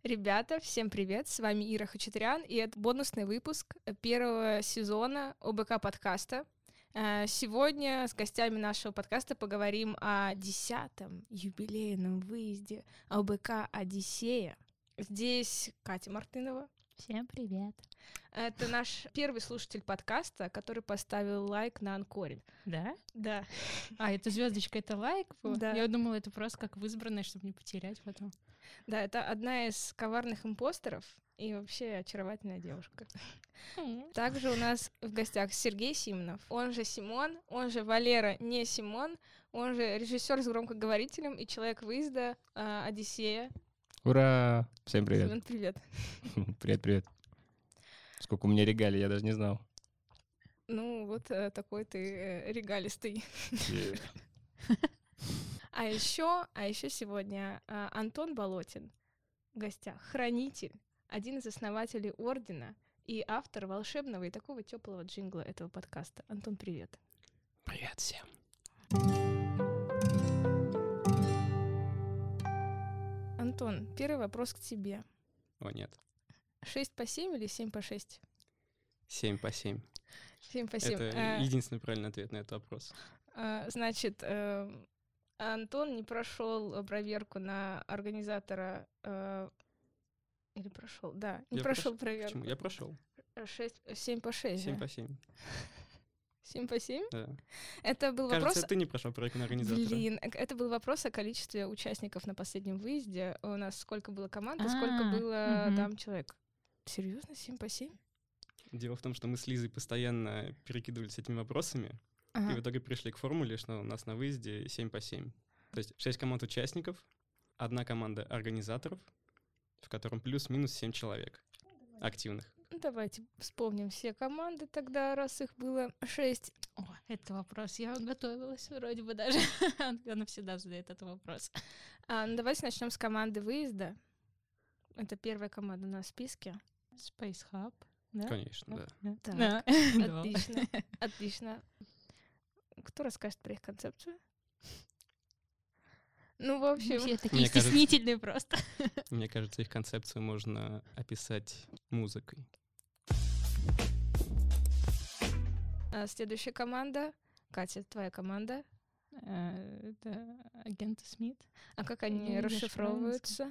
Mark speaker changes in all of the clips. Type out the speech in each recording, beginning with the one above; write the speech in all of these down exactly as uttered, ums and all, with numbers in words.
Speaker 1: Ребята, всем привет, с вами Ира Хачатурян, и это бонусный выпуск первого сезона ОБК подкаста. Сегодня с гостями нашего подкаста поговорим о десятом юбилейном выезде ОБК «Одиссея». Здесь Катя Мартынова.
Speaker 2: Всем привет.
Speaker 1: Это наш первый слушатель подкаста, который поставил лайк на Анкоре.
Speaker 2: Да?
Speaker 1: Да.
Speaker 2: А, это звездочка, это лайк был?
Speaker 1: Да.
Speaker 2: Я думала, это просто как в избранное, чтобы не потерять потом.
Speaker 1: Да, это одна из коварных импостеров и вообще очаровательная девушка. Mm. Также у нас в гостях Сергей Симонов, он же Симон, он же Валера не Симон, он же режиссер с громкоговорителем и человек выезда э, «Одиссея».
Speaker 3: Ура! Всем привет.
Speaker 1: Симон, привет.
Speaker 3: Привет-привет. Сколько у меня регалий, я даже не знал.
Speaker 1: Ну, вот э, такой ты э, регалистый.
Speaker 3: Yeah.
Speaker 1: А еще, а еще сегодня э, Антон Болотин в гостях, хранитель, один из основателей Ордена и автор волшебного и такого теплого джингла этого подкаста. Антон, привет.
Speaker 3: Привет всем.
Speaker 1: Антон, первый вопрос к тебе.
Speaker 3: О, нет.
Speaker 1: шесть по семь или семь по шесть?
Speaker 3: семь по семь.
Speaker 1: семь по семь.
Speaker 3: Это а, единственный правильный ответ на этот вопрос.
Speaker 1: А, значит, э, Антон не прошел проверку на организатора. Э, или прошел? Да, не
Speaker 3: Я
Speaker 1: прошел
Speaker 3: прош...
Speaker 1: проверку.
Speaker 3: Почему? Я прошел.
Speaker 1: семь по шесть.
Speaker 3: семь
Speaker 1: да?
Speaker 3: по семь.
Speaker 1: семь по семь?
Speaker 3: Да.
Speaker 1: Это был
Speaker 3: Кажется,
Speaker 1: вопрос...
Speaker 3: ты не прошел проверку на организатора.
Speaker 1: Блин, это был вопрос о количестве участников на последнем выезде. У нас сколько было команд, и сколько было
Speaker 2: угу.
Speaker 1: там человек. Серьезно? семь по семь?
Speaker 3: Дело в том, что мы с Лизой постоянно перекидывались этими вопросами, ага. и в итоге пришли к формуле, что у нас на выезде семь по семь. То есть шесть команд участников, одна команда организаторов, в котором плюс-минус семь человек активных.
Speaker 1: Давайте вспомним все команды тогда, раз их было шесть.
Speaker 2: О, это вопрос. Я готовилась вроде бы даже. Она всегда задает этот вопрос.
Speaker 1: А, ну, давайте начнем с команды выезда. Это первая команда на списке.
Speaker 2: Space Hub. Да?
Speaker 3: Конечно, да.
Speaker 2: да.
Speaker 1: Так,
Speaker 2: да.
Speaker 1: Отлично, отлично. Кто расскажет про их концепцию? Ну, в общем...
Speaker 2: Все такие стеснительные просто.
Speaker 3: Мне кажется, их концепцию можно описать музыкой.
Speaker 1: А следующая команда. Катя, твоя команда.
Speaker 2: Это агенты Смит.
Speaker 1: А как они расшифровываются?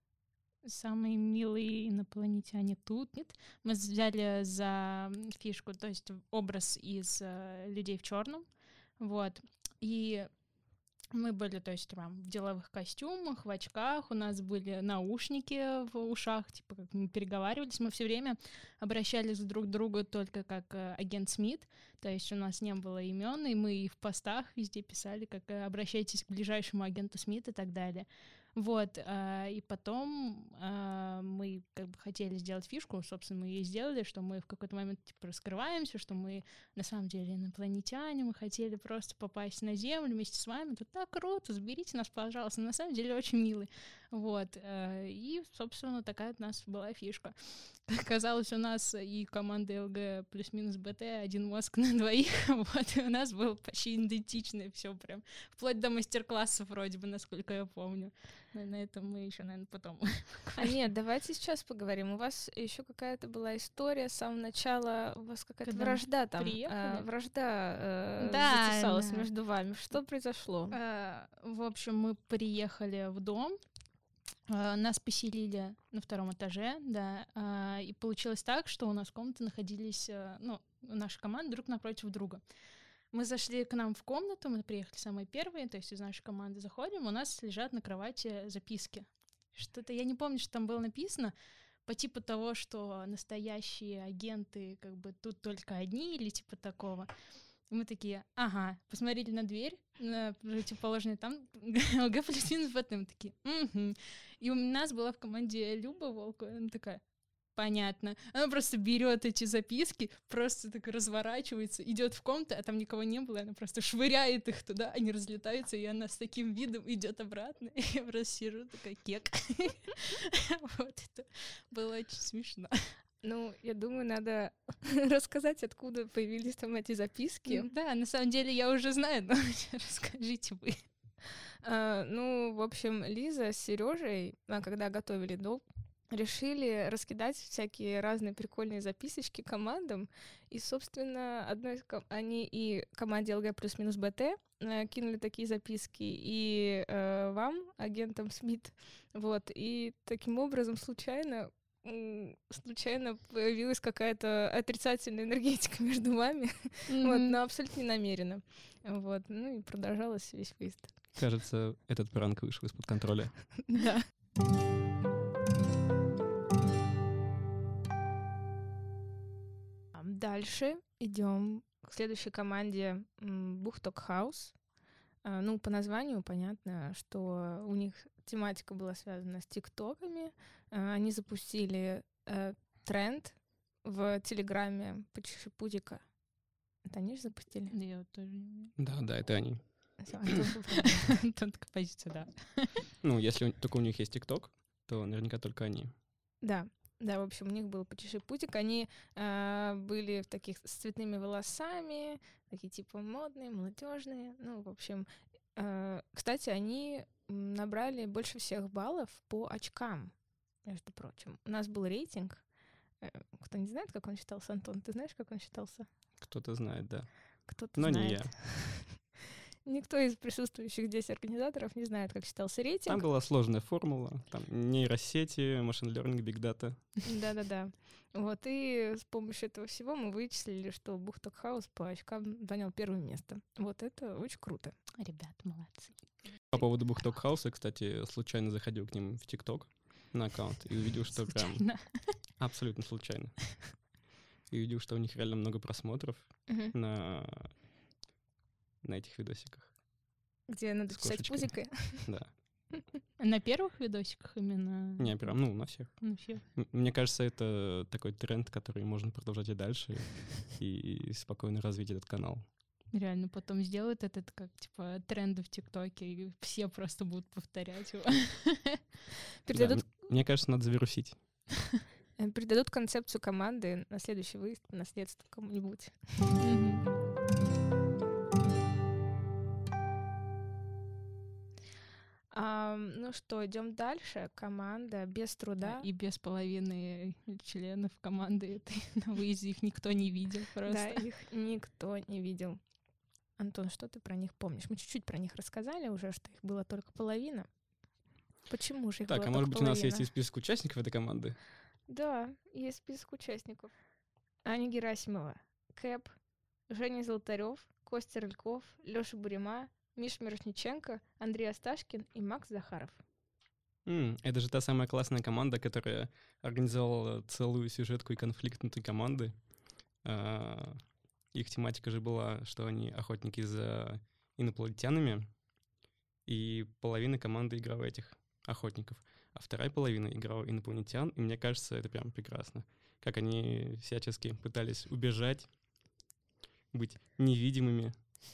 Speaker 2: Самые милые инопланетяне тут. Мы взяли за фишку, то есть образ из uh, людей в черном. Вот. И мы были, то есть, там, в деловых костюмах, в очках, у нас были наушники в ушах, типа, как мы переговаривались, мы все время обращались друг к другу только как э, агент Смит, то есть у нас не было имен, и мы и в постах везде писали, как э, обращайтесь к ближайшему агенту Смит и так далее. Вот, э, и потом э, мы как бы хотели сделать фишку, собственно, мы ее сделали, что мы в какой-то момент типа раскрываемся, что мы на самом деле инопланетяне, мы хотели просто попасть на Землю вместе с вами, тут так круто, заберите нас, пожалуйста, на самом деле очень милый. Вот, э, и, собственно, такая у нас была фишка. Оказалось, у нас и команда ЛГ плюс-минус БТ один мозг на двоих, вот, и у нас было почти идентичное все прям, вплоть до мастер-классов вроде бы, насколько я помню. Но на этом мы еще, наверное, потом.
Speaker 1: А нет, давайте сейчас поговорим. У вас еще какая-то была история с самого начала, у вас какая-то Когда вражда там, э, вражда э, да, затесалась да. между вами. Что произошло?
Speaker 2: Э, в общем, мы приехали в дом, э, нас поселили на втором этаже, да, э, и получилось так, что у нас комнаты находились, э, ну, наша команда друг напротив друга. Мы зашли к нам в комнату, мы приехали самые первые, то есть из нашей команды заходим, у нас лежат на кровати записки. Что-то, я не помню, что там было написано, по типу того, что настоящие агенты как бы тут только одни или типа такого. И мы такие, ага, посмотрели на дверь, на противоположной там, ЛГ плюс-минус БТ, мы такие, угу. И у нас была в команде Люба Волко, она такая, понятно. Она просто берет эти записки, просто так разворачивается, идет в комнату, а там никого не было, она просто швыряет их туда, они разлетаются, и она с таким видом идет обратно. И я просто сижу, такая кек. Вот это было очень смешно.
Speaker 1: Ну, я думаю, надо рассказать, откуда появились там эти записки.
Speaker 2: Да, на самом деле я уже знаю, но расскажите вы.
Speaker 1: А, ну, в общем, Лиза с Сережей, когда готовили дом, решили раскидать всякие разные прикольные записочки командам. И, собственно, одной из ком- они и команде эл гэ плюс-минус бэ тэ э, кинули такие записки, и э, вам, агентам Смит. Вот. И таким образом случайно м, случайно появилась какая-то отрицательная энергетика между вами,
Speaker 2: Мгм.
Speaker 1: вот, но абсолютно не намеренно. Вот. Ну и продолжалось весь выезд.
Speaker 3: Кажется, этот пранк вышел из-под контроля.
Speaker 1: Да. Дальше идем к следующей команде Бухток Хаус. А, Ну, по названию понятно, что у них тематика была связана с тиктоками. А, Они запустили э, тренд в Телеграме «Почеши пузика». Это они же запустили?
Speaker 2: Да, я вот тоже не
Speaker 3: Да, да, это они.
Speaker 1: Всё, Антон поправил.
Speaker 2: знаю. Тут композиция, да.
Speaker 3: Ну, если у- только у них есть ТикТок, то наверняка только они.
Speaker 1: Да, да, в общем, у них был «Почеши пузик». Они а, были в таких с цветными волосами, такие типа модные, молодежные. Ну, в общем, а, кстати, они м, набрали больше всех баллов по очкам, между прочим. У нас был рейтинг. Э, Кто не знает, как он считался, Антон? Ты знаешь, как он считался?
Speaker 3: Кто-то знает, да.
Speaker 1: Кто-то
Speaker 3: Но не
Speaker 1: знает.
Speaker 3: я.
Speaker 1: Никто из присутствующих здесь организаторов не знает, как считался
Speaker 3: Там
Speaker 1: рейтинг.
Speaker 3: была сложная формула. Там нейросети, машин learning, big data.
Speaker 1: Да-да-да. Вот, и с помощью этого всего мы вычислили, что Бухток Хаус по очкам занял первое место. Вот это очень круто.
Speaker 2: Ребят, молодцы.
Speaker 3: По поводу Бухток Хауса, кстати, случайно заходил к ним в ТикТок на аккаунт и увидел, что прям
Speaker 2: Случайно.
Speaker 3: абсолютно случайно. И увидел, что у них реально много просмотров
Speaker 1: Мгм.
Speaker 3: на, на этих видосиках.
Speaker 1: Где надо
Speaker 3: С
Speaker 1: писать
Speaker 3: кошечкой.
Speaker 1: пузикой.
Speaker 3: Да.
Speaker 2: На первых видосиках именно?
Speaker 3: Не, прям, ну, на всех.
Speaker 2: Ну, всех.
Speaker 3: М- Мне кажется, это такой тренд, который можно продолжать и дальше, и спокойно развить этот канал.
Speaker 2: Реально потом сделают этот, как, типа, тренды в ТикТоке, и все просто будут повторять его.
Speaker 1: Передадут,
Speaker 3: Да, м- мне кажется, надо завирусить.
Speaker 1: э, передадут концепцию команды на следующий выезд, на наследство кому-нибудь.
Speaker 2: Мгм.
Speaker 1: А, ну что, идем дальше. Команда без
Speaker 2: Да,
Speaker 1: труда.
Speaker 2: и без половины членов команды этой на выезде их никто не видел
Speaker 1: Да,
Speaker 2: просто.
Speaker 1: их никто не видел. Антон, что ты про них помнишь? Мы чуть-чуть про них рассказали уже, что их было только половина. Почему же их
Speaker 3: Так,
Speaker 1: было
Speaker 3: а может
Speaker 1: только
Speaker 3: быть, у нас
Speaker 1: половина?
Speaker 3: есть и список участников этой команды?
Speaker 1: Да, есть список участников. Аня Герасимова, Кэп, Женя Золотарев, Костя Рыльков, Лёша Бурима, Миш Мирошниченко, Андрей Асташкин и Макс Захаров.
Speaker 3: М, это же та самая классная команда, которая организовала целую сюжетку и конфликт внутри команды. А, Их тематика же была, что они охотники за инопланетянами, и половина команды играла этих охотников, а вторая половина играла инопланетян, и мне кажется, это прям прекрасно. Как они всячески пытались убежать, быть невидимыми,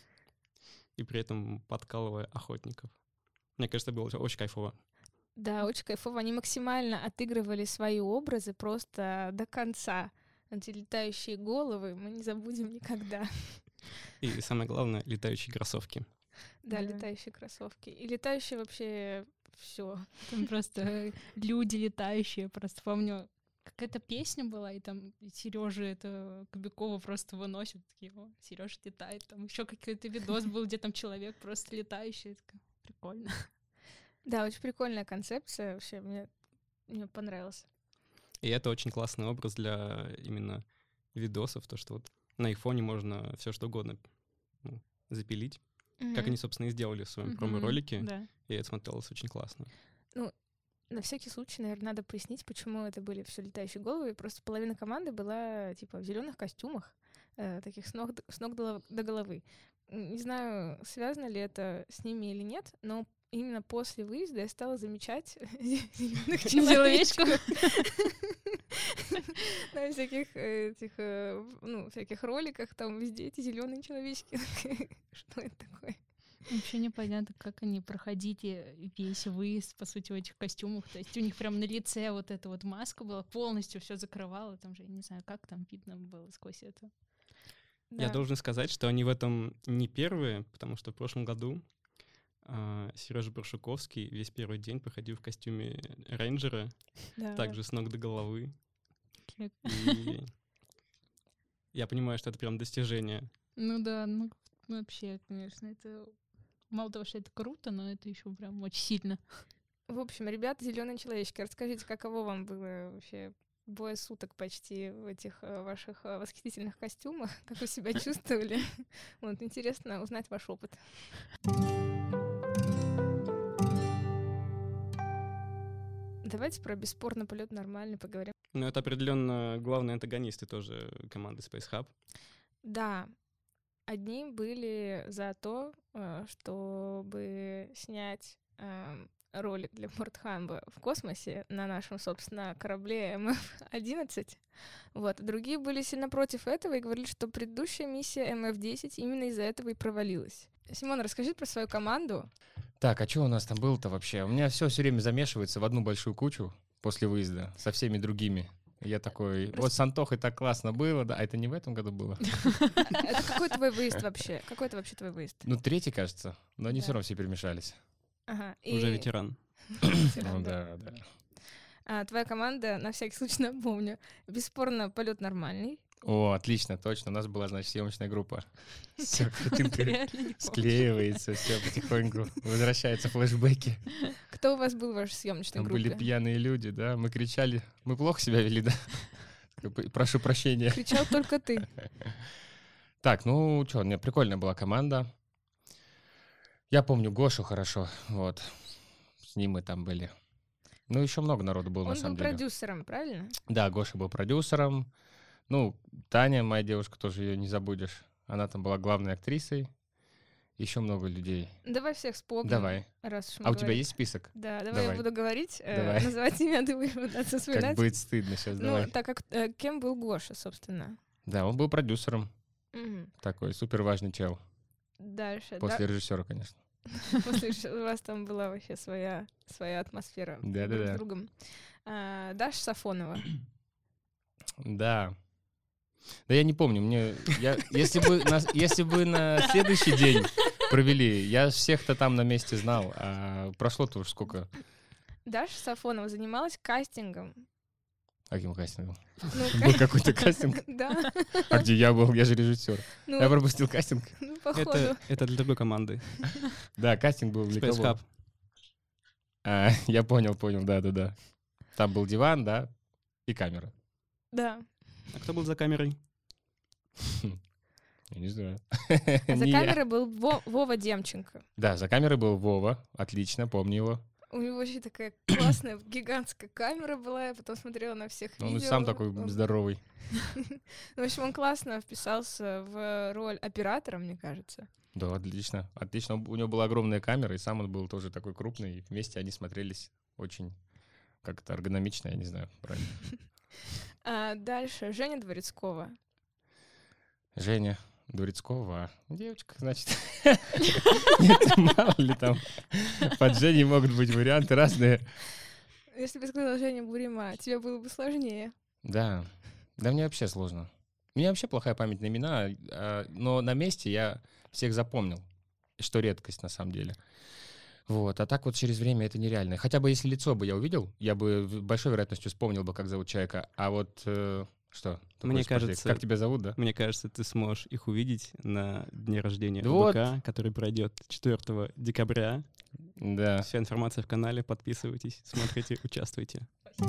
Speaker 3: и при этом подкалывая охотников. Мне кажется, это было очень кайфово.
Speaker 1: Да, очень кайфово. Они максимально отыгрывали свои образы просто до конца. Эти летающие головы мы не забудем никогда.
Speaker 3: И самое главное, летающие кроссовки.
Speaker 1: Да,
Speaker 2: Да.
Speaker 1: летающие кроссовки. И летающие вообще все.
Speaker 2: Там просто люди летающие. Просто помню, какая-то песня была, и там Сережа это Кобякова просто выносит. Такие, о, Сережа летает. Там еще какой-то видос был, где там человек просто летающий. Я такая, прикольно.
Speaker 1: Да, очень прикольная концепция. Вообще мне, мне понравилось.
Speaker 3: И это очень классный образ для именно видосов, то, что вот на их фоне можно все что угодно ну, запилить. Как они, собственно, и сделали в своем
Speaker 2: Мгм.
Speaker 3: промо-ролике.
Speaker 2: Да.
Speaker 3: И это смотрелось очень классно.
Speaker 1: На всякий случай, наверное, надо пояснить, почему это были все летающие головы. Просто половина команды была типа в зеленых костюмах, э, таких с ног, д- с ног до, до головы. М, Не знаю, связано ли это с ними или нет, но именно после выезда я стала замечать зеленых
Speaker 2: Человечков.
Speaker 1: человечков на всяких э, этих, э, в- ну, всяких роликах, там везде эти зеленые человечки. Что это такое?
Speaker 2: Вообще непонятно, как они проходили весь выезд, по сути, в этих костюмах. То есть у них прям на лице вот эта вот маска была, полностью все закрывала. Там же, я не знаю, как там видно было сквозь это.
Speaker 3: Я
Speaker 1: Да.
Speaker 3: должен сказать, что они в этом не первые, потому что в прошлом году А, Сережа Баршуковский весь первый день походил в костюме рейнджера,
Speaker 1: Да.
Speaker 3: также с ног до головы. И я понимаю, что это прям достижение.
Speaker 2: Ну да, ну вообще, конечно, это мало того, что это круто, но это еще прям очень сильно.
Speaker 1: В общем, ребята, зеленые человечки, расскажите, каково вам было вообще двое суток почти в этих э, ваших э, восхитительных костюмах? Как вы себя чувствовали? Вот, интересно узнать ваш опыт. Давайте про бесспорно полет нормальный поговорим.
Speaker 3: Но это определенно главные антагонисты тоже команды Space Hub.
Speaker 1: Да, одни были за то, э, чтобы снять э, ролик для Мортхамба в космосе на нашем, собственно, корабле эм эф одиннадцать. Вот. Другие были сильно против этого и говорили, что предыдущая миссия эм эф десять именно из-за этого и провалилась. Симон, расскажи про свою команду.
Speaker 4: Так, а что у нас там было-то вообще? У меня все все время замешивается в одну большую кучу после выезда со всеми другими. Я такой, вот с Антохой так классно было, да, а это не в этом году было?
Speaker 1: Это какой твой выезд вообще? Какой это вообще твой выезд?
Speaker 4: Ну, третий, кажется, но они
Speaker 1: Да.
Speaker 4: все равно все перемешались.
Speaker 1: Ага.
Speaker 3: Уже ветеран.
Speaker 4: Ну да, да.
Speaker 1: А, твоя команда, на всякий случай напомню, бесспорно полет нормальный.
Speaker 4: О, отлично, точно. У нас была, значит, съемочная группа. Все, картинка
Speaker 2: Реально не помню.
Speaker 4: склеивается, все потихоньку возвращаются флешбеки.
Speaker 1: Кто у вас был в вашей съемочной
Speaker 4: Там
Speaker 1: группе?
Speaker 4: были пьяные люди, да, мы кричали. Мы плохо себя вели, да? Прошу прощения.
Speaker 1: Кричал только ты.
Speaker 4: Так, ну что, у меня прикольная была команда. Я помню Гошу хорошо, вот. С ним мы там были. Ну, еще много народу было,
Speaker 1: Он
Speaker 4: на
Speaker 1: был
Speaker 4: самом деле.
Speaker 1: продюсером, правильно?
Speaker 4: Да, Гоша был продюсером. Ну, Таня, моя девушка, тоже ее не забудешь. Она там была главной актрисой. Еще много людей.
Speaker 1: Давай всех вспомним.
Speaker 4: Давай.
Speaker 1: Раз уж мы
Speaker 4: А у тебя
Speaker 1: говорим.
Speaker 4: есть список?
Speaker 1: Да, давай,
Speaker 4: Давай.
Speaker 1: я буду говорить, э,
Speaker 4: Давай.
Speaker 1: называть имя, ты будешь пытаться
Speaker 4: Как
Speaker 1: вспоминать.
Speaker 4: будет стыдно сейчас,
Speaker 1: Ну,
Speaker 4: давай.
Speaker 1: так как э, кем был Гоша, собственно?
Speaker 4: Да, он был продюсером.
Speaker 1: Мгм.
Speaker 4: Такой супер важный чел.
Speaker 1: Дальше.
Speaker 4: После режиссера, конечно.
Speaker 1: Да, после ш- у вас там была вообще своя, своя атмосфера друг
Speaker 4: Да-да-да.
Speaker 1: с другом. А, Даша Сафонова.
Speaker 4: Да. Да я не помню, мне... Я, если, бы на, если бы на следующий день провели, я всех-то там на месте знал, а прошло-то уж сколько...
Speaker 1: Даша Сафонова занималась кастингом.
Speaker 4: Каким кастингом?
Speaker 1: Ну,
Speaker 4: Был какой-то кастинг?
Speaker 1: Да,
Speaker 4: А где я был? Я же режиссер. Я
Speaker 1: ну,
Speaker 4: пропустил кастинг?
Speaker 1: ну, походу.
Speaker 3: Это, это для другой команды.
Speaker 4: Да, кастинг был для
Speaker 3: Space
Speaker 4: кого?
Speaker 3: Hub.
Speaker 4: А, я понял, понял, да-да-да. Там был диван, да, и камера.
Speaker 1: Да.
Speaker 3: А кто был за камерой?
Speaker 4: Я не знаю.
Speaker 1: А за
Speaker 4: Не я.
Speaker 1: камерой был Во- Вова Демченко.
Speaker 4: Да, за камерой был Вова. Отлично, помню его.
Speaker 1: У него вообще такая классная гигантская камера была, я потом смотрела на всех
Speaker 4: Он
Speaker 1: видео.
Speaker 4: и сам такой
Speaker 1: Он-
Speaker 4: здоровый.
Speaker 1: В общем, он классно вписался в роль оператора, мне кажется.
Speaker 4: Да, отлично. Отлично. У него была огромная камера, и сам он был тоже такой крупный. И вместе они смотрелись очень как-то эргономично, я не знаю, правильно.
Speaker 1: А дальше Женя Дворецкова.
Speaker 4: Женя Дворецкова. Девочка, значит. Нет, мало ли там. Под Женей могут быть варианты разные.
Speaker 1: Если бы я сказала Женя Бурима, тебе было бы сложнее.
Speaker 4: Да. Да мне вообще сложно. У меня вообще плохая память на имена, а, но на месте я всех запомнил, что редкость на самом деле. Вот, а так вот через время это нереально. Хотя бы если лицо бы я увидел, я бы с большой вероятностью вспомнил бы, как зовут человека. А вот э, что? Ты
Speaker 3: Мне
Speaker 4: хочешь спросить,
Speaker 3: кажется-
Speaker 4: Как тебя зовут, да?
Speaker 3: Мне кажется, ты сможешь их увидеть на дне рождения
Speaker 4: Вот.
Speaker 3: ОБК, который пройдет четвёртого декабря.
Speaker 4: Да.
Speaker 3: Вся информация в канале. Подписывайтесь, смотрите, участвуйте.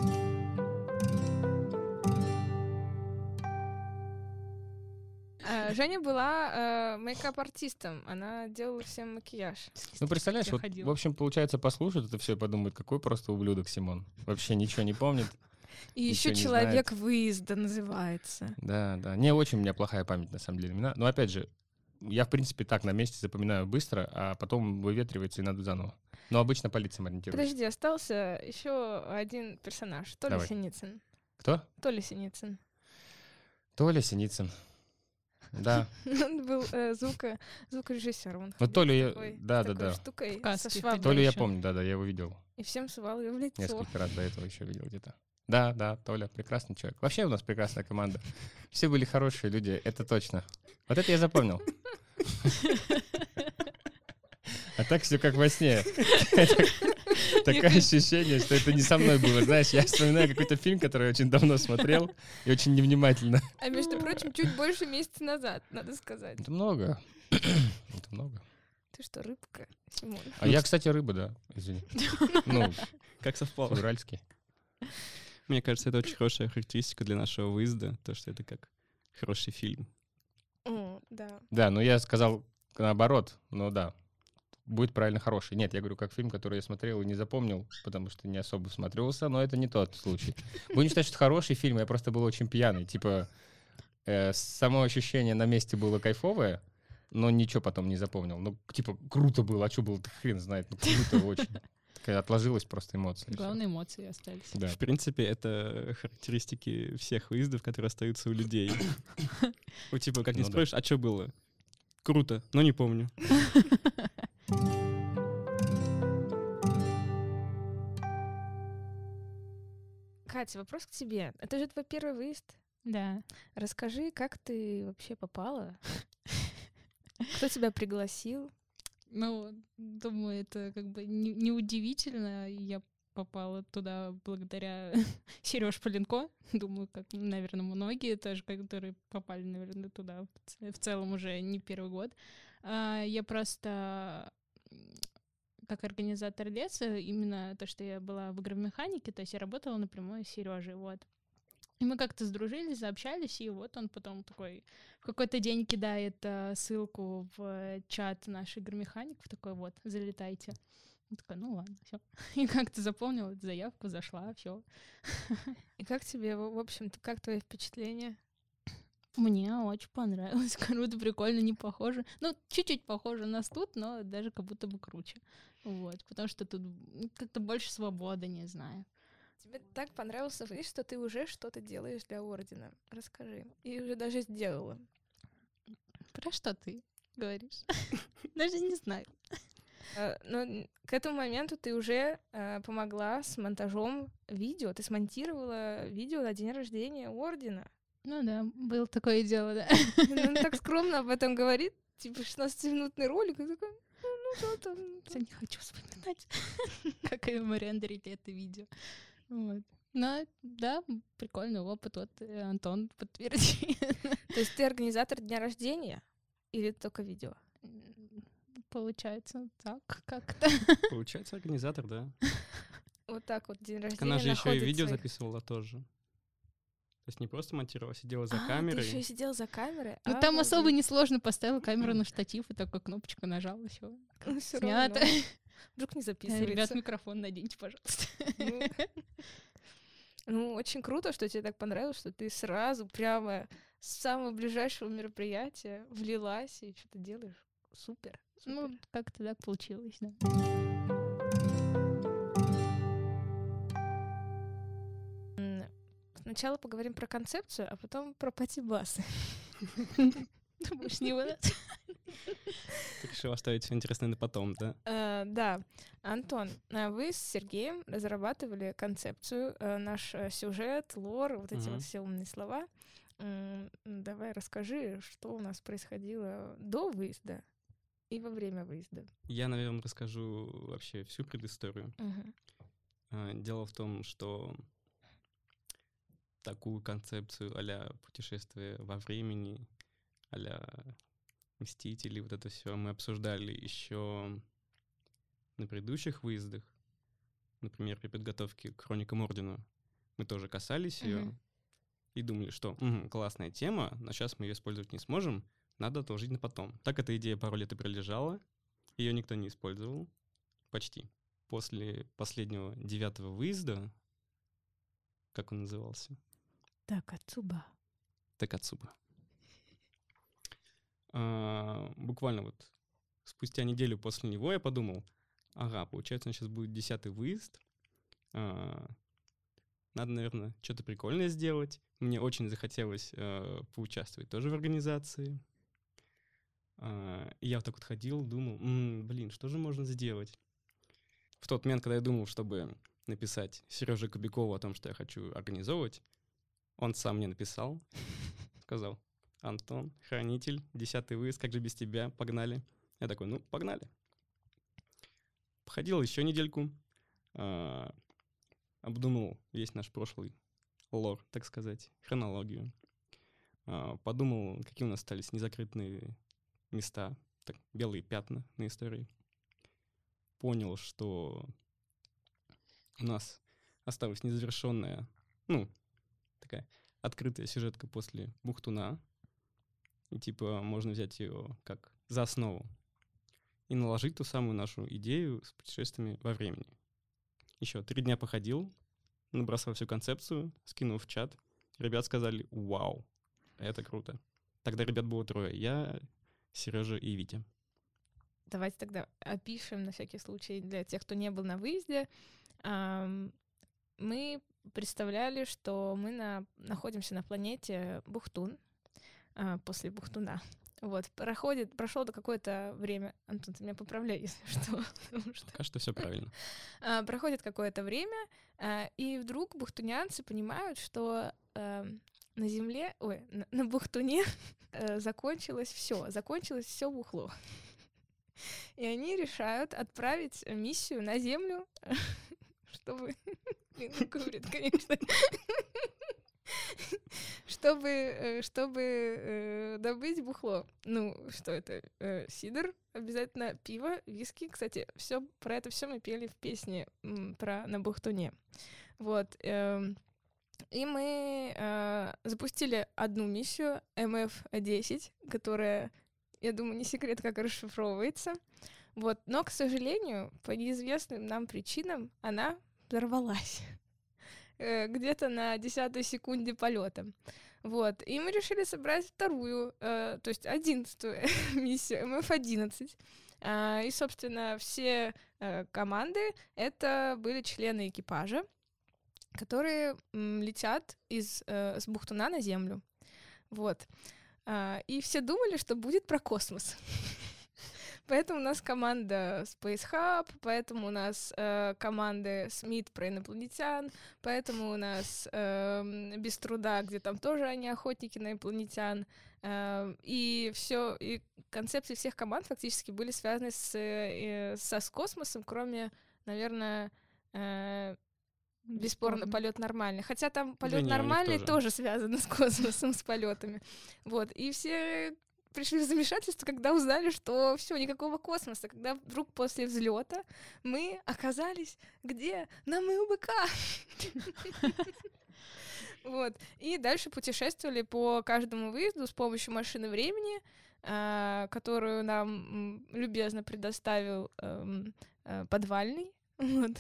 Speaker 1: А Женя была э, мейкап-артистом, она делала всем макияж.
Speaker 4: Ну, представляешь,
Speaker 2: Я
Speaker 4: вот,
Speaker 2: ходила.
Speaker 4: в общем, получается, послушают это все и подумают, какой просто ублюдок Симон. Вообще ничего не помнит.
Speaker 1: И
Speaker 4: Ничего
Speaker 1: еще
Speaker 4: не
Speaker 1: человек выезда называется.
Speaker 4: Да, да. Не, очень у меня плохая память, на самом деле, имена. Но, опять же, я, в принципе, так на месте запоминаю быстро, а потом выветривается и надо заново. Но обычно по лицам ориентируюсь.
Speaker 1: Подожди, остался еще один персонаж. Толя
Speaker 4: Давай.
Speaker 1: Синицын.
Speaker 4: Кто?
Speaker 1: Толя Синицын.
Speaker 4: Толя Синицын. Да.
Speaker 1: Он был э, звука, звукорежиссер. Он
Speaker 4: Ну,
Speaker 1: ходил
Speaker 4: Толю
Speaker 1: с
Speaker 4: я...
Speaker 1: такой-
Speaker 4: Да,
Speaker 1: с
Speaker 4: да,
Speaker 1: такой
Speaker 4: да.
Speaker 1: штукой
Speaker 2: В каске
Speaker 1: со шваброй.
Speaker 4: Толю я
Speaker 2: ещё.
Speaker 4: помню, да-да, я его видел.
Speaker 1: И всем сувал ее в лицо.
Speaker 4: Несколько раз до этого еще видел где-то. Да, да, Толя, прекрасный человек. Вообще у нас прекрасная команда. Все были хорошие люди, это точно. Вот это я запомнил. А так все как во сне. Такое ощущение, что это не со мной было. Знаешь, я вспоминаю какой-то фильм, который я очень давно смотрел и очень невнимательно.
Speaker 1: А между прочим, чуть больше месяца назад, надо сказать.
Speaker 4: Это много. Это много.
Speaker 1: Ты что, рыбка, Симон?
Speaker 4: А я, кстати, рыба, да. Извини. Ну,
Speaker 3: Как совпало.
Speaker 4: уральский.
Speaker 3: Мне кажется, это очень хорошая характеристика для нашего выезда, то, что это как хороший фильм.
Speaker 1: О, да.
Speaker 4: Да, но я сказал наоборот, но да. Будет правильно хороший. Нет, я говорю, как фильм, который я смотрел и не запомнил, потому что не особо всматривался, но это не тот случай. Будем считать, что хороший фильм, я просто был очень пьяный. Типа, э, само ощущение на месте было кайфовое, но ничего потом не запомнил. Ну, типа, круто было, а что было, хрен знает. Ну, круто очень. Такая отложилась просто эмоция.
Speaker 2: Главные эмоции остались.
Speaker 4: Да.
Speaker 3: В принципе, это характеристики всех выездов, которые остаются у людей. У типа, как не
Speaker 4: Ну да.
Speaker 3: спросишь, а что было? Круто, но не помню.
Speaker 1: Катя, вопрос к тебе. Это же твой первый выезд.
Speaker 2: Да.
Speaker 1: Расскажи, как ты вообще попала? Кто тебя пригласил?
Speaker 2: Ну, думаю, это как бы не- неудивительно. Я попала туда благодаря Сереж Поленко. Думаю, как, наверное, многие тоже, которые попали, наверное, туда в ц- в целом уже не первый год. А, Я просто м, как организатор леса, именно то, что я была в игромеханике, то есть я работала напрямую с Сережей, вот. И мы как-то сдружились, заобщались, и вот он потом такой в какой-то день кидает а, ссылку в чат наших игромехаников, такой вот, залетайте. Я такая, ну ладно, все. И как-то запомнила эту заявку, зашла, все.
Speaker 1: И как тебе, в в общем-то, как твои впечатления?
Speaker 2: Мне очень понравилось, круто, прикольно, не похоже. Ну, чуть-чуть похоже на студ, но даже как будто бы круче. Вот, потому что тут м, как-то больше свободы, не знаю.
Speaker 1: Тебе так понравился выезд, что ты уже что-то делаешь для Ордена. Расскажи. И уже даже сделала.
Speaker 2: Про что ты говоришь? Даже не знаю.
Speaker 1: Э, Но н- к этому моменту ты уже э, помогла с монтажом видео. Ты смонтировала видео на день рождения Ордена.
Speaker 2: Ну да, было такое дело, да.
Speaker 1: Он так скромно об этом говорит. Типа шестнадцатиминутный ролик. И такой, ну, ну что там?
Speaker 2: Я не хочу вспоминать, как мы рендерили это видео. Вот. Но да, прикольный опыт. Вот э, Антон подтвердит.
Speaker 1: То есть ты организатор дня рождения? Или только видео?
Speaker 2: М, Получается так как-то.
Speaker 3: Получается, организатор, да.
Speaker 1: Вот так вот день
Speaker 3: Так
Speaker 1: рождения
Speaker 3: она же еще и
Speaker 1: находит
Speaker 3: видео
Speaker 1: своих-
Speaker 3: записывала тоже. То есть не просто монтировала, сидела за
Speaker 1: А,
Speaker 3: камерой.
Speaker 1: ты еще сидел за камерой?
Speaker 2: Ну там особо несложно, поставила камеру на штатив и такую кнопочку нажала, все.
Speaker 1: Все
Speaker 2: Снято.
Speaker 1: равно. Вдруг не
Speaker 2: Ребят,
Speaker 1: записывается.
Speaker 2: микрофон наденьте, пожалуйста.
Speaker 1: Ну, ну, очень круто, что тебе так понравилось, что ты сразу прямо с самого ближайшего мероприятия влилась и что-то делаешь. Супер.
Speaker 2: Ну,
Speaker 1: супер.
Speaker 2: как-то так получилось, да.
Speaker 1: М, Сначала поговорим про концепцию, а потом про пати-басы.
Speaker 2: Думаешь, не вот
Speaker 3: Ты решил оставить все интересное на потом, да?
Speaker 1: Э, Да, Антон, э, вы с Сергеем разрабатывали концепцию, э, наш э, сюжет, лор, вот эти
Speaker 3: Мгм.
Speaker 1: вот все умные слова. М, Давай расскажи, что у нас происходило до выезда и во время выезда.
Speaker 3: Я, наверное, расскажу вообще всю предысторию.
Speaker 1: Мгм.
Speaker 3: А, Дело в том, что такую концепцию а-ля путешествие во времени, а-ля Мстители, вот это все мы обсуждали еще на предыдущих выездах. Например, при подготовке к Хроникам Ордена мы тоже касались ее
Speaker 1: Мгм.
Speaker 3: и думали, что «Мгм, классная тема, но сейчас мы ее использовать не сможем, надо отложить на потом». Так эта идея пару лет и пролежала, ее никто не использовал, почти. После последнего девятого выезда, как он назывался?
Speaker 2: Так, Ацуба.
Speaker 3: Такацуба. А, буквально вот спустя неделю после него я подумал, ага, получается, сейчас будет десятый выезд. А, надо, наверное, что-то прикольное сделать. Мне очень захотелось э, поучаствовать тоже в организации. А, и я вот так вот ходил, думал, «М, блин, что же можно сделать? В тот момент, когда я думал, чтобы написать Сереже Кобякову о том, что я хочу организовывать, он сам мне написал, сказал: «Антон, хранитель, десятый выезд, как же без тебя, погнали». Я такой, ну, погнали. Походил еще недельку, э, обдумал весь наш прошлый лор, так сказать, хронологию. Э, подумал, какие у нас остались незакрытые места, так, белые пятна на истории. Понял, что у нас осталась незавершенная, ну, такая открытая сюжетка после Бухтуна. И типа можно взять ее как за основу и наложить ту самую нашу идею с путешествиями во времени. Еще три дня походил, набросал всю концепцию, скинул в чат. Ребят сказали: вау, это круто. Тогда ребят было трое. Я, Сережа и Витя.
Speaker 1: Давайте тогда опишем на всякий случай для тех, кто не был на выезде. Мы представляли, что мы на, находимся на планете Бухтун после Бухтуна. Вот, проходит, прошло какое-то время. Антон, ты меня поправляй, если что. что...
Speaker 3: Пока что все правильно.
Speaker 1: А, проходит какое-то время, а, и вдруг бухтунянцы понимают, что а, на Земле, ой, на, на Бухтуне а, закончилось все, закончилось все бухло. И они решают отправить миссию на Землю, чтобы... Блин, курит, конечно. Чтобы, чтобы э, добыть бухло. Ну, что это? Э, сидр, обязательно пиво, виски. Кстати, все про это все мы пели в песне м, про на Бухтуне. Вот. Э, и мы э, запустили одну миссию эм эф десять, которая, я думаю, не секрет, как расшифровывается. Вот. Но, к сожалению, по неизвестным нам причинам она взорвалась где-то на десятой секунде полета. Вот. И мы решили собрать вторую, э, то есть одиннадцатую миссию эм эф одиннадцать. Э, и, собственно, все э, команды — это были члены экипажа, которые м, летят из, э, с Бухтуна на Землю. Вот. Э, и все думали, что будет про космос. Поэтому у нас команда Space Hub, поэтому у нас э, команды Смит про инопланетян, поэтому у нас э, Без труда, где там тоже они охотники на инопланетян. Э, и все, и концепции всех команд фактически были связаны с, э, со, с космосом, кроме, наверное, э, бесспорно, полет нормальный. Хотя там полет
Speaker 3: да
Speaker 1: нормальный
Speaker 3: тоже.
Speaker 1: тоже связан с космосом, с полетами. Вот. И все пришли в замешательство, когда узнали, что все, никакого космоса. Когда вдруг после взлета мы оказались где? На МУБК. Вот. И дальше путешествовали по каждому выезду с помощью машины времени, которую нам любезно предоставил Подвальный. Вот.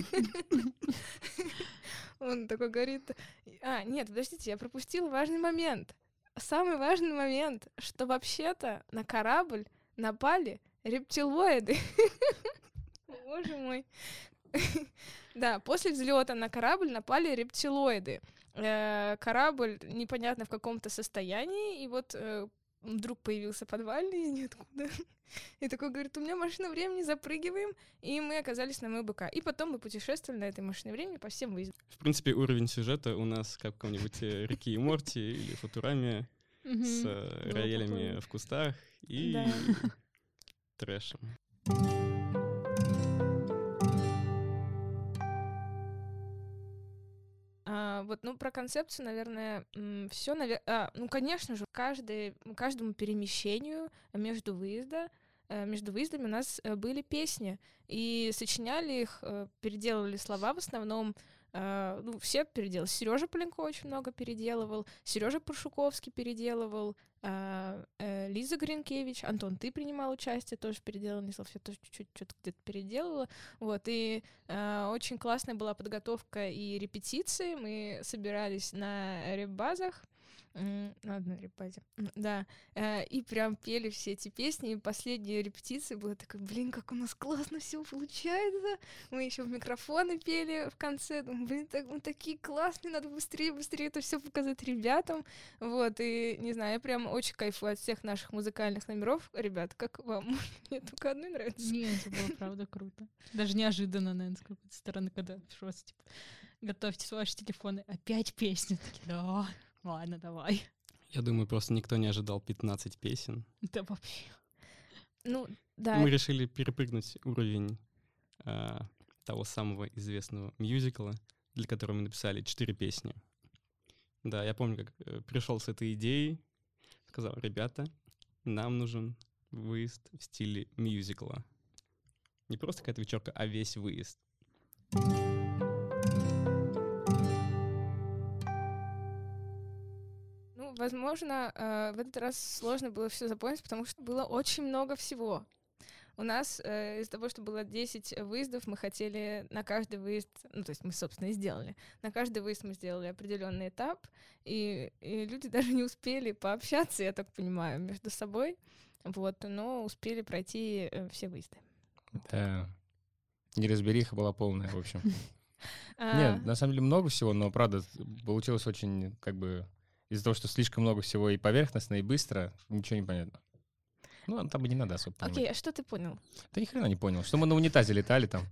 Speaker 1: Он такой говорит: а, нет, подождите, я пропустил важный момент. Самый важный момент, что вообще-то на корабль напали рептилоиды. Боже мой. Да, после взлета на корабль напали рептилоиды. Корабль непонятно в каком-то состоянии, и вот вдруг появился Подвальный из ниоткуда. И такой говорит: у меня машина времени, запрыгиваем. И мы оказались на МУБК. И потом мы путешествовали на этой машине времени по всем выездам.
Speaker 3: В принципе, уровень сюжета у нас как в каком-нибудь Рике и Морти или Футураме с роялями в кустах и трэшем.
Speaker 1: А, вот, ну, про концепцию, наверное, все, навер... а, ну, конечно же, каждый, каждому перемещению между выезда, между выездами у нас были песни, и сочиняли их, переделывали слова в основном. Ну, все переделали. Сережа Поленко очень много переделывал, Сережа Паршуковский переделывал, Лиза Гринкевич, Антон, ты принимал участие, тоже переделал, не слов, я тоже чуть-чуть что-то где-то переделала. Вот, и очень классная была подготовка и репетиции. Мы собирались на реп-базах, на одной реп-базе, да, и прям пели все эти песни. И последняя репетиция была такая: блин, как у нас классно все получается. Мы еще в микрофоны пели в конце. Думаю, блин, так, мы такие классные, надо быстрее, быстрее это все показать ребятам. Вот, и не знаю, я прям очень кайфую от всех наших музыкальных номеров. Ребят, как вам? Мне только одной нравится.
Speaker 2: Нет, это было правда круто. Даже неожиданно, наверное, с какой-то стороны, когда просто типа: готовьте ваши телефоны, опять песни. Такие: да, ладно, давай.
Speaker 3: Я думаю, просто никто не ожидал пятнадцать песен.
Speaker 2: Да вообще.
Speaker 1: Ну, да.
Speaker 3: Мы решили перепрыгнуть уровень а, того самого известного мюзикла, для которого мы написали четыре песни. Да, я помню, как э, пришел с этой идеей, сказал: ребята, нам нужен выезд в стиле мюзикла. Не просто какая-то вечерка, а весь выезд.
Speaker 1: Ну, возможно, э, в этот раз сложно было все запомнить, потому что было очень много всего. У нас э, из-за того, что было десять выездов, мы хотели на каждый выезд, ну, то есть мы, собственно, и сделали. На каждый выезд мы сделали определенный этап, и, и люди даже не успели пообщаться, я так понимаю, между собой, вот, но успели пройти э, все выезды.
Speaker 4: Да. Неразбериха была полная, в общем.
Speaker 1: А,
Speaker 4: Нет, на самом деле много всего, но, правда, получилось очень, как бы, из-за того, что слишком много всего и поверхностно, и быстро, ничего не понятно. Ну, там бы не надо особо понимать.
Speaker 1: Окей, а что ты понял?
Speaker 4: Да ни хрена не понял. Что мы на унитазе летали там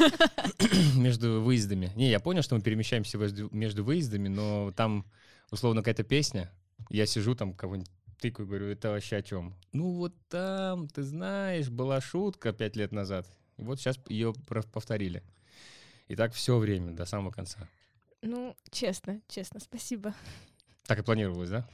Speaker 4: между выездами. Не, я понял, что мы перемещаемся возду- между выездами, но там, условно, какая-то песня. Я сижу там, кого-нибудь тыкаю, говорю: это вообще о чем? Ну, вот там, ты знаешь, была шутка пять лет назад. И вот сейчас ее повторили. И так все время, до самого конца.
Speaker 1: Ну, честно, честно, спасибо.
Speaker 4: Так и планировалось, да?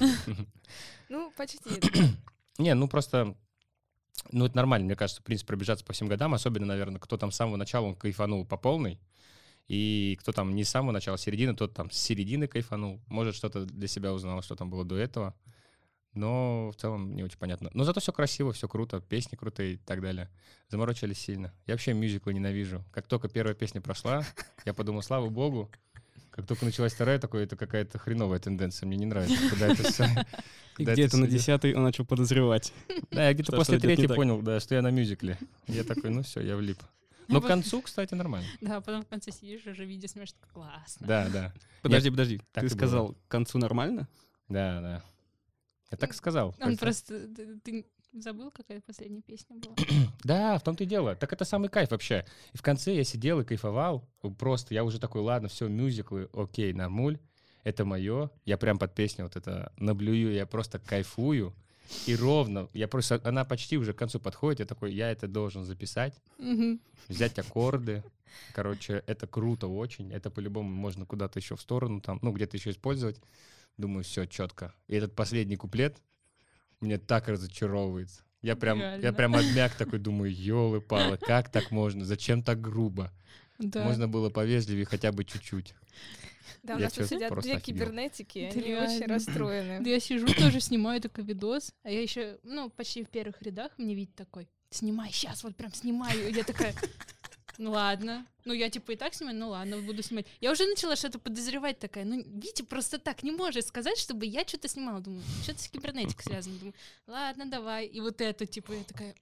Speaker 1: Ну, почти.
Speaker 4: Не, ну просто, ну это нормально, мне кажется, в принципе, пробежаться по всем годам, особенно, наверное, кто там с самого начала он кайфанул по полной, и кто там не с самого начала, а с середины, тот там с середины кайфанул, может, что-то для себя узнал, что там было до этого, но в целом не очень понятно. Но зато все красиво, все круто, песни крутые и так далее. Заморочились сильно. Я вообще мюзиклы ненавижу. Как только первая песня прошла, я подумал: слава богу. Как только началась вторая, такой, это какая-то хреновая тенденция, мне не нравится, куда это все.
Speaker 3: И где-то на десятой он начал подозревать.
Speaker 4: Да, я где-то после третьей понял, да, что я на мюзикле. Я такой: ну все, я влип. Но к концу, кстати, нормально.
Speaker 2: Да, потом в конце сидишь, уже видео смотришь, классно.
Speaker 4: Да, да.
Speaker 3: Подожди, подожди, ты сказал, к концу нормально?
Speaker 4: Да, да. Я так сказал.
Speaker 2: Он просто... Ты забыл, какая последняя песня была?
Speaker 4: Да, в том-то и дело. Так это самый кайф вообще. И в конце я сидел и кайфовал. Просто я уже такой: ладно, все, мюзиклы, окей, нормуль. Это мое. Я прям под песню вот это наблюю, я просто кайфую. И ровно, я просто, она почти уже к концу подходит, я такой: я это должен записать, взять аккорды. Короче, это круто очень. Это по-любому можно куда-то еще в сторону, там, ну, где-то еще использовать. Думаю, все четко. И этот последний куплет меня так разочаровывает. Я прям, я прям обмяк такой, думаю: ёлы-палы, как так можно? Зачем так грубо?
Speaker 2: Да.
Speaker 4: Можно было повежливее хотя бы чуть-чуть.
Speaker 1: Да, у
Speaker 4: Я
Speaker 1: нас тут
Speaker 4: чё,
Speaker 1: сидят
Speaker 4: просто
Speaker 1: две
Speaker 4: офигел.
Speaker 1: кибернетики,
Speaker 2: Да
Speaker 1: они
Speaker 2: реально.
Speaker 1: очень расстроены.
Speaker 2: Да я сижу, тоже снимаю такой видос, а я еще, ну, почти в первых рядах мне Витя такой: снимай, сейчас вот прям снимаю. И я такая: ну ладно. Ну я типа и так снимаю, ну ладно, буду снимать. Я уже начала что-то подозревать такая: ну Витя просто так не может сказать, чтобы я что-то снимала. Думаю, что-то с кибернетикой связано. Думаю, ладно, давай. И вот это, типа, я такая: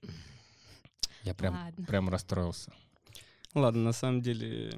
Speaker 4: Я прям,
Speaker 2: ладно.
Speaker 4: прям расстроился.
Speaker 3: Ладно, на самом деле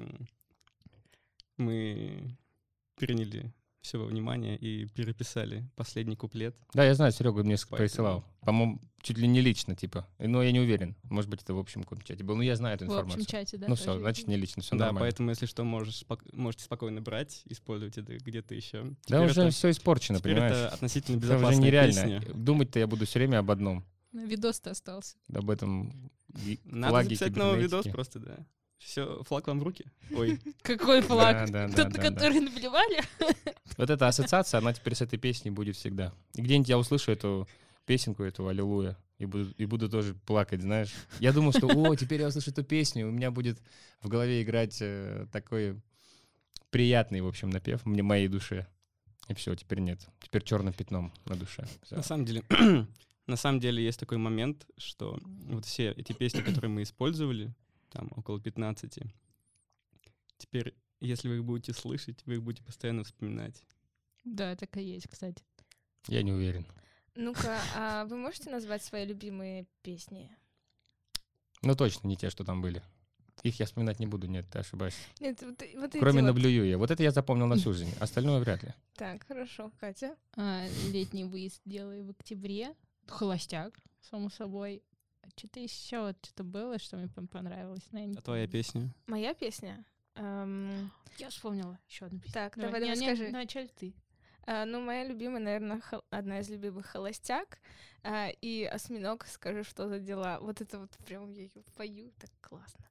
Speaker 3: мы переняли все во внимание и переписали последний куплет.
Speaker 4: Да, я знаю, Серега мне
Speaker 3: Поэтому-
Speaker 4: присылал. По-моему, чуть ли не лично, типа. Но я не уверен. Может быть, это в общем каком-то чате был. Но я знаю эту
Speaker 2: В общем
Speaker 4: информацию.
Speaker 2: чате, да.
Speaker 4: Ну
Speaker 2: тоже
Speaker 4: все, значит, не лично, все
Speaker 3: Да,
Speaker 4: нормально.
Speaker 3: поэтому, если что, можешь, спок- можете спокойно брать, использовать это где-то еще.
Speaker 4: Да,
Speaker 3: Теперь
Speaker 4: уже
Speaker 3: это,
Speaker 4: все испорчено,
Speaker 3: теперь
Speaker 4: понимаешь?
Speaker 3: это относительно
Speaker 4: Это
Speaker 3: безопасная
Speaker 4: уже нереально.
Speaker 3: песня.
Speaker 4: Думать-то я буду все время об одном.
Speaker 2: Ну, видос-то остался.
Speaker 4: Об этом ги-
Speaker 3: Надо
Speaker 4: флаге
Speaker 3: записать новый видос
Speaker 4: кибернетики.
Speaker 3: просто, да. Все, флаг вам в руки. Ой,
Speaker 2: Какой флаг?
Speaker 4: Да, да,
Speaker 2: Тот,
Speaker 4: да,
Speaker 2: на
Speaker 4: да, да.
Speaker 2: который наплевали?
Speaker 4: Вот эта ассоциация, она теперь с этой песней будет всегда. И где-нибудь я услышу эту песенку, эту «Аллилуйя», и буду, и буду тоже плакать, знаешь. Я думал, что, о, теперь я услышу эту песню, у меня будет в голове играть э, такой приятный, в общем, напев мне, моей душе. И все, теперь нет. Теперь черным пятном на душе. Всё.
Speaker 3: на самом деле, на самом деле есть такой момент, что вот все эти песни, которые мы использовали, там около пятнадцати, теперь, если вы их будете слышать, вы их будете постоянно вспоминать.
Speaker 2: Да, так и есть, кстати.
Speaker 4: Я не уверен.
Speaker 1: Ну-ка, а вы можете назвать свои любимые песни?
Speaker 4: Ну, точно не те, что там были. Их я вспоминать не буду, нет, ты ошибаешься.
Speaker 1: Нет, вот, вот эти
Speaker 4: Кроме
Speaker 1: вот.
Speaker 4: «Наблюю я». Вот это я запомнил на всю жизнь. Остальное вряд ли.
Speaker 1: Так, хорошо, Катя.
Speaker 2: А, летний выезд делаю в октябре. Холостяк, само собой. Что-то еще, вот что-то было, что мне прям понравилось. Но я не
Speaker 3: А твоя
Speaker 2: помню.
Speaker 3: песня?
Speaker 1: Моя песня? Эм,
Speaker 2: Я вспомнила еще одну песню.
Speaker 1: Так, давай, давай,
Speaker 2: не,
Speaker 1: скажи.
Speaker 2: Не, вначале ты.
Speaker 1: а, ну, моя любимая, наверное, одна из любимых «Холостяк». а, и «Осьминог, скажи, что за дела». Вот это вот прям я её пою, так классно.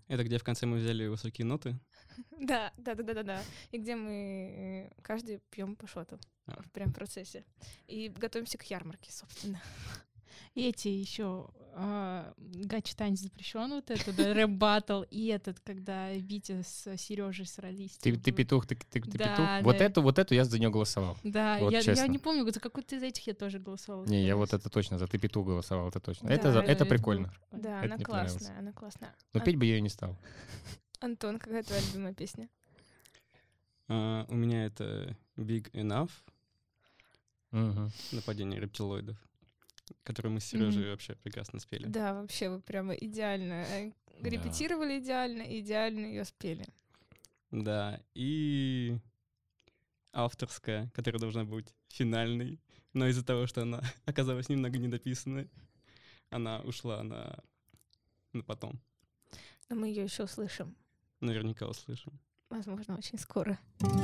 Speaker 3: Это где в конце мы взяли высокие ноты?
Speaker 1: Да, да, да, да, да, да. И где мы каждый пьем по шоту. А. Прям в процессе. И готовимся к ярмарке, собственно.
Speaker 2: И эти еще э, гачи-танец запрещен, вот это, да, рэп-баттл, и этот, когда Витя с Сережей срались.
Speaker 4: Ты, ты петух, ты, ты, ты
Speaker 2: да,
Speaker 4: петух.
Speaker 2: да.
Speaker 4: Вот эту, вот эту я за нее голосовал.
Speaker 2: Да,
Speaker 4: вот
Speaker 2: я,
Speaker 4: честно.
Speaker 2: я не помню, за какой-то из этих я тоже голосовала.
Speaker 4: Не, я вот это точно, за ты петух голосовал, это точно.
Speaker 1: Да,
Speaker 4: это, это,
Speaker 2: это
Speaker 4: прикольно.
Speaker 1: Да,
Speaker 4: это
Speaker 1: она классная, она классная.
Speaker 4: Но
Speaker 1: Ан...
Speaker 4: петь бы я ее не стал.
Speaker 1: Антон, какая твоя любимая песня?
Speaker 3: Uh, у меня это Big Enough.
Speaker 4: Угу.
Speaker 3: Нападение рептилоидов, которую мы с Сережей mm-hmm. вообще прекрасно спели.
Speaker 1: Да, вообще вы прямо идеально репетировали, да. идеально, идеально ее спели.
Speaker 3: Да, и авторская, которая должна быть финальной, но из-за того, что она оказалась немного недописанной, она ушла на, на потом.
Speaker 1: Но мы ее еще услышим.
Speaker 3: Наверняка услышим.
Speaker 1: Возможно, очень скоро.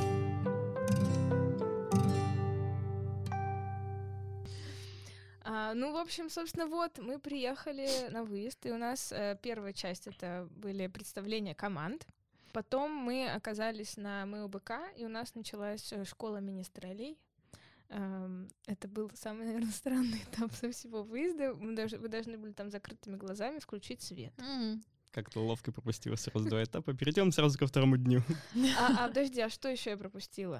Speaker 1: А, ну, в общем, собственно, вот, мы приехали на выезд, и у нас э, первая часть — это были представления команд. Потом мы оказались на МУБК, и у нас началась школа министрелей. Эм, это был самый, наверное, странный этап со всего выезда. Мы даже, вы должны были там закрытыми глазами включить свет.
Speaker 2: Mm.
Speaker 3: Как-то ловко пропустила сразу два этапа. Перейдем сразу ко второму дню.
Speaker 1: А, а подожди, а что еще я пропустила?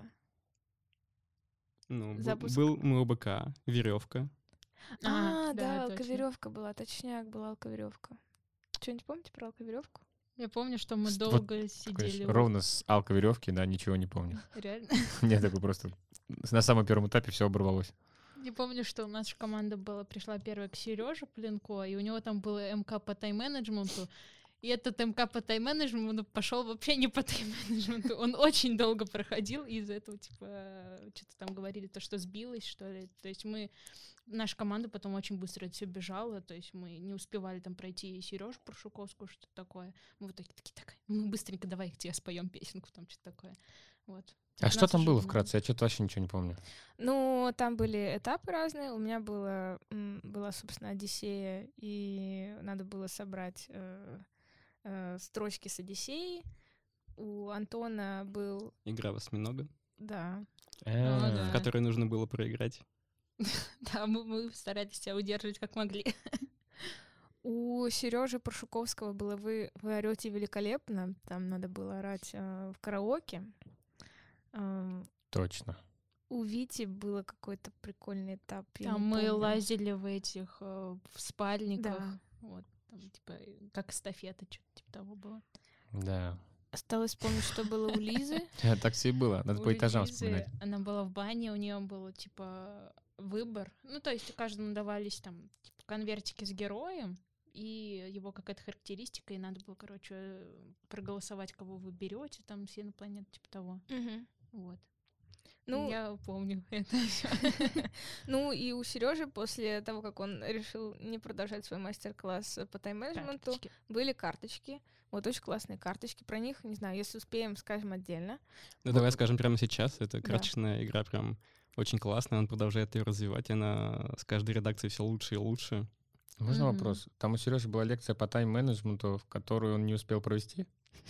Speaker 3: Ну, Запуск... был МУБК, веревка.
Speaker 1: А, а да, да алковеревка была, точняк, была алковеревка. Что-нибудь помните про алковеревку?
Speaker 2: Я помню, что мы долго вот сидели.
Speaker 4: Вот. Ровно с алковеревки, да, ничего не помню.
Speaker 2: Реально?
Speaker 4: Нет, такой просто на самом первом этапе все оборвалось.
Speaker 2: Я помню, что наша команда была, пришла первая к Сереже Пленко, и у него там было МК по тайм-менеджменту, и этот МК по тайм-менеджменту пошел вообще не по тайм-менеджменту. Он очень долго проходил, и из-за этого, типа, что-то там говорили, то, что сбилось, что ли. То есть мы, наша команда потом очень быстро это все бежала, то есть мы не успевали там пройти Сережу Паршуковскую, что-то такое. Мы вот такие, такие, так, ну быстренько давай тебе споем песенку, там что-то такое. Вот.
Speaker 4: А что там было вкратце? Я что-то вообще ничего не помню.
Speaker 1: Ну, там были этапы разные. У меня было, была, собственно, Одиссея, и надо было собрать э, э, строчки с Одиссеей. У Антона был...
Speaker 3: Игра в осьминога.
Speaker 1: Да.
Speaker 3: В которой нужно было проиграть.
Speaker 2: Да, мы старались себя удерживать как могли.
Speaker 1: У Сережи Паршуковского было «Вы, вы орете великолепно». Там надо было орать э, в караоке.
Speaker 4: Точно.
Speaker 1: У Вити было какой-то прикольный этап.
Speaker 2: Там мы помню. лазили в этих э, в спальниках.
Speaker 1: Да.
Speaker 2: Вот, там, типа, как эстафета, что-то типа того было.
Speaker 4: Да.
Speaker 1: Осталось вспомнить, что было у Лизы.
Speaker 4: Так все и было. Надо по этажам вспоминать.
Speaker 2: Она была в бане, у нее был, типа, выбор. Ну, то есть каждому давались там типа, конвертики с героем, и его какая-то характеристика, и надо было, короче, проголосовать, кого вы берете, там, с инопланет, типа того.
Speaker 1: Угу.
Speaker 2: Вот.
Speaker 1: Ну,
Speaker 2: я помню это все.
Speaker 1: Ну, и у Сережи после того, как он решил не продолжать свой мастер-класс по тайм-менеджменту, карточки. Были карточки. Вот очень классные карточки. Про них, не знаю, если успеем, скажем отдельно.
Speaker 3: Ну, давай скажем прямо сейчас. Это карточная да. игра прям очень классная. Он продолжает ее развивать. Она с каждой редакцией все лучше и лучше.
Speaker 4: Можно mm-hmm. вопрос? Там у Сережи была лекция по тайм-менеджменту, которую он не успел провести?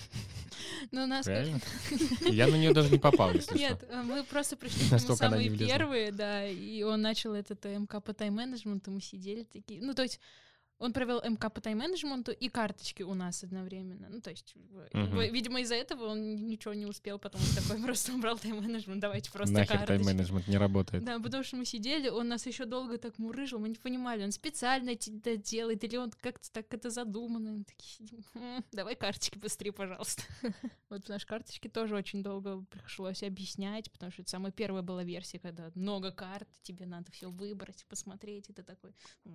Speaker 2: Ну, у нас...
Speaker 4: Реально? Я на нее даже не попал, если
Speaker 2: Нет,
Speaker 4: что.
Speaker 2: мы просто пришли к нему самые первые, да, и он начал этот МК по тайм-менеджменту, мы сидели такие... Ну, то есть он провел МК по тайм-менеджменту и карточки у нас одновременно. Ну, то есть, uh-huh. видимо, из-за этого он ничего не успел, потом он такой просто убрал тайм-менеджмент, давайте просто
Speaker 4: Нахер
Speaker 2: карточки.
Speaker 4: тайм-менеджмент не работает.
Speaker 2: Да, потому что мы сидели, он нас еще долго так мурыжил, мы не понимали, он специально это делает, или он как-то так это задумано. Мы такие сидим, давай карточки быстрее, пожалуйста. Вот наши карточки тоже очень долго пришлось объяснять, потому что это самая первая была версия, когда много карт, тебе надо все выбрать, посмотреть, и ты такой...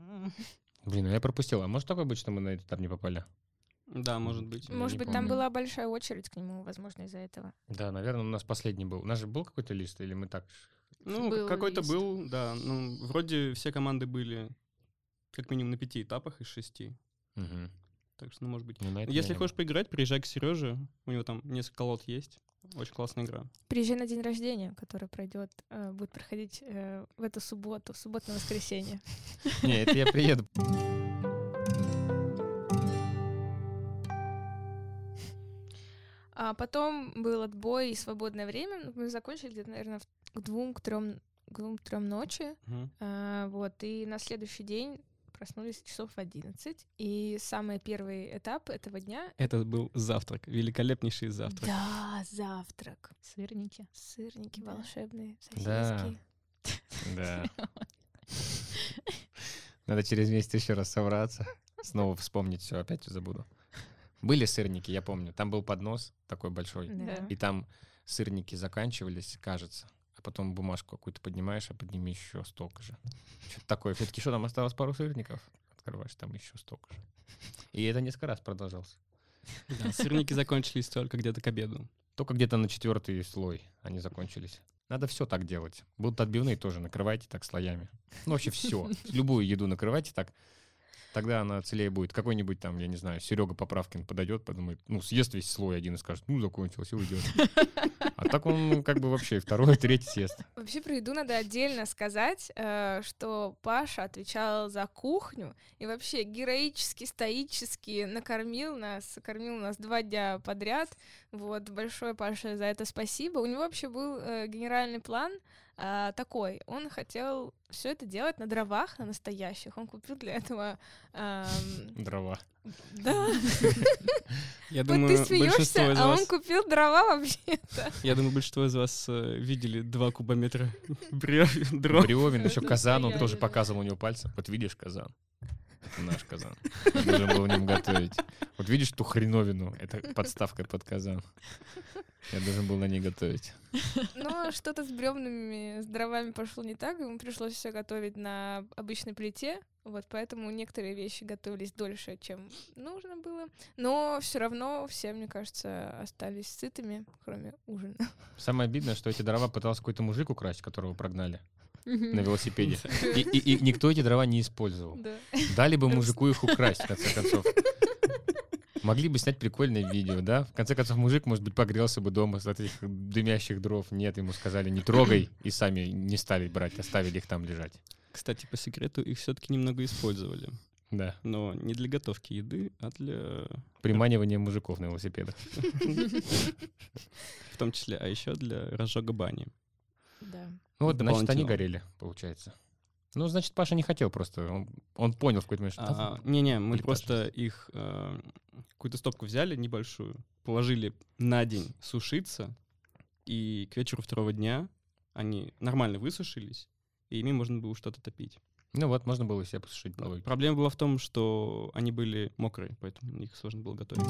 Speaker 4: Блин, ну я пропустил. А может такое быть, что мы на этот этап не попали?
Speaker 3: Да, может быть.
Speaker 1: Может быть, помню. Там была большая очередь к нему, возможно, из-за этого.
Speaker 4: Да, наверное, у нас последний был. У нас же был какой-то лист, или мы так...
Speaker 3: Ну, был какой-то лист. Был, да. Ну, вроде все команды были как минимум на пяти этапах из шести.
Speaker 4: Угу.
Speaker 3: Так что, ну, может быть. Ну, если хочешь поиграть, приезжай к Сереже. У него там несколько лот есть. Очень классная игра.
Speaker 1: Приезжай на день рождения, который пройдет, э, будет проходить э, в эту субботу, в субботу-воскресенье.
Speaker 4: Не, это я приеду.
Speaker 1: А потом был отбой и свободное время. Мы закончили где-то, наверное, к двум, к трем, к двум-трем ночи.
Speaker 3: Мгм.
Speaker 1: А, вот, и на следующий день проснулись часов в одиннадцать. И самый первый этап этого дня...
Speaker 3: Это был завтрак, великолепнейший завтрак.
Speaker 1: Да, завтрак.
Speaker 2: Сырники.
Speaker 1: Сырники
Speaker 2: Да.
Speaker 1: волшебные,
Speaker 4: Да.
Speaker 1: сосиски.
Speaker 4: Да. Надо через месяц еще раз собраться, снова вспомнить все, опять забуду. Были сырники, я помню. Там был поднос такой большой,
Speaker 1: Да.
Speaker 4: и там сырники заканчивались, кажется. А потом бумажку какую-то поднимаешь, а под ними еще столько же. Что-то такое. Все-таки что, там осталось пару сырников? Открываешь, там еще столько же. И это несколько раз продолжалось.
Speaker 3: Да, сырники закончились только где-то к обеду.
Speaker 4: Только где-то на четвертый слой они закончились. Надо все так делать. Будут отбивные тоже, накрывайте так слоями. Ну, вообще все. Любую еду накрывайте так. Тогда она целее будет. Какой-нибудь там, я не знаю, Серега Поправкин подойдет, подумает, ну, съест весь слой один и скажет, ну, закончился, и уйдет. А так он ну, как бы вообще второй, третий съест.
Speaker 1: Вообще про еду надо отдельно сказать, э, что Паша отвечал за кухню и вообще героически, стоически накормил нас, кормил нас два дня подряд. Вот, большое Паше за это спасибо. У него вообще был э, генеральный план э, такой. Он хотел все это делать на дровах, на настоящих. Он купил для этого... эм,
Speaker 4: Дрова.
Speaker 1: Да,
Speaker 3: Я
Speaker 1: вот
Speaker 3: думаю,
Speaker 1: ты смеешься,
Speaker 3: большинство из
Speaker 1: а он
Speaker 3: вас,
Speaker 1: купил дрова вообще-то.
Speaker 3: я думаю, большинство из вас э, видели два кубометра брев- дров.
Speaker 4: Бревен, еще казан, он
Speaker 1: Настояли,
Speaker 4: тоже
Speaker 1: да.
Speaker 4: показывал у него пальцем. Вот видишь казан? Это наш казан. Я должен был в нем готовить. Вот видишь ту хреновину? Это подставка под казан. Я должен был на ней готовить.
Speaker 1: Но что-то с бревнами, с дровами пошло не так, ему пришлось все готовить на обычной плите, вот поэтому некоторые вещи готовились дольше, чем нужно было, но все равно все, мне кажется, остались сытыми, кроме ужина.
Speaker 4: Самое обидное, что эти дрова пытался какой-то мужик украсть, которого прогнали на
Speaker 2: Мгм.
Speaker 4: велосипеде. И, и- и никто эти дрова не использовал.
Speaker 1: Да.
Speaker 4: Дали бы мужику их украсть, в конце концов. Могли бы снять прикольное видео, да? В конце концов, мужик, может быть, погрелся бы дома с этих дымящих дров. Нет, ему сказали, не трогай, и сами не стали брать, оставили их там лежать.
Speaker 3: Кстати, по секрету, их все-таки немного использовали.
Speaker 4: Да.
Speaker 3: Но не для готовки еды, а для...
Speaker 4: Приманивание мужиков на велосипедах.
Speaker 3: В том числе, а еще для разжога бани.
Speaker 1: Да.
Speaker 4: Ну вот, значит, они
Speaker 3: Дополнительного.
Speaker 4: горели, получается. Ну, значит, Паша не хотел просто. Он, он понял в какой-то момент, что...
Speaker 3: А, Не-не, мы
Speaker 4: Или
Speaker 3: просто их э, какую-то стопку взяли небольшую, положили на день сушиться, и к вечеру второго дня они нормально высушились, и ими можно было что-то топить.
Speaker 4: Ну вот, можно было себе посушить по логике.
Speaker 3: Проблема была в том, что они были мокрые, поэтому их сложно было готовить.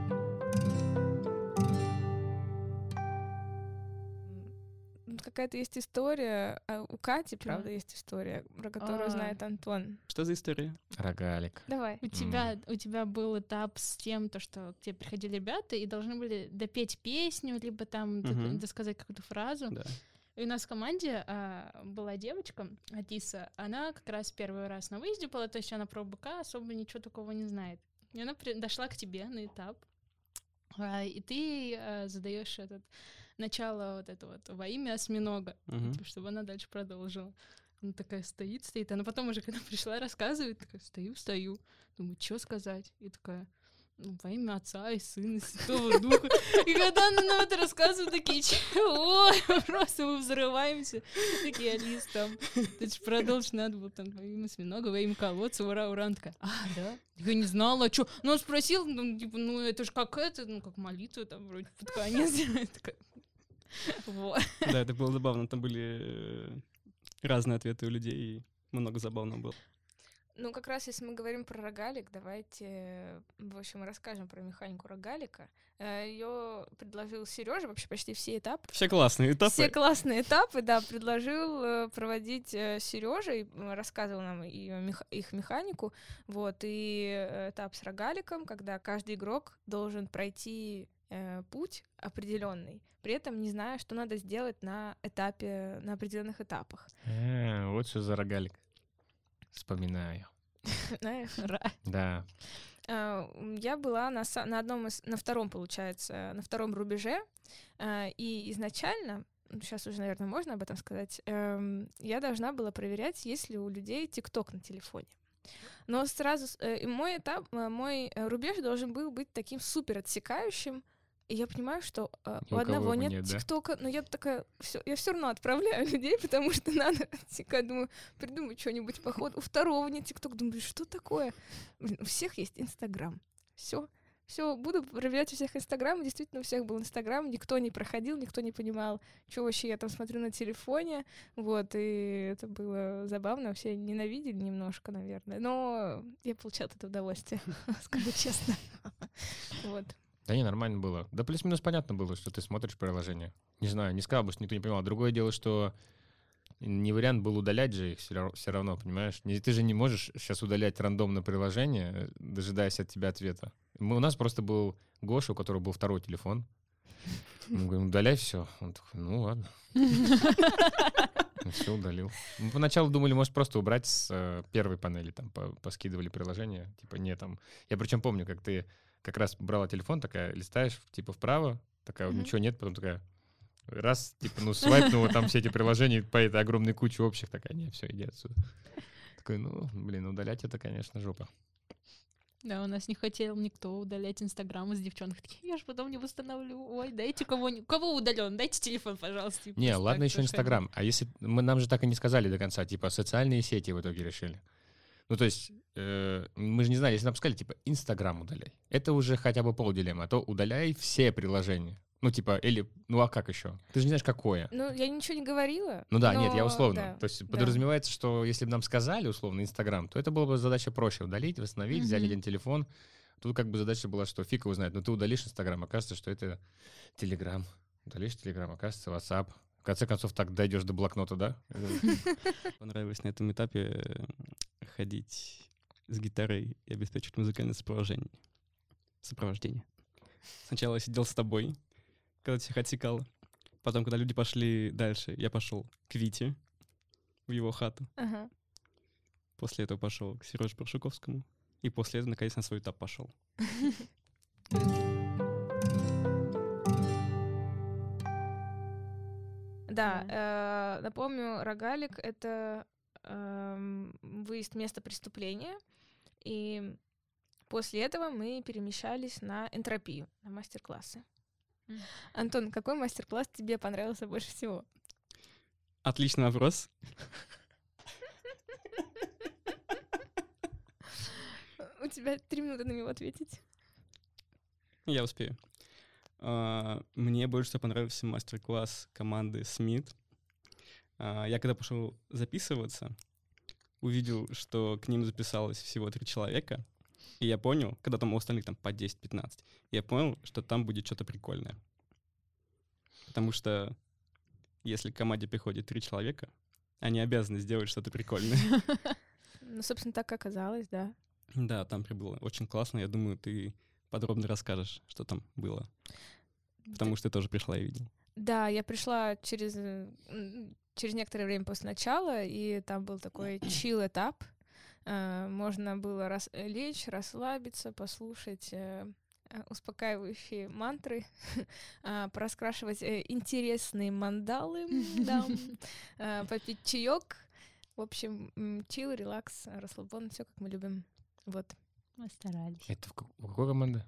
Speaker 1: М, Какая-то есть история, а у Кати, правда, есть история, про которую
Speaker 2: А.
Speaker 1: знает Антон.
Speaker 3: Что за история?
Speaker 4: Рогалик.
Speaker 1: Давай.
Speaker 2: У тебя, у тебя был этап с тем, то, что к тебе приходили ребята и должны были допеть песню, либо там д-
Speaker 3: Мгм.
Speaker 2: досказать какую-то фразу.
Speaker 3: Да.
Speaker 2: И у нас в команде а, была девочка, Атиса, она как раз первый раз на выезде была, то есть она про БК особо ничего такого не знает. И она при- дошла к тебе на этап, а, и ты а, задаешь этот начало вот это вот во имя осьминога,
Speaker 3: Мгм.
Speaker 2: типа, чтобы она дальше продолжила. Она такая стоит, стоит. Она потом уже, когда пришла, рассказывает, такая, стою, стою. Думаю, что сказать? И такая, ну, во имя Отца и Сына и Святого Духа. И когда она нам это рассказывает, такие, чего? Просто мы взрываемся. Такие, Алис, там, ты же продолжить надо было там во имя осьминога, во имя колодца, ура, ура. Она такая, а, да? Я не знала, а что? Ну, он спросил, ну, типа, ну, это же как это, ну, как молитва там вроде под конец. Я такая, вот.
Speaker 3: Да, это было забавно. Там были э, разные ответы у людей, и много забавного было.
Speaker 1: Ну, как раз если мы говорим про рогалик, давайте, в общем, расскажем про механику рогалика. Ее предложил Сережа, вообще почти все этапы.
Speaker 3: Все классные этапы.
Speaker 1: Все классные этапы, да, предложил э, проводить Сережа и м, рассказывал нам её мех- их механику. Вот, и э, этап с рогаликом, когда каждый игрок должен пройти э, путь определенный, при этом не зная, что надо сделать на этапе, на определенных этапах.
Speaker 4: А, вот что за рогалик. Вспоминаю.
Speaker 1: Знаешь?
Speaker 4: Да.
Speaker 1: А, м, Я была на, са- на одном из, на втором, получается, на втором рубеже, а, и изначально, сейчас уже, наверное, можно об этом сказать, эм, я должна была проверять, есть ли у людей ТикТок на телефоне. Но сразу, с- э, и мой этап, э, мой э, рубеж должен был быть таким супер отсекающим, И я понимаю, что э,
Speaker 4: у
Speaker 1: у одного
Speaker 4: кого
Speaker 1: нет
Speaker 4: нет, да?
Speaker 1: ТикТока, но я такая, всё, я все равно отправляю людей, потому что надо, я думаю, придумать что-нибудь по ходу. У второго нет ТикТока, думаю, что такое? Блин, у всех есть Инстаграм. Все, все, буду проверять у всех Инстаграм. Действительно, у всех был Инстаграм, никто не проходил, никто не понимал, что вообще я там смотрю на телефоне. Вот, и это было забавно, все ненавидели немножко, наверное. Но я получала от этого удовольствие, скажу честно. Вот.
Speaker 4: Да не, нормально было. Да плюс-минус понятно было, что ты смотришь приложение. Не знаю, не сказал бы, что никто не понимал. Другое дело, что не вариант был удалять же их все равно, понимаешь? Не, ты же не можешь сейчас удалять рандомно приложение, дожидаясь от тебя ответа. Мы, у нас просто был Гоша, у которого был второй телефон. Мы говорим, удаляй все. Он такой, ну ладно. Все удалил. Мы поначалу думали, может, просто убрать с э, первой панели, там, по, поскидывали приложение. Типа, не там... Я причем помню, как ты как раз брала телефон, такая, листаешь, типа, вправо, такая,
Speaker 1: Мгм.
Speaker 4: ничего нет, потом такая, раз, типа, ну, свайпнула там все эти приложения по этой огромной куче общих, такая, не, все, иди отсюда. Такой, ну, блин, удалять это, конечно, жопа.
Speaker 2: Да, у нас не хотел никто удалять Инстаграм из девчонок. Такие, я же потом не восстановлю. Ой, дайте кого кого удален, дайте телефон, пожалуйста. И
Speaker 4: Не,
Speaker 2: просто
Speaker 4: ладно
Speaker 2: так
Speaker 4: еще
Speaker 2: совершенно.
Speaker 4: Инстаграм. А если... Мы, нам же так и не сказали до конца, типа, социальные сети в итоге решили. Ну, то есть, э, мы же не знали, если нам сказали, типа, Инстаграм удаляй. Это уже хотя бы полдилемма. А то удаляй все приложения. Ну, типа, или... Ну, а как еще? Ты же не знаешь, какое.
Speaker 1: Ну, я ничего не говорила.
Speaker 4: Ну да, нет, я
Speaker 1: но
Speaker 4: условно.
Speaker 1: да,
Speaker 4: То есть
Speaker 1: да.
Speaker 4: подразумевается, что если бы нам сказали, условно, Инстаграм, то это была бы задача проще. Удалить, восстановить, взять
Speaker 2: Мгм.
Speaker 4: один телефон. Тут как бы задача была, что фиг его знает. Но ты удалишь Инстаграм, окажется, что это Телеграм. Удалишь Телеграм, окажется WhatsApp. В конце концов, так дойдешь до блокнота, да?
Speaker 3: Понравилось на этом этапе э, ходить с гитарой и обеспечивать музыкальное сопровождение. Сопровождение. Сначала я сидел с тобой, когда всех отсекал. Потом, когда люди пошли дальше, я пошел к Вите в его хату.
Speaker 1: Ага.
Speaker 3: После этого пошел к Сереже Паршуковскому. И после этого, наконец, на свой этап пошел.
Speaker 1: Да, э, напомню, рогалик — это эм, выезд в место преступления, и после этого мы перемещались на энтропию, на мастер-классы.
Speaker 2: Мгм.
Speaker 1: Антон, какой мастер-класс тебе понравился больше всего?
Speaker 3: Отличный вопрос.
Speaker 1: У тебя три минуты на него ответить.
Speaker 3: Я успею. А, Мне больше всего понравился мастер-класс команды Смит. А, Я когда пошел записываться, увидел, что к ним записалось всего три человека, и я понял, когда там у остальных там по десять-пятнадцать, я понял, что там будет что-то прикольное. Потому что если к команде приходит три человека, они обязаны сделать что-то прикольное.
Speaker 1: Ну, собственно, так оказалось, да.
Speaker 3: Да, там было очень классно. Я думаю, ты подробно расскажешь, что там было. Потому что ты тоже пришла и видела.
Speaker 1: Да, я пришла через, э, м, через некоторое время после начала, и там был такой чил-этап. Э, Можно было рас- э, лечь, расслабиться, послушать э, э, успокаивающие мантры, а, пораскрашивать э, интересные мандалы, да, э, попить чаек. В общем, м, чил, релакс, расслабон, все как мы любим. Вот.
Speaker 2: Мы старались.
Speaker 4: Это в ка- у какой команды?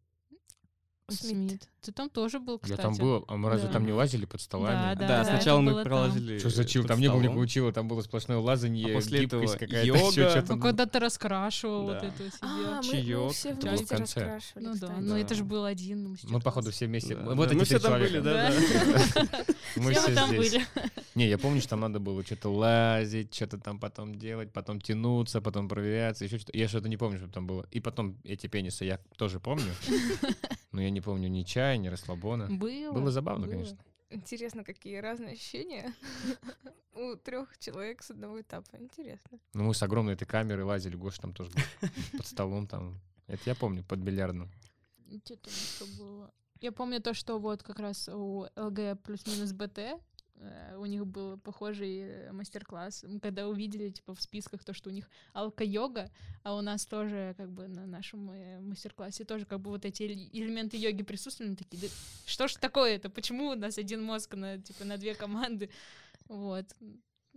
Speaker 1: Смит.
Speaker 2: Смит. Ты там тоже был,
Speaker 4: Я
Speaker 2: кстати.
Speaker 4: там был. А мы разве
Speaker 2: Да.
Speaker 4: там не лазили под столами?
Speaker 2: Да,
Speaker 3: Да,
Speaker 2: да,
Speaker 3: сначала
Speaker 2: это
Speaker 3: мы
Speaker 2: было там.
Speaker 3: пролазили.
Speaker 4: Что за чил?
Speaker 3: под
Speaker 4: Там не было
Speaker 3: столом.
Speaker 4: никакого чила, там было сплошное лазанье,
Speaker 3: А после
Speaker 4: гибкость
Speaker 3: этого
Speaker 4: какая-то,
Speaker 3: йога.
Speaker 4: ещё что-то.
Speaker 2: Ну, когда ты раскрашивал вот
Speaker 3: Да.
Speaker 2: это вот
Speaker 1: А,
Speaker 2: себе.
Speaker 1: мы, мы
Speaker 3: чаёк.
Speaker 1: все
Speaker 4: Это было в
Speaker 1: вместе
Speaker 4: конце.
Speaker 1: раскрашивали,
Speaker 2: Ну да,
Speaker 1: кстати.
Speaker 2: но это же
Speaker 3: Да.
Speaker 2: был один мастер-класс.
Speaker 4: Мы, походу, все вместе.
Speaker 3: Да,
Speaker 4: Вот
Speaker 3: да,
Speaker 4: эти
Speaker 3: мы
Speaker 4: три
Speaker 3: все там
Speaker 4: человека.
Speaker 3: были, да, да.
Speaker 4: Мы
Speaker 2: Все
Speaker 4: все
Speaker 2: мы там
Speaker 4: здесь.
Speaker 2: были.
Speaker 4: Не, я помню, что там надо было что-то лазить, что-то там потом делать, потом тянуться, потом проверяться, еще что-то. Я что-то не помню, что там было. И потом эти пенисы я тоже помню, но я не помню ни чая, ни расслабона.
Speaker 2: Было.
Speaker 4: Было забавно,
Speaker 2: было.
Speaker 4: конечно.
Speaker 1: Интересно, какие разные ощущения у трех человек с одного этапа. Интересно.
Speaker 4: Ну, мы с огромной этой камерой лазили, Гоша там тоже был под столом там. Это я помню, под бильярдным.
Speaker 2: Что там еще было? Я помню то, что вот как раз у ЛГ плюс-минус БТ э, у них был похожий э, мастер-класс. Мы когда увидели, типа, в списках то, что у них алка-йога, а у нас тоже, как бы, на нашем э, мастер-классе тоже, как бы, вот эти эль- элементы йоги присутствовали. Мы такие, да что ж такое-то? Почему у нас один мозг на, типа, на две команды? Вот.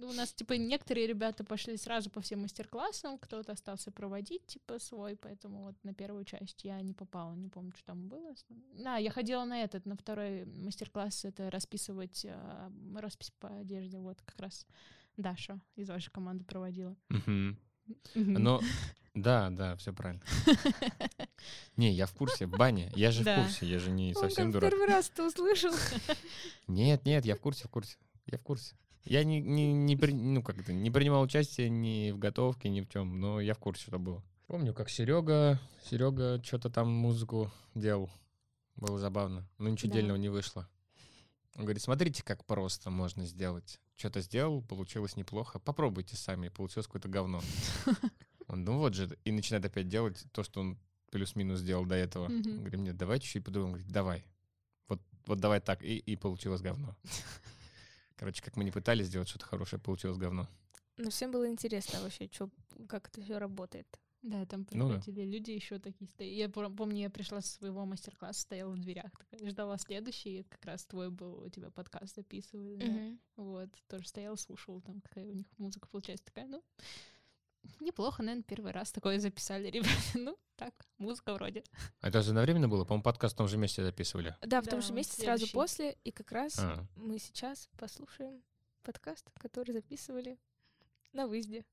Speaker 2: Ну, у нас, типа, некоторые ребята пошли сразу по всем мастер-классам, кто-то остался проводить, типа, свой, поэтому вот на первую часть я не попала, не помню, что там было. Да, я ходила на этот, на второй мастер-класс, это расписывать э, роспись по одежде, вот как раз Даша из вашей команды проводила.
Speaker 4: Но, да, да, все правильно. Не, я в курсе, Баня, я же в курсе, я же не совсем дурак.
Speaker 1: Первый раз ты услышал.
Speaker 4: Нет, нет, я в курсе, в курсе, я в курсе. Я не, не, не, при, ну, как это, не принимал участие ни в готовке, ни в чем, но я в курсе, что было. Помню, как Серега, Серега что-то там музыку делал. Было забавно. Но ничего да. дельного не вышло. Он говорит, смотрите, как просто можно сделать. Что-то сделал, получилось неплохо. Попробуйте сами, получилось какое-то говно. Он, ну вот же, и начинает опять делать то, что он плюс-минус делал до этого. Mm-hmm. Говорит, нет, давай чуть-чуть по-другому. Говорит, давай. Вот, вот давай так. И, и получилось говно. Короче, как мы не пытались сделать что-то хорошее, получилось говно.
Speaker 1: Но всем было интересно вообще, чё, как это все работает.
Speaker 2: Да, там приходили ну, да. люди еще такие стоят. Я помню, я пришла со своего мастер-класса, стояла в дверях, такая, ждала следующий, и как раз твой был, у тебя подкаст записывали. Mm-hmm. Да? Вот, тоже стояла, слушала, там какая у них музыка получается такая, ну, неплохо, наверное, первый раз такое записали, ребята. Ну, так, музыка вроде.
Speaker 4: А это одновременно было? По-моему, подкаст в том же месте записывали.
Speaker 1: Да, в том да, же месте, следующий. Сразу после. И как раз а. мы сейчас послушаем подкаст, который записывали на выезде.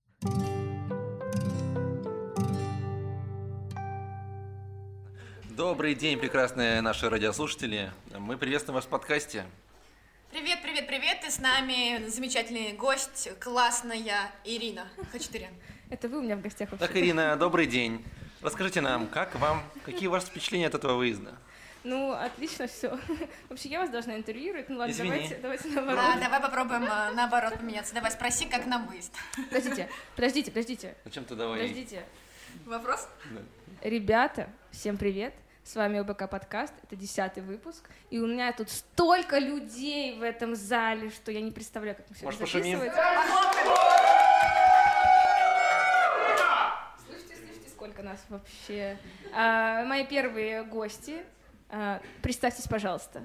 Speaker 5: Добрый день, прекрасные наши радиослушатели. Мы приветствуем вас в подкасте.
Speaker 6: Привет, привет, привет. И с нами замечательный гость, классная Ирина Хачатурян.
Speaker 1: Это вы у меня в гостях вообще.
Speaker 5: Так, Ирина, добрый день. Расскажите нам, как вам, какие ваши впечатления от этого выезда?
Speaker 1: Ну, отлично все. Вообще, я вас должна интервьюировать. Ну ладно,
Speaker 5: Извини.
Speaker 1: давайте, давайте наоборот.
Speaker 6: Да, давай попробуем наоборот поменяться. Давай спроси, как нам выезд.
Speaker 1: Подождите, подождите, подождите.
Speaker 5: Зачем ты давай?
Speaker 1: Подождите.
Speaker 6: Вопрос?
Speaker 5: Да.
Speaker 1: Ребята, всем привет. С вами ОБК подкаст, это десятый выпуск. И у меня тут столько людей в этом зале, что я не представляю, как мы все это записывать. Слышите, слышите, сколько нас вообще. А, мои первые гости. А, представьтесь, пожалуйста.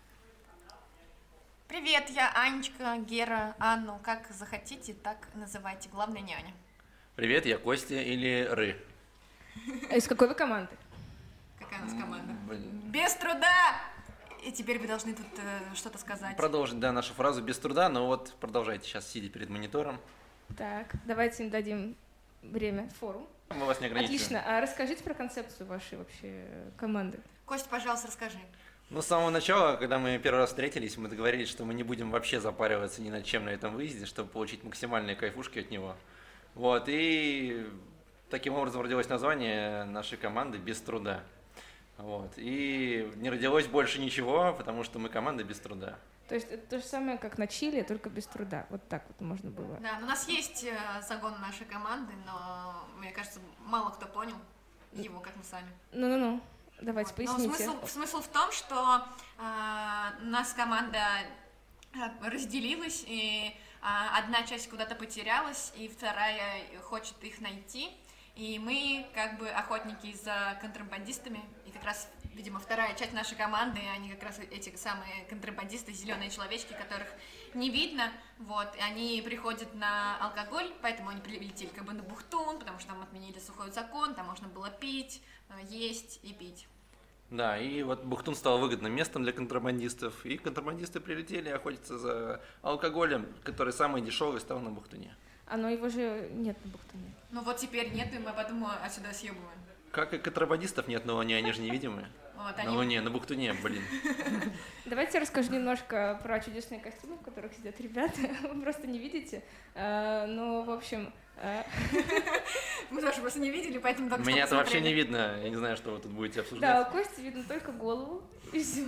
Speaker 6: Привет, я Анечка, Гера, Анну. Как захотите, так называйте. Главное, няня.
Speaker 5: Привет, я Костя или Ры.
Speaker 1: Из какой вы команды?
Speaker 6: Какая у нас команда? Без труда! И теперь вы должны тут э, что-то сказать.
Speaker 5: Продолжить, да, нашу фразу без труда, но вот продолжайте сейчас, сидя перед монитором.
Speaker 1: Так, давайте им дадим время, форум.
Speaker 5: Мы вас не ограничиваем.
Speaker 1: Отлично. А расскажите про концепцию вашей вообще команды.
Speaker 6: Костя, пожалуйста, расскажи.
Speaker 5: Ну, с самого начала, когда мы первый раз встретились, мы договорились, что мы не будем вообще запариваться ни над чем на этом выезде, чтобы получить максимальные кайфушки от него. Вот, и таким образом родилось название нашей команды «Без труда». Вот. И не родилось больше ничего, потому что мы команда без труда.
Speaker 1: То есть это то же самое, как на Чили, только без труда. Вот так вот можно было.
Speaker 6: Да, у нас есть загон нашей команды, но, мне кажется, мало кто понял его, как мы сами.
Speaker 1: Ну-ну-ну, давайте вот. Поясните.
Speaker 6: Но смысл, смысл в том, что э, у нас команда разделилась, и э, одна часть куда-то потерялась, и вторая хочет их найти. И мы как бы охотники за контрабандистами, и как раз, видимо, вторая часть нашей команды, они как раз эти самые контрабандисты, зеленые человечки, которых не видно, вот, и они приходят на алкоголь, поэтому они прилетели как бы на Бухтун, потому что там отменили сухой закон, там можно было пить, есть и пить.
Speaker 5: Да, и вот Бухтун стал выгодным местом для контрабандистов, и контрабандисты прилетели охотиться за алкоголем, который самый дешевый стал на Бухтуне.
Speaker 1: А но его же нет на Бухтуне.
Speaker 6: Ну вот теперь нет, и мы поэтому отсюда съебываем.
Speaker 5: Как и контрабандистов нет, но они, они же невидимые.
Speaker 6: Вот,
Speaker 5: они... На Луне, на Бухтуне, блин.
Speaker 1: Давайте я расскажу немножко про чудесные костюмы, в которых сидят ребята. Вы просто не видите. А, ну, в общем... А...
Speaker 6: Мы тоже просто не видели, поэтому так.
Speaker 5: Меня-то вообще не видно. Я не знаю, что вы тут будете обсуждать.
Speaker 1: Да, у Кости видно только голову, и все.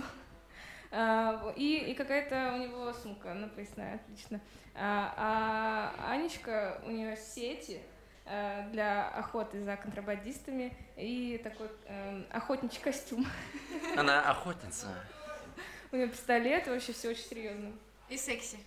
Speaker 1: А, и, и какая-то у него сумка, она поясная, отлично. А, а Анечка, у нее сети а, для охоты за контрабандистами и такой а, охотничий костюм.
Speaker 5: Она охотница.
Speaker 1: У нее пистолет, вообще все очень серьезно.
Speaker 6: И секси.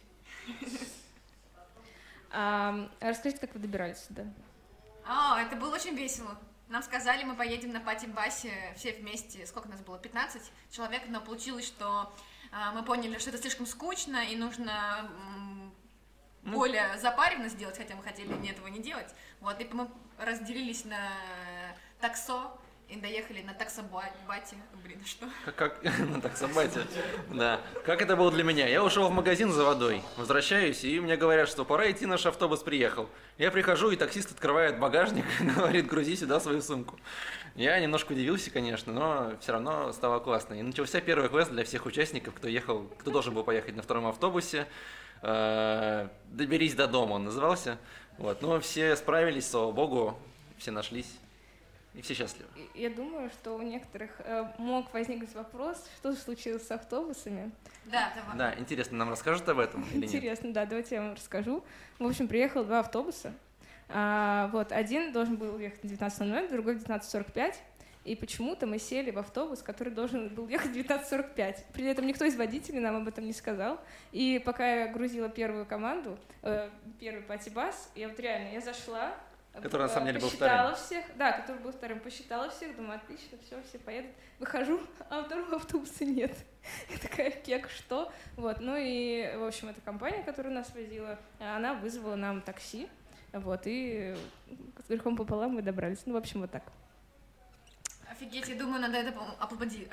Speaker 1: А, расскажите, как вы добирались сюда?
Speaker 6: О, это было очень весело. Нам сказали, мы поедем на пати-басе все вместе, сколько нас было, пятнадцать человек, но получилось, что э, мы поняли, что это слишком скучно, и нужно м, более запаренно сделать, хотя мы хотели не этого не делать. Вот, и мы разделились на таксо и доехали на таксобате. Блин, что?
Speaker 5: Как, как на таксобате, да. Как это было для меня? Я ушел в магазин за водой, возвращаюсь, и мне говорят, что пора идти, наш автобус приехал. Я прихожу, и таксист открывает багажник, говорит, грузи сюда свою сумку. Я немножко удивился, конечно, но все равно стало классно. И начался первый квест для всех участников, кто ехал, кто должен был поехать на втором автобусе. «Доберись до дома» он назывался. Вот. Но все справились, слава богу, все нашлись. И все счастливы.
Speaker 1: Я думаю, что у некоторых э, мог возникнуть вопрос, что же случилось с автобусами.
Speaker 6: Да, давай.
Speaker 5: Да, интересно, нам расскажут об этом или нет?
Speaker 1: Интересно, да, давайте я вам расскажу. В общем, приехало два автобуса. А, вот, один должен был ехать в девятнадцать ноль ноль, другой в девятнадцать сорок пять. И почему-то мы сели в автобус, который должен был ехать в девятнадцать сорок пять. При этом никто из водителей нам об этом не сказал. И пока я грузила первую команду, э, первый пати-бас, я вот реально, я зашла,
Speaker 5: который на самом деле был
Speaker 1: посчитала
Speaker 5: вторым.
Speaker 1: Всех, да, который был вторым, посчитала всех, думаю, отлично, все, все поедут. Выхожу, а второго автобуса нет. Я такая, кек, что? Вот, ну и, в общем, эта компания, которая нас возила, она вызвала нам такси, вот, и с грехом пополам мы добрались. Ну, в общем, вот так.
Speaker 6: Офигеть, я думаю, надо это аплодировать.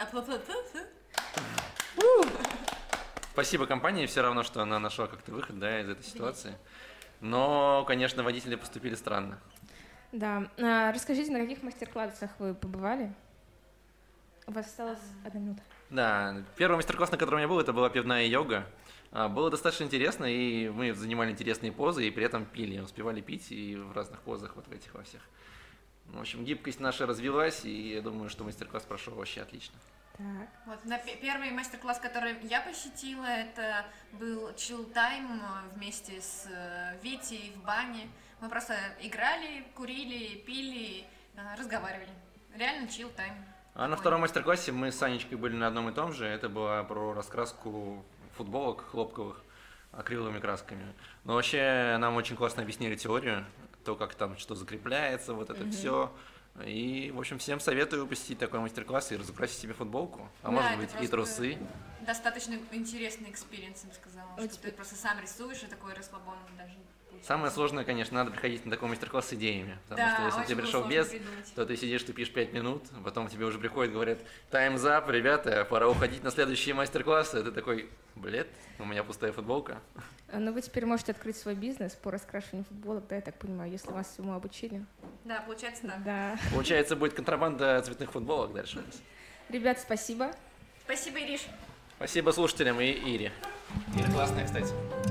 Speaker 5: Спасибо компании, все равно, что она нашла как-то выход, да, из этой ситуации. Но, конечно, водители поступили странно.
Speaker 1: Да. А, расскажите, на каких мастер-классах вы побывали? У вас осталась одна минута.
Speaker 5: Да, первый мастер-класс, на котором я был, это была пивная йога. Было достаточно интересно, и мы занимали интересные позы, и при этом пили, успевали пить и в разных позах, вот в этих во всех. В общем, гибкость наша развилась, и я думаю, что мастер-класс прошел вообще отлично.
Speaker 1: Так.
Speaker 6: Вот, на первый мастер-класс, который я посетила, это был chill time вместе с Витей в бане. Мы просто играли, курили, пили, разговаривали. Реально chill time.
Speaker 5: А на втором мастер-классе мы с Анечкой были на одном и том же. Это было про раскраску футболок хлопковых акриловыми красками. Но вообще нам очень классно объяснили теорию, то, как там что закрепляется, вот это mm-hmm. все. И, в общем, всем советую посетить такой мастер-класс и разукрасить себе футболку, а да, может быть и трусы.
Speaker 6: Достаточно интересный экспириенс, я бы сказала, что ты просто сам рисуешь, и такой расслабон даже.
Speaker 5: Самое сложное, конечно, надо приходить на такой мастер-класс с идеями, потому
Speaker 6: да,
Speaker 5: что если ты пришел без, придумать. То ты сидишь, тупишь пять минут, потом тебе уже приходят, говорят, time's up, ребята, пора уходить на следующие мастер-классы, и ты такой, блин, у меня пустая футболка.
Speaker 1: Ну, вы теперь можете открыть свой бизнес по раскрашиванию футболок, да, я так понимаю, если вас всему обучили.
Speaker 6: Да, получается так.
Speaker 1: Да.
Speaker 5: Получается, будет контрабанда цветных футболок дальше.
Speaker 1: Ребят, спасибо.
Speaker 6: Спасибо, Ириш.
Speaker 5: Спасибо слушателям и Ире. Ира классная, кстати.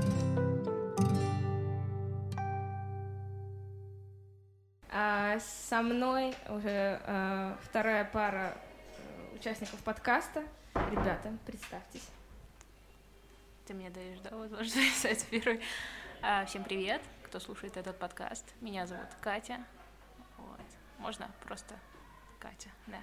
Speaker 1: А со мной уже а, вторая пара участников подкаста. Ребята, представьтесь.
Speaker 2: Ты мне даешь, да, возможность писать первый. А, всем привет, кто слушает этот подкаст. Меня зовут Катя. Вот. Можно просто Катя, да.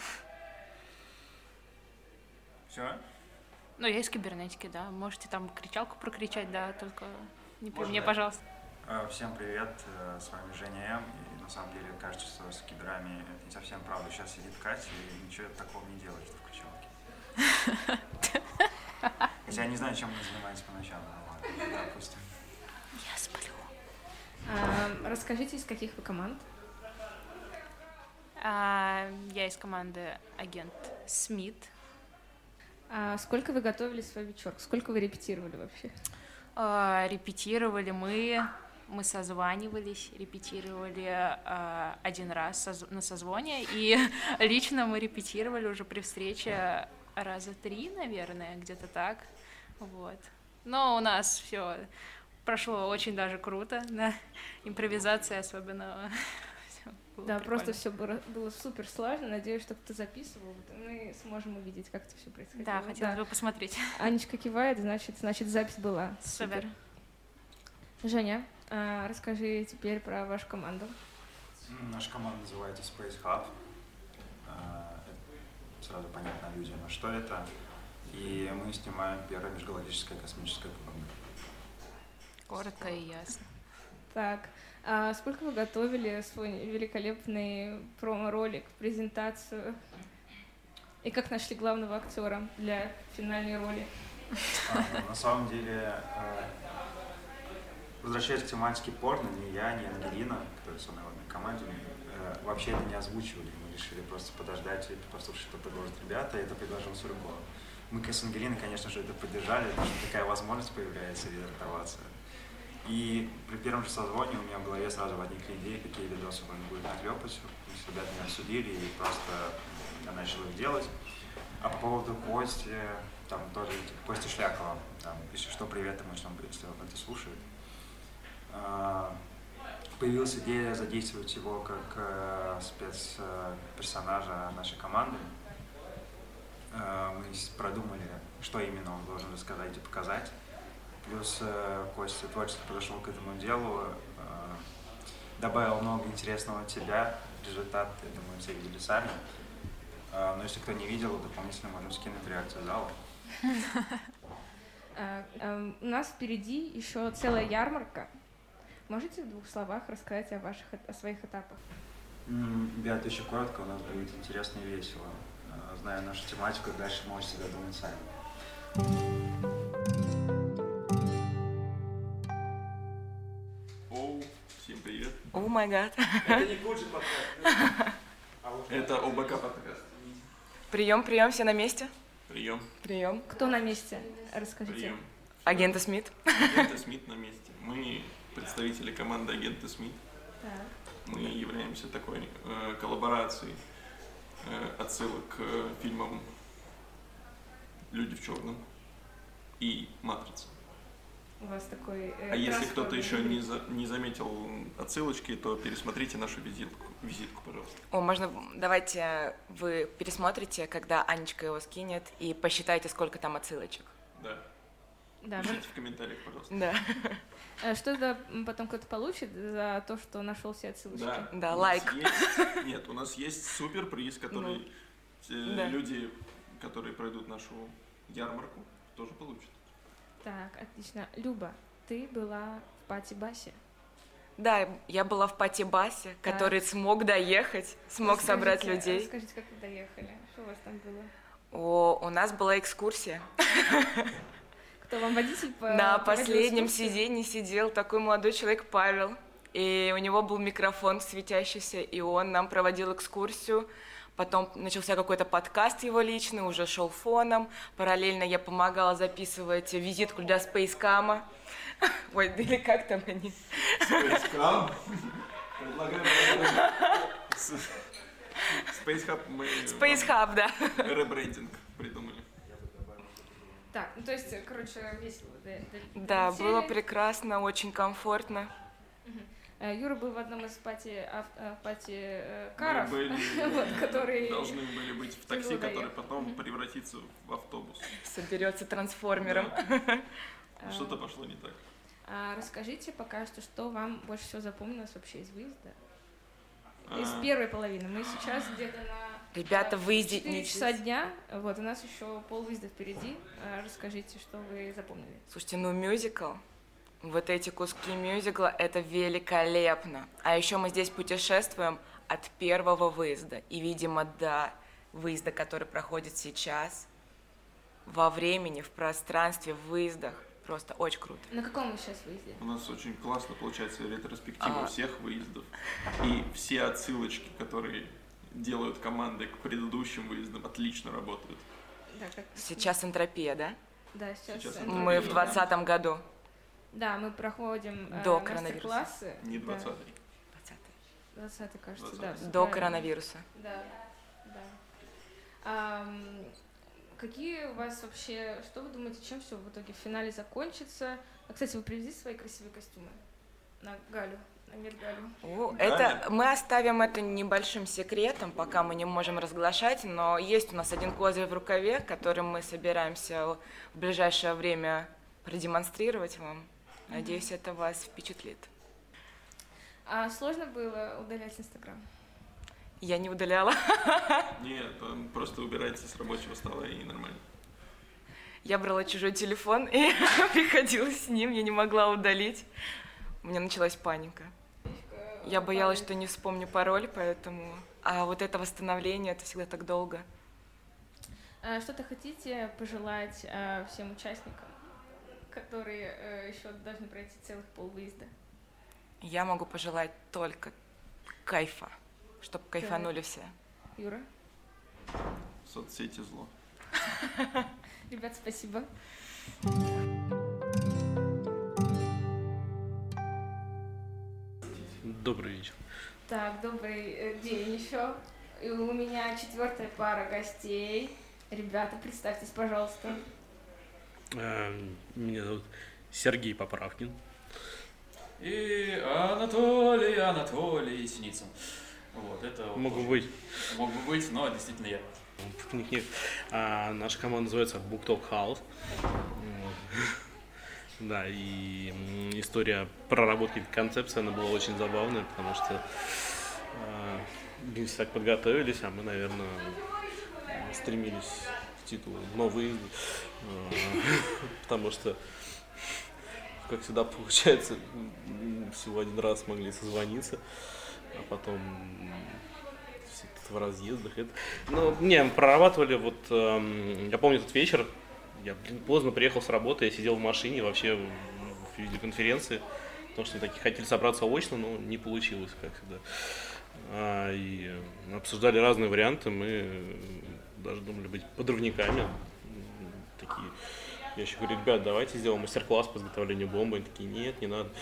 Speaker 7: Все?
Speaker 2: Ну, я из кибернетики, да. Можете там кричалку прокричать, да, только не при
Speaker 7: Можно,
Speaker 2: мне,
Speaker 7: да?
Speaker 2: Пожалуйста.
Speaker 7: Всем привет, с вами Женя М. И на самом деле кажется, что с киберами это не совсем правда. Сейчас сидит Катя и ничего такого не делает, что в кричалке. Хотя я не знаю, чем она занимается поначалу. Ладно, допустим.
Speaker 2: Я сплю.
Speaker 1: А, расскажите, из каких вы команд?
Speaker 2: А, я из команды агент Смит.
Speaker 1: А сколько вы готовили свой вечерок? Сколько вы репетировали вообще?
Speaker 2: А, репетировали мы, мы созванивались, репетировали а, один раз соз- на созвоне, и лично мы репетировали уже при встрече раза три, наверное, где-то так, вот. Но у нас все прошло очень даже круто, да, импровизация особенно.
Speaker 1: Да, прикольно. Просто все было, было супер сложно. Надеюсь, что кто-то записывал, мы сможем увидеть, как это все происходило.
Speaker 2: Да, хотелось да. бы посмотреть.
Speaker 1: Анечка кивает, значит, значит, запись была.
Speaker 2: Супер. Супер.
Speaker 1: Женя, а, расскажи теперь про вашу команду.
Speaker 7: Наша команда называется Space Hub. Сразу понятно людям, а что это. И мы снимаем первое межгалактическое космическое порно.
Speaker 2: Коротко и ясно.
Speaker 1: Так. А сколько вы готовили свой великолепный промо-ролик, презентацию? И как нашли главного актера для финальной роли?
Speaker 7: А, ну, на самом деле, э, возвращаясь к тематике порно, ни я, ни Ангелина, которая со мной в одной команде, э, вообще это не озвучивали. Мы решили просто подождать и послушать, что предложат ребята, и это предложил Сургов. Мы с Ангелиной, конечно же, это поддержали, потому что такая возможность появляется релактоваться. И при первом же созвоне у меня в голове сразу возникли идеи, какие видосы можно будет наклепать. Мы с ребятами обсудили и просто я начал их делать. А по поводу Кости, там тоже Костя Шлякова, там, если что, привет ему, если он, если он это слушает. Появилась идея задействовать его как спецперсонажа нашей команды. Мы продумали, что именно он должен рассказать и показать. Плюс Костя творчески подошел к этому делу, добавил много интересного от себя. Результат, я думаю, все видели сами. Но если кто не видел, дополнительно можем скинуть реакцию зала.
Speaker 1: У нас впереди еще целая ярмарка. Можете в двух словах рассказать о ваших, о своих этапах?
Speaker 7: Ребята, еще коротко, у нас будет интересно и весело. Зная нашу тематику, дальше можете додумать сами.
Speaker 8: Оу, всем привет.
Speaker 9: О май гад.
Speaker 5: Это не Куджи подкаст.
Speaker 8: Это ОБК подкаст.
Speaker 9: Прием, прием, все на месте?
Speaker 8: Прием.
Speaker 9: Прием.
Speaker 1: Кто на месте? Расскажите.
Speaker 8: Прием.
Speaker 9: Агенты Смит.
Speaker 8: Агенты Смит на месте. Мы представители команды Агенты Смит.
Speaker 1: Так.
Speaker 8: Мы являемся такой э, коллаборацией э, отсылок к э, фильмам «Люди в черном» и «Матрица».
Speaker 1: У вас такой... Э,
Speaker 8: а если кто-то еще не, за, не заметил отсылочки, то пересмотрите нашу визитку, визитку, пожалуйста.
Speaker 9: О, можно, давайте вы пересмотрите, когда Анечка его скинет, и посчитайте, сколько там отсылочек.
Speaker 8: Да.
Speaker 1: Да,
Speaker 8: пишите в комментариях, пожалуйста.
Speaker 9: Да.
Speaker 1: Что-то потом кто-то получит за то, что нашел все отсылочки?
Speaker 8: Да,
Speaker 9: да лайк.
Speaker 8: Есть, нет, у нас есть супер приз, который
Speaker 9: ну,
Speaker 8: э, люди, которые пройдут нашу ярмарку, тоже получат.
Speaker 1: Так, отлично. Люба, ты была в пати-басе.
Speaker 9: Да, я была в пати-басе, да. Который смог доехать, смог расскажите, собрать людей.
Speaker 1: Расскажите, как вы доехали? Что у вас там было?
Speaker 9: О, у нас была экскурсия.
Speaker 1: Кто вам водитель по...
Speaker 9: На последнем сиденье сидел такой молодой человек Павел, и у него был микрофон светящийся, и он нам проводил экскурсию. Потом начался какой-то подкаст его личный, уже шел фоном. Параллельно я помогала записывать визитку для Spacecam. Ой, да или как там они?
Speaker 8: Spacecam? Предлагаем... Spacehub мы...
Speaker 9: Spacehub, да.
Speaker 8: Ребрендинг придумали.
Speaker 1: Так, ну то есть, короче, весело.
Speaker 9: Да, было прекрасно, очень комфортно.
Speaker 1: Юра был в одном из пати, авто, пати каров,
Speaker 8: были,
Speaker 1: вот, которые
Speaker 8: должны были быть в такси, который потом mm-hmm. превратится в автобус.
Speaker 9: Соберется трансформером.
Speaker 8: Да. Что-то пошло не так.
Speaker 1: А, расскажите пока что, что вам больше всего запомнилось вообще из выезда?
Speaker 8: А...
Speaker 1: Из первой половины. Мы сейчас где-то на
Speaker 9: Ребята, выйдите
Speaker 1: четыре часа дня, вот, у нас еще полвыезда впереди. А, расскажите, что вы запомнили.
Speaker 9: Слушайте, ну мюзикл. Вот эти куски мюзикла — это великолепно. А еще мы здесь путешествуем от первого выезда. И, видимо, до выезда, который проходит сейчас, во времени, в пространстве, в выездах. Просто очень круто.
Speaker 1: На каком вы сейчас выезде?
Speaker 8: У нас очень классно получается ретроспектива а. всех выездов. И все отсылочки, которые делают команды к предыдущим выездам, отлично работают.
Speaker 1: Да, как...
Speaker 9: Сейчас энтропия, да?
Speaker 1: Да, сейчас, сейчас
Speaker 9: энтропия. Мы в двадцатом году.
Speaker 1: Да, мы проходим
Speaker 9: до
Speaker 1: э, мастер-классы.
Speaker 8: Не двадцатый.
Speaker 1: двадцатый. двадцатый, кажется, двадцатый.
Speaker 9: Да. До коронавируса.
Speaker 1: Да, да. А, какие у вас вообще, что вы думаете, чем все в итоге в финале закончится? А, кстати, вы привезли свои красивые костюмы на Галю, на Медгалю?
Speaker 9: О, это, мы оставим это небольшим секретом, пока мы не можем разглашать, но есть у нас один козырь в рукаве, который мы собираемся в ближайшее время продемонстрировать вам. Надеюсь, mm-hmm. это вас впечатлит.
Speaker 1: А сложно было удалять Инстаграм?
Speaker 9: Я не удаляла.
Speaker 8: Нет, просто убирайте с рабочего стола и нормально.
Speaker 9: Я брала чужой телефон и приходила с ним, я не могла удалить. У меня началась паника. Я боялась, что не вспомню пароль, поэтому... А вот это восстановление, это всегда так долго.
Speaker 1: А что-то хотите пожелать а, всем участникам? которые э, еще должны пройти целых полвыезда?
Speaker 9: Я могу пожелать только кайфа, чтобы кайфанули все.
Speaker 1: Юра?
Speaker 8: Соцсети зло.
Speaker 1: Ребят, спасибо.
Speaker 10: Добрый вечер.
Speaker 1: Так, добрый день еще. И у меня четвертая пара гостей. Ребята, представьтесь, пожалуйста.
Speaker 10: Меня зовут Сергей Поправкин.
Speaker 11: И Анатолий, Анатолий Синицын. Вот, это
Speaker 10: Могу
Speaker 11: тоже.
Speaker 10: быть.
Speaker 11: Мог бы быть, но действительно я.
Speaker 10: Нет, нет. А, наша команда называется Book Talk House. Да, и история проработки концепции, она была очень забавная, потому что мы все так подготовились, а мы, наверное, стремились к титулу «Новый», потому что, как всегда получается, всего один раз могли созвониться, а потом все тут в разъездах. Это... Ну, не, мы прорабатывали, вот, я помню этот вечер, я, блин, поздно приехал с работы, я сидел в машине вообще в видеоконференции, потому что мы таки хотели собраться очно, но не получилось, как всегда. А, и обсуждали разные варианты, мы даже думали быть подрывниками. Такие, я еще говорю, ребят, давайте сделаем мастер-класс по изготовлению бомбы. Они такие, нет, не надо.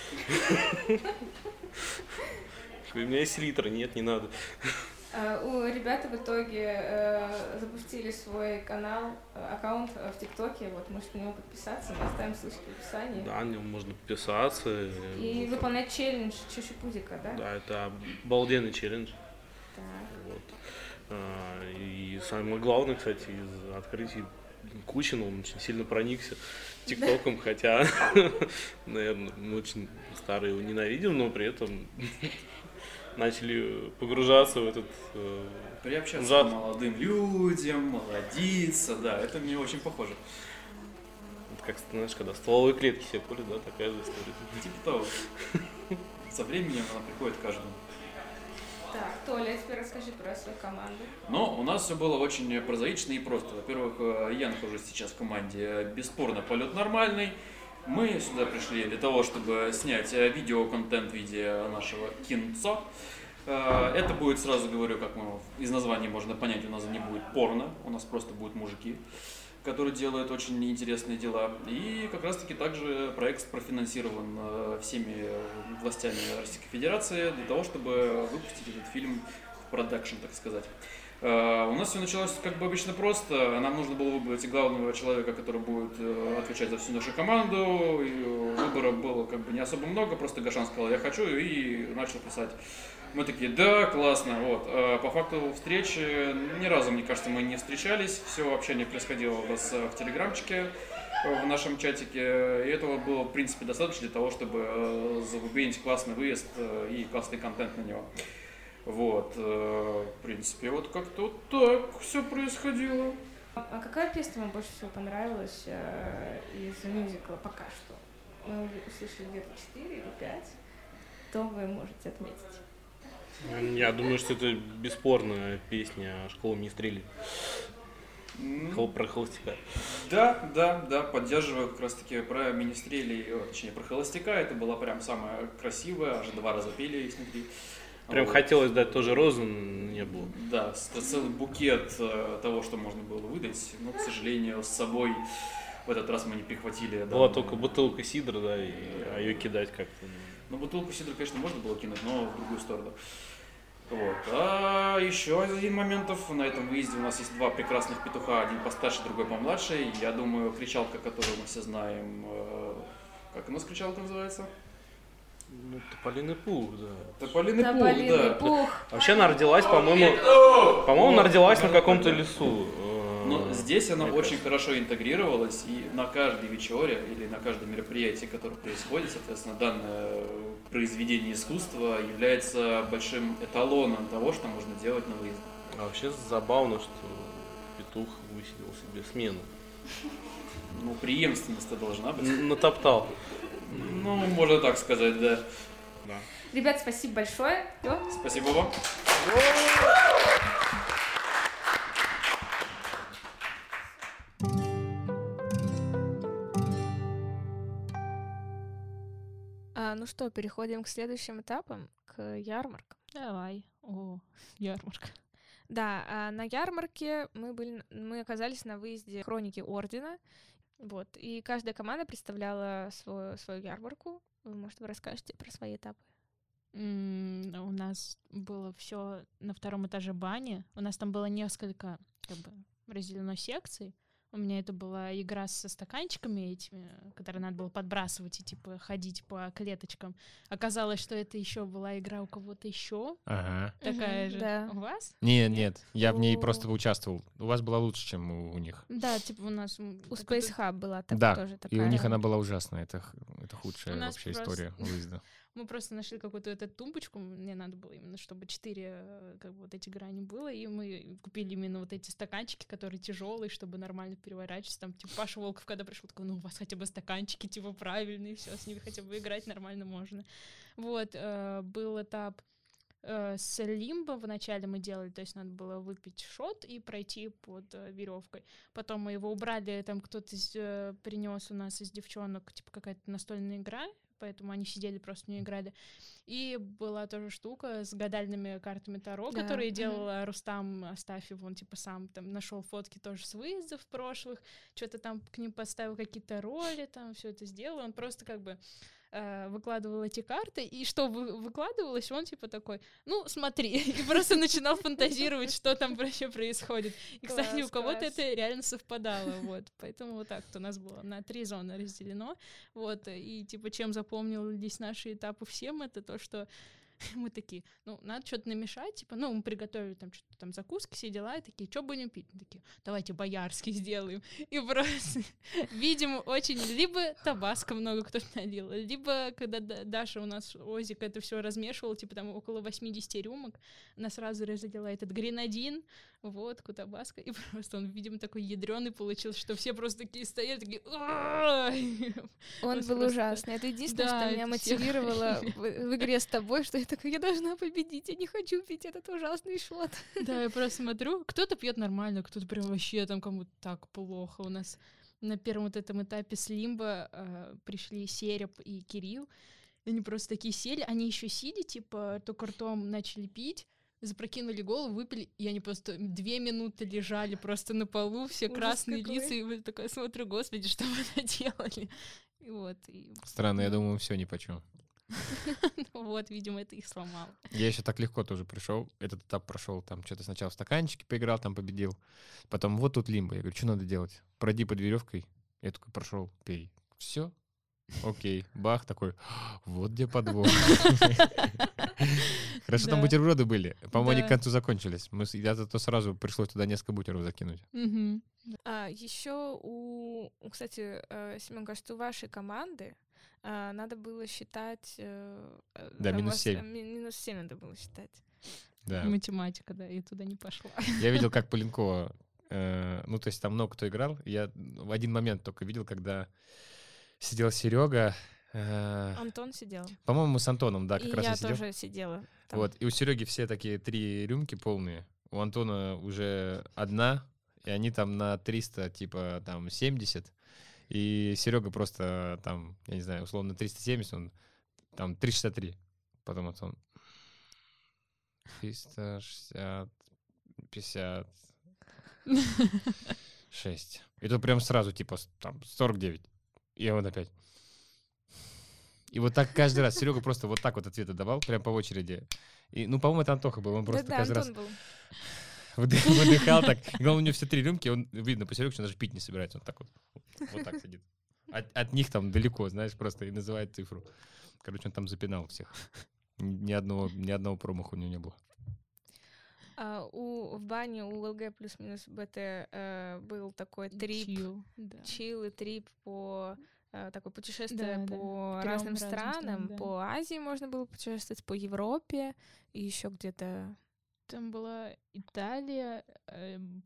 Speaker 10: У меня есть литр, нет, не надо.
Speaker 1: У ребят в итоге э, запустили свой канал, аккаунт в ТикТоке, вот можете на него подписаться, мы оставим ссылочку в описании.
Speaker 10: Да, на него можно подписаться.
Speaker 1: И вот выполнять челлендж Чуши-Пудика, да?
Speaker 10: Да, это обалденный челлендж.
Speaker 1: Так.
Speaker 10: Вот. А, и самое главное, кстати, из открытий Кучин, он очень сильно проникся ТикТоком, хотя, наверное, мы очень старые его ненавидим, но при этом начали погружаться в этот... Э,
Speaker 11: Приобщаться
Speaker 10: зад.
Speaker 11: к молодым людям, молодиться, да, это мне очень похоже.
Speaker 10: Это как, знаешь, когда стволовые клетки все колят, да, такая же история.
Speaker 11: Типа того. Со временем она приходит к каждому.
Speaker 1: Так, Толя, теперь расскажи про свою команду.
Speaker 11: Но у нас все было очень прозаично и просто. Во-первых, я нахожусь сейчас в команде «Бесспорно, полет нормальный». Мы сюда пришли для того, чтобы снять видеоконтент в виде нашего кинцо. Это будет, сразу говорю, как мы из названия можно понять, у нас не будет порно, у нас просто будут мужики, которые делают очень интересные дела. И как раз таки также проект профинансирован всеми властями Российской Федерации для того, чтобы выпустить этот фильм в продакшн, так сказать. Uh, у нас все началось как бы обычно просто. Нам нужно было выбрать главного человека, который будет uh, отвечать за всю нашу команду. И выбора было как бы не особо много, просто Гашан сказал, я хочу, и начал писать. Мы такие, да, классно. Вот. Uh, по факту встречи ни разу, мне кажется, мы не встречались. Все общение происходило у вас в телеграмчике, в нашем чатике. И этого было, в принципе, достаточно для того, чтобы uh, забубенить классный выезд uh, и классный контент на него. Вот, э, в принципе, вот как-то вот так все происходило.
Speaker 1: А какая песня вам больше всего понравилась э, из мюзикла пока что? Мы услышали где-то четыре или пять. Что вы можете отметить?
Speaker 10: Я думаю, что это бесспорная песня «Школа Министрелей». Mm. Про холостяка.
Speaker 11: Да, да, да, поддерживаю как раз таки про Министрелей, точнее про холостяка. Это была прям самая красивая, аж два раза пели снутри.
Speaker 10: Прям вот. Хотелось дать тоже розу, но не было.
Speaker 11: Да, целый букет э, того, что можно было выдать, но, к сожалению, с собой в этот раз мы не прихватили.
Speaker 10: Была да, только бутылка сидра, да, и, а ее кидать как-то.
Speaker 11: Ну, бутылку сидра, конечно, можно было кинуть, но в другую сторону. Вот. А еще один моментов. На этом выезде у нас есть два прекрасных петуха, один постарше, другой помладше. Я думаю, кричалка, которую мы все знаем, э, как у нас кричалка называется?
Speaker 10: Ну, Тополиный пух, да.
Speaker 11: Тополиный,
Speaker 1: Тополиный
Speaker 11: пух, да.
Speaker 1: пух.
Speaker 10: Вообще она родилась, по-моему, по-моему, она родилась на каком-то лесу.
Speaker 11: Но здесь она очень хорошо интегрировалась, и на каждой вечере или на каждом мероприятии, которое происходит, соответственно, данное произведение искусства является большим эталоном того, что можно делать на выезде.
Speaker 10: А вообще забавно, что петух высидел себе смену.
Speaker 11: Ну, преемственность-то должна быть.
Speaker 10: Натоптал.
Speaker 11: Ну, можно так сказать, да.
Speaker 10: Да.
Speaker 1: Ребят, спасибо большое. Все.
Speaker 11: Спасибо вам.
Speaker 1: А, ну что, переходим к следующим этапам, к ярмаркам.
Speaker 2: Давай. О, ярмарка.
Speaker 1: Да, а на ярмарке мы были, мы оказались на выезде Хроники Ордена, вот, и каждая команда представляла свою, свою ярмарку. Может, вы расскажете про свои этапы?
Speaker 2: Mm, у нас было все на втором этаже бани. У нас там было несколько, как бы, разделено секций. У меня это была игра со стаканчиками этими, которые надо было подбрасывать и типа ходить по клеточкам. Оказалось, что это еще была игра у кого-то еще.
Speaker 4: Ага.
Speaker 2: Такая
Speaker 1: Мгм,
Speaker 2: же.
Speaker 1: да.
Speaker 2: У вас?
Speaker 4: Нет, нет, я в ней
Speaker 1: О.
Speaker 4: просто участвовал. У вас была лучше, чем у, у них.
Speaker 2: Да, типа у нас... м,
Speaker 1: У
Speaker 2: как
Speaker 1: Space
Speaker 2: это-
Speaker 1: Hub была так,
Speaker 4: Да,
Speaker 1: тоже
Speaker 4: и
Speaker 1: такая.
Speaker 4: у них она была ужасная. Это, х- это худшая
Speaker 2: У нас
Speaker 4: вообще
Speaker 2: просто-
Speaker 4: история выезда.
Speaker 2: Мы просто нашли какую-то эту тумбочку, мне надо было именно, чтобы четыре э, как бы вот эти грани было, и мы купили именно вот эти стаканчики, которые тяжелые, чтобы нормально переворачиваться. Там, типа, Паша Волков, когда пришел, такой, ну, у вас хотя бы стаканчики, типа, правильные, все, с ними хотя бы играть нормально можно. Вот, э, был этап э, с лимбо вначале мы делали, то есть надо было выпить шот и пройти под э, веревкой. Потом мы его убрали, там кто-то э, принес у нас из девчонок, типа, какая-то настольная игра, поэтому они сидели, просто не играли. И была тоже штука с гадальными картами Таро,
Speaker 1: Да,
Speaker 2: которые
Speaker 1: мгм.
Speaker 2: делал Рустам Астафьев, он типа сам там нашел фотки тоже с выездов прошлых, что-то там к ним поставил какие-то роли, там все это сделал, он просто как бы э, выкладывал эти карты, и что вы- выкладывалось, он типа такой, ну, смотри, и просто начинал фантазировать, что там вообще происходит. И, кстати,
Speaker 1: Класс,
Speaker 2: у кого-то
Speaker 1: класс.
Speaker 2: это реально совпадало, вот, поэтому вот так вот у нас было на три зоны разделено, вот, и типа чем запомнились наши этапы всем, это то, что мы такие, ну, надо что-то намешать, типа, ну, мы приготовили там что-то там закуски, все дела, и такие, что будем пить? Мы такие, давайте боярский сделаем. И просто видим очень, либо табаско много кто налил, либо когда Да- Даша у нас, Озик, это все размешивал, типа там около восемьдесят рюмок, она сразу разлила этот гренадин, водку, табаско, и просто он, видимо, такой ядреный получился, что все просто такие стоят, такие, «Ай!»
Speaker 1: Он
Speaker 2: Просто-
Speaker 1: был
Speaker 2: просто-
Speaker 1: ужасный. Это единственное,
Speaker 2: Да,
Speaker 1: что меня
Speaker 2: это всех
Speaker 1: мотивировало в, в игре с тобой, что я такая, я должна победить, я не хочу пить этот ужасный шот.
Speaker 2: Да, я просто смотрю, кто-то пьет нормально, кто-то прям вообще там кому-то так плохо. У нас на первом вот этом этапе с Лимбо э, пришли Сереб и Кирилл, и они просто такие сели, они еще сидя, типа, только ртом начали пить, запрокинули голову, выпили, и они просто две минуты лежали просто на полу, все
Speaker 1: Ужас
Speaker 2: красные
Speaker 1: какой.
Speaker 2: лица, и вот такая смотрю, господи, что вы наделали? И вот, и
Speaker 4: Странно, я думаю, все нипочем.
Speaker 2: вот, видимо, это их сломало.
Speaker 4: Я еще так легко тоже пришел, этот этап прошел, там что-то сначала в стаканчике поиграл, там победил, потом вот тут лимбо. Я говорю, что надо делать? Пройди под веревкой. Я такой прошел, пей. Все, окей, бах, такой, вот где подвох. Хорошо, там
Speaker 2: Да.
Speaker 4: бутерброды были. По-моему, они
Speaker 2: Да.
Speaker 4: к концу закончились. Мы, с- я зато сразу пришлось туда несколько бутеров закинуть.
Speaker 2: Мгм.
Speaker 1: А, еще у, у, кстати, э, Семен, кажется, у вашей команды а, надо было считать... э, э,
Speaker 4: Да,
Speaker 1: там у
Speaker 4: минус
Speaker 1: вас,
Speaker 4: семь.
Speaker 1: э, ми- минус семь надо было считать.
Speaker 4: Да.
Speaker 2: Математика, да, я туда не пошла.
Speaker 4: Я видел, как Поленкова, э, ну, то есть там много кто играл. Я в один момент только видел, когда сидел Серега.
Speaker 1: Антон сидел.
Speaker 4: По-моему, с Антоном, да, как
Speaker 1: и
Speaker 4: раз
Speaker 1: я
Speaker 4: я сидел.
Speaker 1: тоже сидела. там.
Speaker 4: Вот, и у Сереги все такие три рюмки полные. У Антона уже одна, и они там на триста, типа, там, семьдесят. И Серега просто там, я не знаю, условно триста семьдесят, он там триста шестьдесят три. Потом Антон триста шестьдесят, пятьдесят шесть. И то прям сразу, типа, с- там, сорок девять. И он опять. И вот так каждый раз Серега просто вот так вот ответы давал, прям по очереди. И, ну, по-моему, это Антоха был, он просто
Speaker 1: Да-да,
Speaker 4: каждый
Speaker 1: Антон
Speaker 4: раз
Speaker 1: был.
Speaker 4: выдых- выдыхал так. И главное, у него все три рюмки, он, видно по Сереге, что он даже пить не собирается, он так вот, вот так сидит. От, от них там далеко, знаешь, просто и называет цифру. Короче, он там запинал всех. Ни одного, ни одного промаха у него не было.
Speaker 1: А, у, в бане у ЛГ плюс-минус БТ э, был такой трип,
Speaker 2: Чил, да.
Speaker 1: чил и трип по э, такое путешествие
Speaker 2: Да, да.
Speaker 1: по
Speaker 2: Трём
Speaker 1: разным
Speaker 2: разным
Speaker 1: странам.
Speaker 2: странам, да.
Speaker 1: По Азии можно было путешествовать, по Европе и еще где-то.
Speaker 2: Там была Италия, э, пф,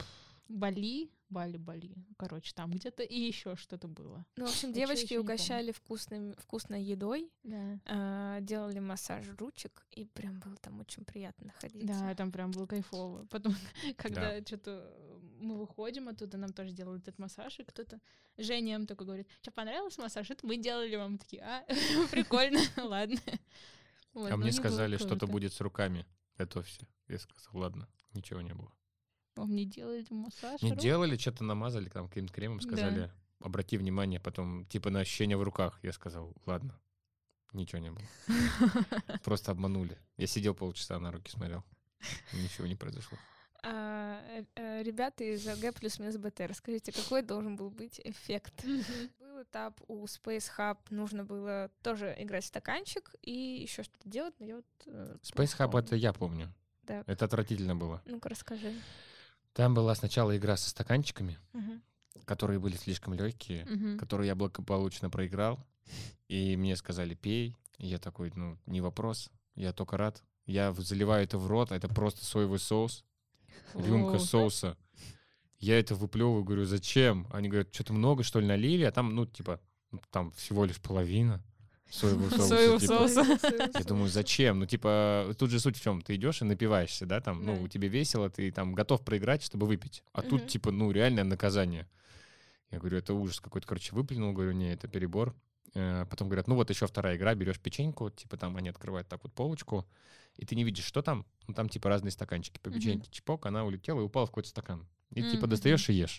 Speaker 2: Бали, Бали, Бали, короче, там где-то и еще что-то было.
Speaker 1: Ну, в общем,
Speaker 2: Вот
Speaker 1: девочки
Speaker 2: ещё не
Speaker 1: угощали вкусным, вкусной едой,
Speaker 2: Да.
Speaker 1: а, делали массаж ручек, и прям было там очень приятно находиться.
Speaker 2: Да, там прям было кайфово. Потом, когда
Speaker 4: Да.
Speaker 2: что-то мы выходим оттуда, нам тоже делают этот массаж, и кто-то, Женя им такой говорит, что, понравился массаж? Это мы делали вам. Мы такие, а, прикольно, ладно. Вот,
Speaker 4: А
Speaker 2: но
Speaker 4: мне
Speaker 2: не было
Speaker 4: сказали, что-то
Speaker 2: круто.
Speaker 4: будет с руками. Готовься. Я сказал, ладно, ничего не было.
Speaker 2: Вам не делали массаж?
Speaker 4: Не
Speaker 2: рук?
Speaker 4: делали, что-то намазали там каким-то кремом, сказали, обрати внимание, потом типа на ощущения в руках. Я сказал, ладно, ничего не было. Просто обманули. Я сидел полчаса, на руки смотрел. Ничего не произошло.
Speaker 1: А, э, э, ребята из АГ плюс минус БТ, расскажите, какой должен был быть эффект? Был этап у Space Hub, нужно было тоже играть в стаканчик и еще что-то делать, но я вот... э,
Speaker 4: Space
Speaker 1: плохо
Speaker 4: Hub это я помню.
Speaker 1: Да.
Speaker 4: Это отвратительно было.
Speaker 1: Ну-ка, расскажи.
Speaker 4: Там была сначала игра со стаканчиками,
Speaker 1: Мгм.
Speaker 4: которые были слишком легкие,
Speaker 2: Мгм.
Speaker 4: которые я благополучно проиграл. И мне сказали, пей. И я такой, ну, не вопрос, я только рад. Я в- заливаю это в рот, это просто соевый соус, рюмка
Speaker 2: О.
Speaker 4: соуса. Я это выплевываю, говорю, зачем? Они говорят, что-то много, что ли, налили, а там, ну, типа, ну, там всего лишь половина соевого соуса.
Speaker 2: Соевого
Speaker 4: типа.
Speaker 2: соуса.
Speaker 4: Я думаю, зачем? Ну, типа, тут же суть в чем? Ты идешь и напиваешься, да, там,
Speaker 1: Да.
Speaker 4: ну, тебе весело, ты там готов проиграть, чтобы выпить. А
Speaker 1: Мгм.
Speaker 4: тут, типа, ну, реальное наказание. Я говорю, это ужас какой-то. Короче, выплюнул, говорю, не, это перебор. Э, Потом говорят, ну, вот еще вторая игра, берешь печеньку, типа, там они открывают так вот полочку, и ты не видишь, что там. Ну, там, типа, разные стаканчики по
Speaker 2: Мгм.
Speaker 4: печеньке. Чпок, она улетела и упала в какой-то стакан. И,
Speaker 2: М,
Speaker 4: типа,
Speaker 2: мгм.
Speaker 4: достаешь и ешь.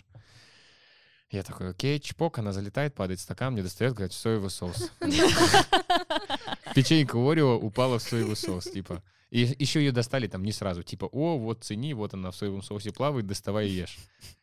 Speaker 4: Я такой, окей, чпок, она залетает, падает в стакан, мне достает, говорит, соевый соус. Печенька Орео упала в соевый соус, типа. И еще ее достали там не сразу. Типа, о, вот цени, вот она в соевом соусе плавает, доставай и ешь.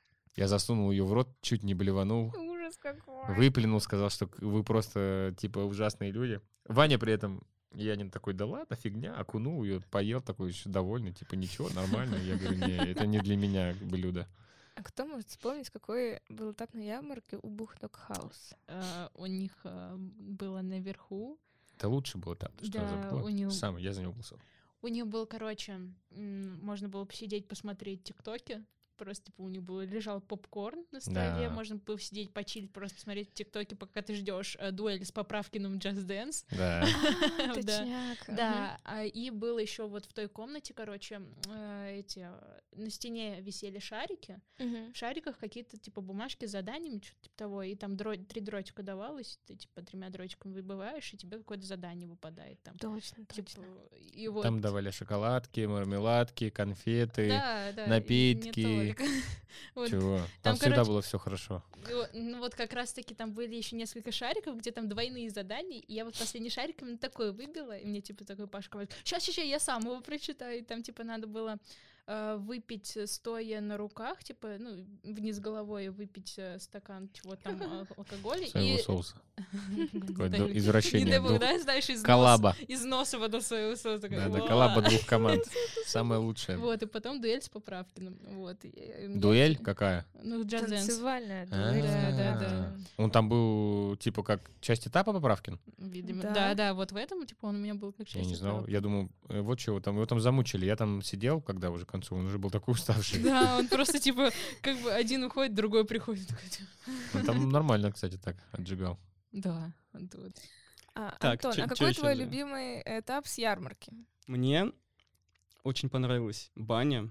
Speaker 4: Я засунул ее в рот, чуть не блеванул,
Speaker 1: Ужас какой.
Speaker 4: выплюнул, сказал, что вы просто, типа, ужасные люди. Ваня при этом, я не такой, да ладно, фигня, окунул ее, поел, такой еще довольный, типа, ничего, нормально. Я говорю, не, это не для меня блюдо.
Speaker 1: А кто может вспомнить, какой был этап на ярмарке у Бухток Хаус?
Speaker 2: А, У них а, было наверху.
Speaker 4: Это лучше было там, что
Speaker 2: Да,
Speaker 4: забыла.
Speaker 2: у него-
Speaker 4: Сам, я за него голосовал.
Speaker 2: У них был, короче, м, можно было посидеть, посмотреть тиктоки. Просто, типа, у них был, лежал попкорн на столе,
Speaker 4: Да.
Speaker 2: можно было сидеть, почилить, просто смотреть тиктоки, пока ты ждешь э, дуэль с Поправкиным Just Dance.
Speaker 4: Да.
Speaker 2: Да.
Speaker 1: Точняк.
Speaker 2: Да, а, и было еще вот в той комнате, короче, э, эти э, на стене висели шарики,
Speaker 1: Мгм.
Speaker 2: в шариках какие-то типа бумажки с заданиями, что-то типа того, и там дро- три дротика давалось, ты типа тремя дротиками выбиваешь, и тебе какое-то задание выпадает там.
Speaker 1: Точно,
Speaker 2: Типа,
Speaker 1: точно.
Speaker 2: и вот.
Speaker 4: Там давали шоколадки, мармеладки, конфеты,
Speaker 2: Да, да, и не
Speaker 4: напитки.
Speaker 2: только. Вот.
Speaker 4: Чего? Там,
Speaker 2: Там,
Speaker 4: всегда
Speaker 2: короче,
Speaker 4: было все хорошо.
Speaker 2: И вот, ну вот как раз-таки там были еще несколько шариков, где там двойные задания, и я вот последний шарик именно такой выбила, и мне типа такой Пашка говорит, сейчас, сейчас, я сам его прочитаю, и там типа надо было э, выпить стоя на руках, типа, ну, вниз головой выпить э, стакан чего там ал- алкоголя.
Speaker 4: Своего
Speaker 2: и...
Speaker 4: соуса. Такое
Speaker 2: Да,
Speaker 4: до- извращение
Speaker 2: Не дай бог,
Speaker 4: двух-
Speaker 2: да, знаешь, из
Speaker 4: Коллаба.
Speaker 2: носа, из носа вода своего соуса. такая,
Speaker 4: Да, да,
Speaker 2: «Уа».
Speaker 4: коллаба двух команд. Самое лучшее.
Speaker 2: Вот, и потом дуэль с Поправкиным. Вот. и- и мне-
Speaker 4: Дуэль какая?
Speaker 2: Ну, Just Dance.
Speaker 1: Танцевальная
Speaker 4: А,
Speaker 1: дуэль.
Speaker 2: Да, да, да.
Speaker 4: А. Он там был, типа, как часть этапа Поправкин?
Speaker 2: Видимо.
Speaker 1: Да.
Speaker 2: Да, да, вот в этом, типа, он у меня был как
Speaker 4: Я
Speaker 2: часть
Speaker 4: не знал.
Speaker 2: этапа.
Speaker 4: Я думал, э, вот чего там, его там замучили. Я там сидел, когда уже к концу, он уже был такой уставший.
Speaker 2: Да, он просто, типа, как бы один уходит, другой приходит. такой, типа,
Speaker 4: Он там нормально, кстати, так отжигал.
Speaker 2: Да, он тут.
Speaker 1: А,
Speaker 3: Так,
Speaker 1: Антон,
Speaker 3: чё-
Speaker 1: а
Speaker 3: чё
Speaker 1: какой
Speaker 3: ещё
Speaker 1: твой
Speaker 3: за-
Speaker 1: любимый этап с ярмарки?
Speaker 3: Мне очень понравилась баня,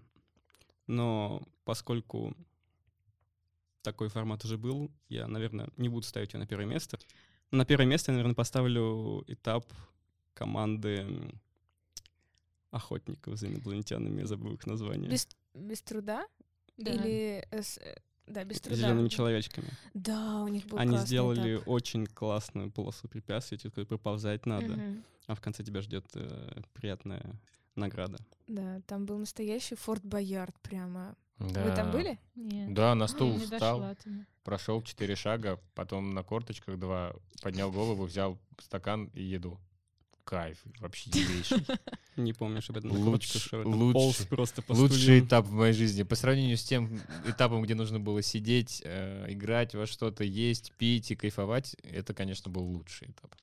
Speaker 3: но поскольку такой формат уже был, я, наверное, не буду ставить ее на первое место. На первое место я, наверное, поставлю этап команды м, охотников за инопланетянами, я забыл их название.
Speaker 1: Без, без труда?
Speaker 2: Да.
Speaker 1: Или... э, с- э, да, без труда.
Speaker 3: Зелеными человечками.
Speaker 1: Да, у них был
Speaker 3: Они
Speaker 1: классный
Speaker 3: сделали
Speaker 1: этап.
Speaker 3: очень классную полосу препятствий, через которую проползать надо,
Speaker 1: Мгм.
Speaker 3: а в конце тебя ждет э, приятная награда.
Speaker 1: Да, там был настоящий Форт Боярд прямо.
Speaker 4: Да.
Speaker 1: Вы там были?
Speaker 2: Нет.
Speaker 4: Да, на стул
Speaker 2: Не
Speaker 4: встал,
Speaker 2: дошла ты.
Speaker 4: прошел четыре шага, потом на корточках два, поднял голову, взял стакан и еду. Кайф, вообще дивейший.
Speaker 3: Не помню, чтобы это на
Speaker 4: Луч-
Speaker 3: корточках шел, я там
Speaker 4: лучший-
Speaker 3: полз просто по
Speaker 4: Лучший
Speaker 3: стульям.
Speaker 4: этап в моей жизни. По сравнению с тем этапом, где нужно было сидеть, э, играть во что-то, есть, пить и кайфовать, это, конечно, был лучший этап.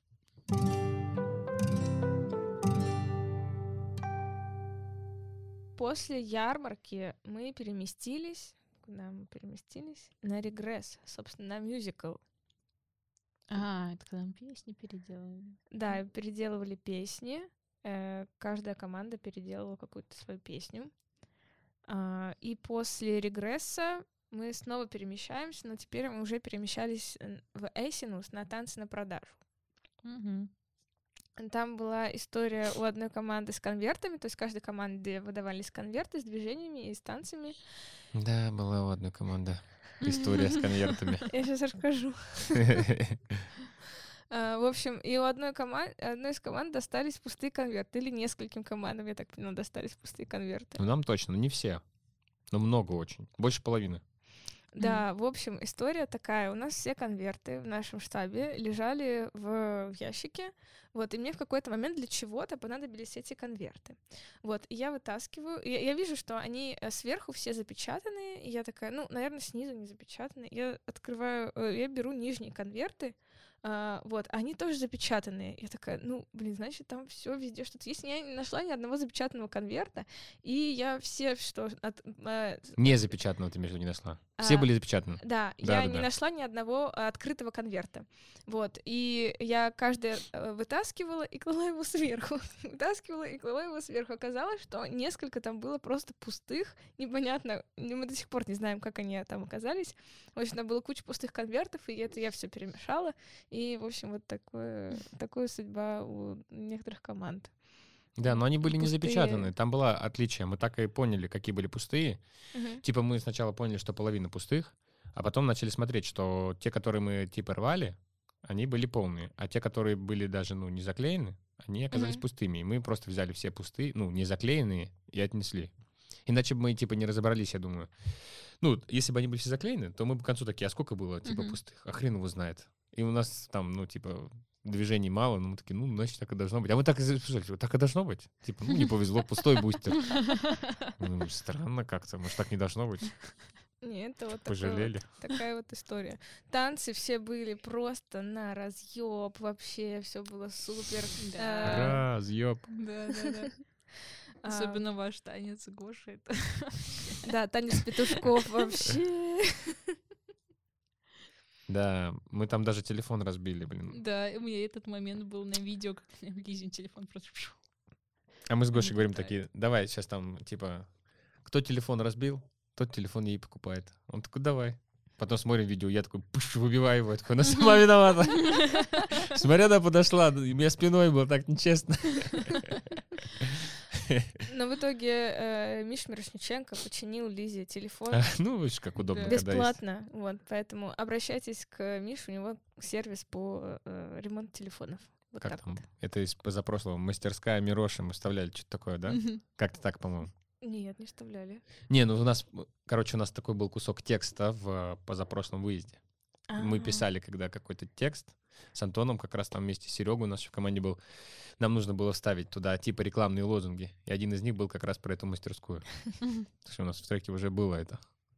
Speaker 1: После ярмарки мы переместились куда мы переместились? На регресс, собственно, на мюзикл.
Speaker 2: А, это когда мы песни переделывали.
Speaker 1: Да, переделывали песни. Э, каждая команда переделала какую-то свою песню. А, и после регресса мы снова перемещаемся, но теперь мы уже перемещались в Эсинус на танцы на продажу.
Speaker 2: Угу.
Speaker 1: Там была история у одной команды с конвертами, то есть каждой команде выдавались конверты с движениями и с танцами.
Speaker 4: Да, была у одной команды история с конвертами.
Speaker 1: Я сейчас расскажу. В общем, и у одной команды, одной из команд достались пустые конверты, или нескольким командам, я так понимаю, достались пустые конверты.
Speaker 4: Ну, нам точно, но не все. Но много очень. Больше половины.
Speaker 1: Да, mm. в общем, история такая. У нас все конверты в нашем штабе лежали в ящике, вот, и мне в какой-то момент для чего-то понадобились эти конверты. Вот, и я вытаскиваю, и я вижу, что они сверху все запечатанные, и я такая, ну, наверное, снизу не запечатаны. Я открываю, я беру нижние конверты, Uh, вот, они тоже запечатанные. Я такая, ну, блин, значит, там все везде что-то есть. Я не нашла ни одного запечатанного конверта, и я все, что... От, uh,
Speaker 4: не запечатанного ты между не нашла? Все uh, были запечатаны?
Speaker 1: Да,
Speaker 4: да
Speaker 1: я
Speaker 4: да,
Speaker 1: не
Speaker 4: да.
Speaker 1: нашла ни одного открытого конверта. Вот, и я каждый uh, вытаскивала и клала его сверху. Вытаскивала и клала его сверху. Оказалось, что несколько там было просто пустых, непонятно, мы до сих пор не знаем, как они там оказались. В общем, там было куча пустых конвертов, и это я все перемешала. И, в общем, вот такое, такая судьба у некоторых команд.
Speaker 4: Да, но они были пустые. Не запечатаны. Там было отличие. Мы так и поняли, какие были пустые. Uh-huh. Типа мы сначала поняли, что половина пустых, а потом начали смотреть, что те, которые мы типа рвали, они были полные. А те, которые были даже ну, не заклеены, они оказались uh-huh. пустыми. И мы просто взяли все пустые, ну, не заклеенные и отнесли. Иначе бы мы типа не разобрались, я думаю. Ну, если бы они были все заклеены, то мы бы к концу такие, а сколько было типа uh-huh. пустых? А хрен его знает. И у нас там, ну, типа, движений мало, но мы такие, ну, значит, так и должно быть. А мы так и слушали, так и должно быть. Типа, ну, не повезло, пустой бустер. Ну, странно как-то, может, так не должно быть.
Speaker 1: Нет, это вот
Speaker 4: пожалели.
Speaker 1: Вот, такая вот история. Танцы все были просто на разъеб, вообще все было супер.
Speaker 4: Да. Разъеб.
Speaker 2: Да, да, да. Особенно ваш танец, Гоша. Это...
Speaker 1: Да, танец петушков вообще.
Speaker 4: Да, мы там даже телефон разбили, блин.
Speaker 2: Да, у меня этот момент был на видео, как Лизин телефон просто...
Speaker 4: А мы с Гошей говорим такие, давай сейчас там, типа, кто телефон разбил, тот телефон ей покупает. Он такой, давай. Потом смотрим видео, я такой, пуш, выбиваю его. Я такой, она сама виновата. Смотря, она подошла, у меня спиной было так нечестно.
Speaker 1: Но в итоге э, Миша Мирошниченко починил Лизе телефон.
Speaker 4: А, ну, видишь, как удобно.
Speaker 1: Бесплатно. Вот, поэтому обращайтесь к Мише, у него сервис по э, ремонту телефонов. Вот
Speaker 4: как
Speaker 1: так
Speaker 4: там?
Speaker 1: Вот.
Speaker 4: Это из позапрошлого. Мастерская Мироши мы вставляли что-то такое, да? Mm-hmm. Как-то так, по-моему.
Speaker 1: Нет, не вставляли.
Speaker 4: Не, ну у нас, короче, у нас такой был кусок текста в позапрошлом выезде. А-а-а. Мы писали, когда какой-то текст с Антоном, как раз там вместе Серегу у нас в команде был. Нам нужно было вставить туда типа рекламные лозунги. И один из них был как раз про эту мастерскую. Потому что у нас в треке уже было это.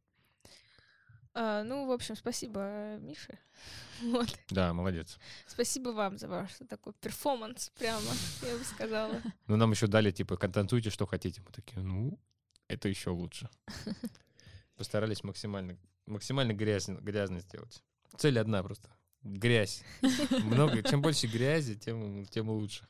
Speaker 1: А, ну, в общем, спасибо, Мише. Вот.
Speaker 4: Да, молодец.
Speaker 1: Спасибо вам за ваш такой перформанс, прямо, я бы сказала.
Speaker 4: Ну, нам еще дали, типа, контентуйте, что хотите. Мы такие, ну, это еще лучше. Постарались максимально, максимально грязно, грязно сделать. Цель одна просто. Грязь. Много. Чем больше грязи, тем, тем лучше.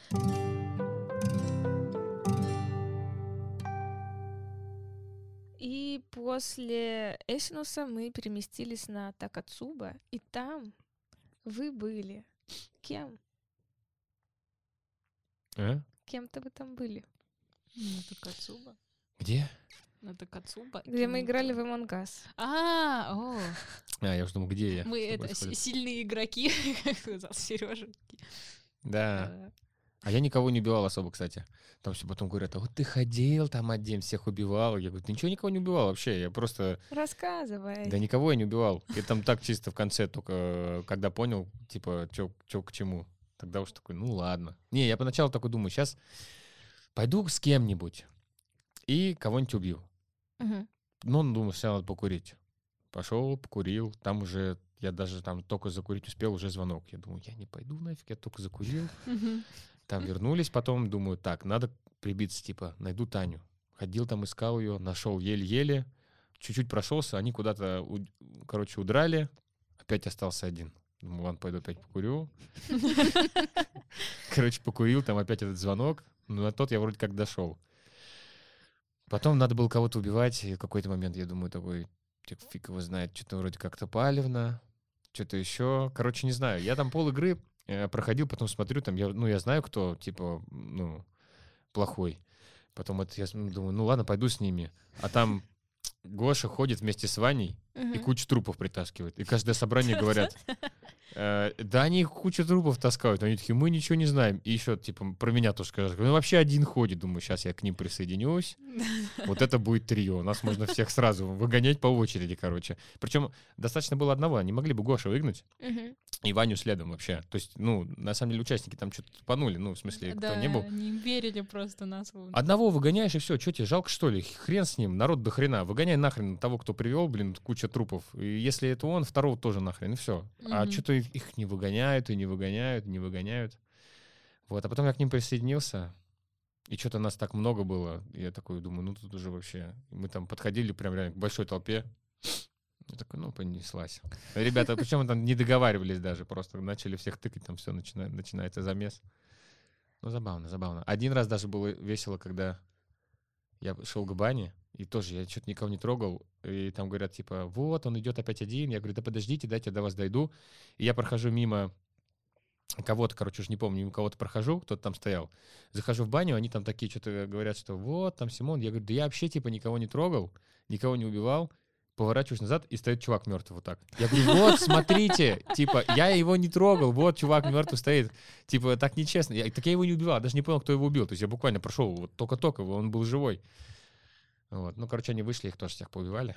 Speaker 1: И после Эсинуса мы переместились на Такацуба, и там вы были кем?
Speaker 4: А?
Speaker 1: Кем-то вы там были.
Speaker 2: На Такацуба.
Speaker 4: Где?
Speaker 2: На Такацуба.
Speaker 1: Где мы играли в Among Us.
Speaker 2: А, о.
Speaker 4: А, я уже думал, где я?
Speaker 2: Мы это сильные игроки, как сказал Сережа.
Speaker 4: Да. А я никого не убивал особо, кстати. Там все потом говорят, а вот ты ходил там один, всех убивал. Я говорю, ты ничего никого не убивал вообще, я просто...
Speaker 1: Рассказывай.
Speaker 4: Да никого я не убивал. Я там так чисто в конце только, когда понял, типа, что к чему. Тогда уж такой, ну ладно. Не, я поначалу такой думаю, сейчас пойду с кем-нибудь и кого-нибудь убью.
Speaker 1: Угу.
Speaker 4: Ну, думаю, сначала надо покурить. Пошел, покурил, там уже... Я даже там только закурить успел, уже звонок. Я думаю, я не пойду нафиг, я только закурил. Там вернулись потом, думаю, так, надо прибиться, типа, найду Таню. Ходил там, искал ее, нашел еле-еле. чуть-чуть прошелся, они куда-то, короче, удрали, опять остался один. Думаю, ладно, пойду опять покурю. Короче, покурил, там опять этот звонок. Ну, на тот я вроде как дошел. Потом надо было кого-то убивать, и в какой-то момент я думаю такой, типа, фиг его знает, что-то вроде как-то палевно, что-то еще. Короче, не знаю. Я там пол игры э, проходил, потом смотрю, там, я, ну, я знаю, кто, типа, ну, плохой. Потом это я думаю, ну, ладно, пойду с ними. А там Гоша ходит вместе с Ваней и кучу трупов притаскивает. И каждое собрание говорят, э, да они кучу трупов таскают. Они такие, мы ничего не знаем. И еще, типа, про меня тоже скажут. Ну, вообще один ходит. Думаю, сейчас я к ним присоединюсь. Вот это будет трио. Нас можно всех сразу выгонять по очереди, короче. Причем достаточно было одного. Они могли бы Гошу выгнать и Ваню следом вообще. То есть, ну, на самом деле, участники там что-то тупанули. Ну, в смысле, кто не был.
Speaker 2: Да, они верили просто нас.
Speaker 4: Одного выгоняешь, и все. Что тебе, жалко, что ли? Хрен с ним, народ до хрена. Выгоняй нахрен того, кто привел, блин, куча трупов. И если это он, второго тоже нахрен, и все. Mm-hmm. А что-то их, их не выгоняют, и не выгоняют, и не выгоняют. Вот, а потом я к ним присоединился, и что-то нас так много было. И я такой думаю, ну тут уже вообще... Мы там подходили прям реально к большой толпе. Я такой, ну, понеслась. Ребята, причем там не договаривались даже, просто начали всех тыкать, там все начинает, начинается замес. Ну, забавно, забавно. Один раз даже было весело, когда я шел к бане, и тоже я что-то никого не трогал, и там говорят, типа, вот, он идет опять один. Я говорю, да подождите, дайте я до вас дойду. И я прохожу мимо кого-то, короче, уже не помню, мимо кого-то прохожу, кто-то там стоял. Захожу в баню, они там такие что-то говорят, что вот, там Симон. Я говорю, да я вообще, типа, никого не трогал, никого не убивал. Поворачиваюсь назад, и стоит чувак мертвый вот так. Я говорю, вот, смотрите, типа, я его не трогал, вот чувак мертвый стоит. Типа, так нечестно. Я, так я его не убивал, даже не понял, кто его убил. То есть я буквально прошел, вот только-только, он был живой. Вот. Ну, короче, они вышли, их тоже всех поубивали.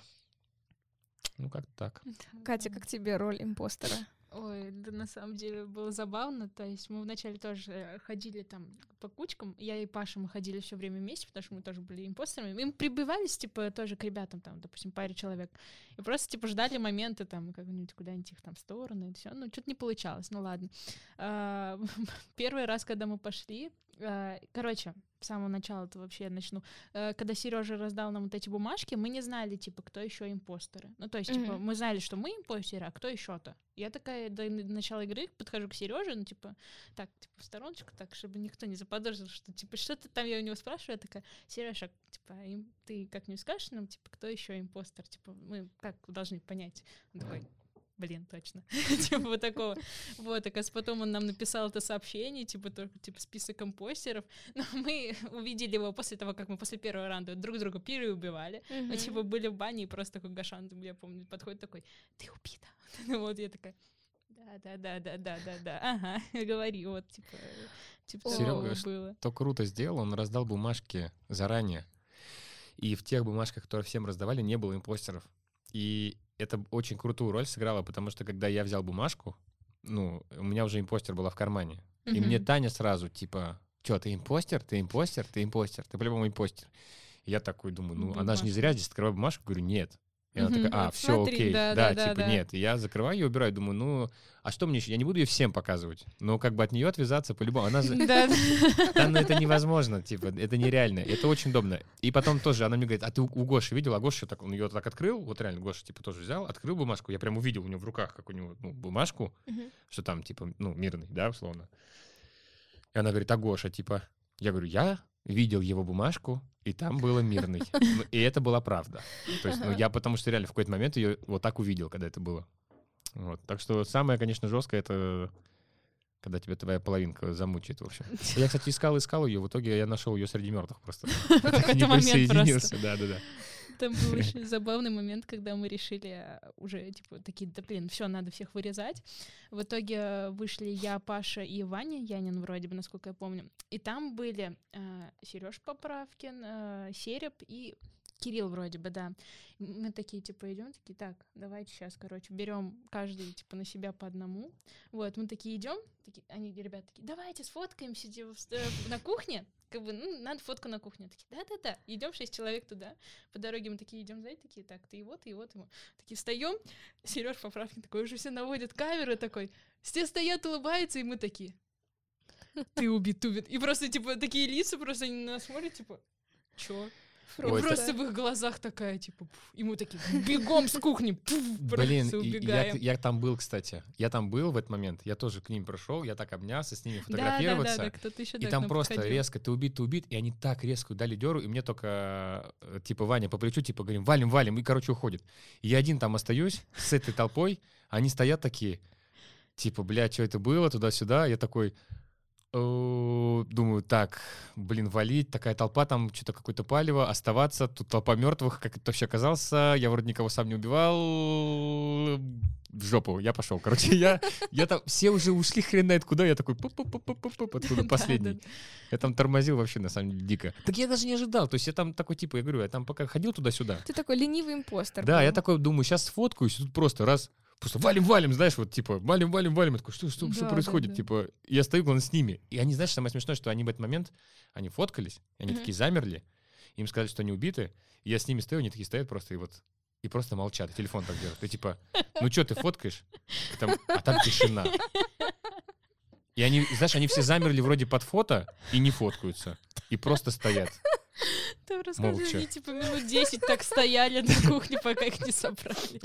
Speaker 4: Ну, как-то так.
Speaker 1: Катя, как тебе роль импостера?
Speaker 2: Ой, да на самом деле было забавно. То есть мы вначале тоже ходили там по кучкам. Я и Паша, мы ходили все время вместе, потому что мы тоже были импостерами. Мы прибывались, типа, тоже к ребятам, там, допустим, паре человек. И просто, типа, ждали моменты, там, как-нибудь куда-нибудь их там в сторону, и все. Ну, что-то не получалось, ну ладно. А, первый раз, когда мы пошли, а, короче, с самого начала это вообще начну. А, когда Сережа раздал нам вот эти бумажки, мы не знали, типа, кто еще импостеры. Ну, то есть, mm-hmm. типа, мы знали, что мы импостеры, а кто еще-то. Я такая до начала игры подхожу к Сереже, ну, типа, так, типа, в стороночку, так, чтобы никто не заподозрил, что, типа, что-то там я у него спрашиваю, я такая, Сережа, типа, им, ты как-нибудь скажешь нам, типа, кто еще импостер? Типа, мы как должны понять? Он такой, блин, точно. Типа, вот такого. Вот, так потом он нам написал это сообщение, типа, только, типа, список импостеров. Но мы увидели его после того, как мы после первого раунда друг друга переубивали. Мы, типа, были в бане, и просто такой Гашан, я помню, подходит такой, ты убита. Вот, я такая, да-да-да-да-да-да-да, ага, говори, вот, типа, типа
Speaker 4: Серега, что круто сделал, он раздал бумажки заранее, и в тех бумажках, которые всем раздавали, не было импостеров. И это очень крутую роль сыграло, потому что, когда я взял бумажку, ну, у меня уже импостер была в кармане, mm-hmm. и мне Таня сразу, типа, что, ты импостер, ты импостер, ты импостер, ты по-любому импостер. И я такой думаю, ну, Бумажка. Она же не зря здесь открывает бумажку, говорю, нет. И она такая, а, все,
Speaker 1: Смотри,
Speaker 4: окей,
Speaker 1: да,
Speaker 4: да,
Speaker 1: да, да,
Speaker 4: типа,
Speaker 1: да.
Speaker 4: нет. И я закрываю ее, убираю, думаю, ну, а что мне еще? Я не буду ее всем показывать, но как бы от нее отвязаться по-любому. Она же... Да, ну это невозможно, типа, это нереально, это очень удобно. И потом тоже она мне говорит, а ты у Гоши видел? А Гоша так, он ее так открыл, вот реально, Гоша, типа, тоже взял, открыл бумажку, я прям увидел у него в руках, как у него, ну, бумажку, что там, типа, ну, мирный, да, условно. И она говорит, а Гоша, типа, я говорю, я видел его бумажку, и там было мирный. И это была правда. То есть, ну, я потому что реально в какой-то момент ее вот так увидел, когда это было. Вот. Так что самое, конечно, жесткое, это когда тебя твоя половинка замучает, в общем. Я, кстати, искал, искал ее, в итоге я нашел ее среди мертвых просто. Не присоединился, да-да-да.
Speaker 2: Там был очень забавный момент, когда мы решили уже, типа, такие, да блин, все, надо всех вырезать. В итоге вышли я, Паша и Ваня Янин, вроде бы, насколько я помню. И там были э, Сереж Поправкин, э, Сереб и Кирилл вроде бы, да. Мы такие, типа, идем, такие, так, давайте сейчас, короче, берем каждый, типа, на себя по одному. Вот, мы такие идем, такие, они, ребята, такие, давайте сфоткаемся типа, на кухне. Как бы, ну, надо фотку на кухне. Такие, да-да-да, идем шесть человек туда. По дороге мы такие идем, знаете, такие, так, ты и вот, и вот ему. Такие встаем, Сереж Поправкин такой уже все наводит камеры, такой, все стоят, улыбаются, и мы такие, ты убит, убит. И просто, типа, такие лица, просто они на нас смотрят, типа, чё? Ой, просто в их глазах такая, типа, пф, ему такие, бегом с кухни, пф,
Speaker 4: Блин,
Speaker 2: убегаем.
Speaker 4: Я, я там был, кстати. Я там был в этот момент, я тоже к ним пришел, я так обнялся, с ними фотографироваться.
Speaker 2: Да, да, да, кто-то еще
Speaker 4: и там просто подходил. Резко, ты убит, ты убит, и они так резко дали дёру, и мне только, типа, Ваня по плечу, типа, говорим, валим, валим, и, короче, уходит. И я один там остаюсь с этой толпой, они стоят такие, типа, блядь, что это было, туда-сюда, я такой... Думаю, так, блин, валить, такая толпа, там что-то какое-то палево, оставаться, тут толпа мертвых, как это вообще оказался, я вроде никого сам не убивал, в жопу, я пошел, короче, я, я там, все уже ушли хрен знает куда, я такой, пуп-пуп-пуп-пуп-пуп, откуда последний, я там тормозил вообще, на самом деле, дико. Так я даже не ожидал, то есть я там такой, типа, я говорю, я там пока ходил туда-сюда.
Speaker 1: Ты такой ленивый импостер.
Speaker 4: Да, я такой думаю, сейчас сфоткаюсь, тут просто раз... Просто валим-валим, знаешь, вот, типа, валим-валим-валим. Я такой, что, что, да, что происходит? Да, да. Типа, я стою, главное, с ними. И они, знаешь, самое смешное, что они в этот момент, они фоткались, они mm-hmm. такие замерли, им сказали, что они убиты. И я с ними стою, они такие стоят просто и вот, и просто молчат, и телефон так держат. И типа, ну что ты фоткаешь? Там, а там тишина. И они, знаешь, они все замерли вроде под фото и не фоткаются. И просто стоят.
Speaker 2: Там рассказывали, они типа минут десять так стояли на кухне, пока их не собрали.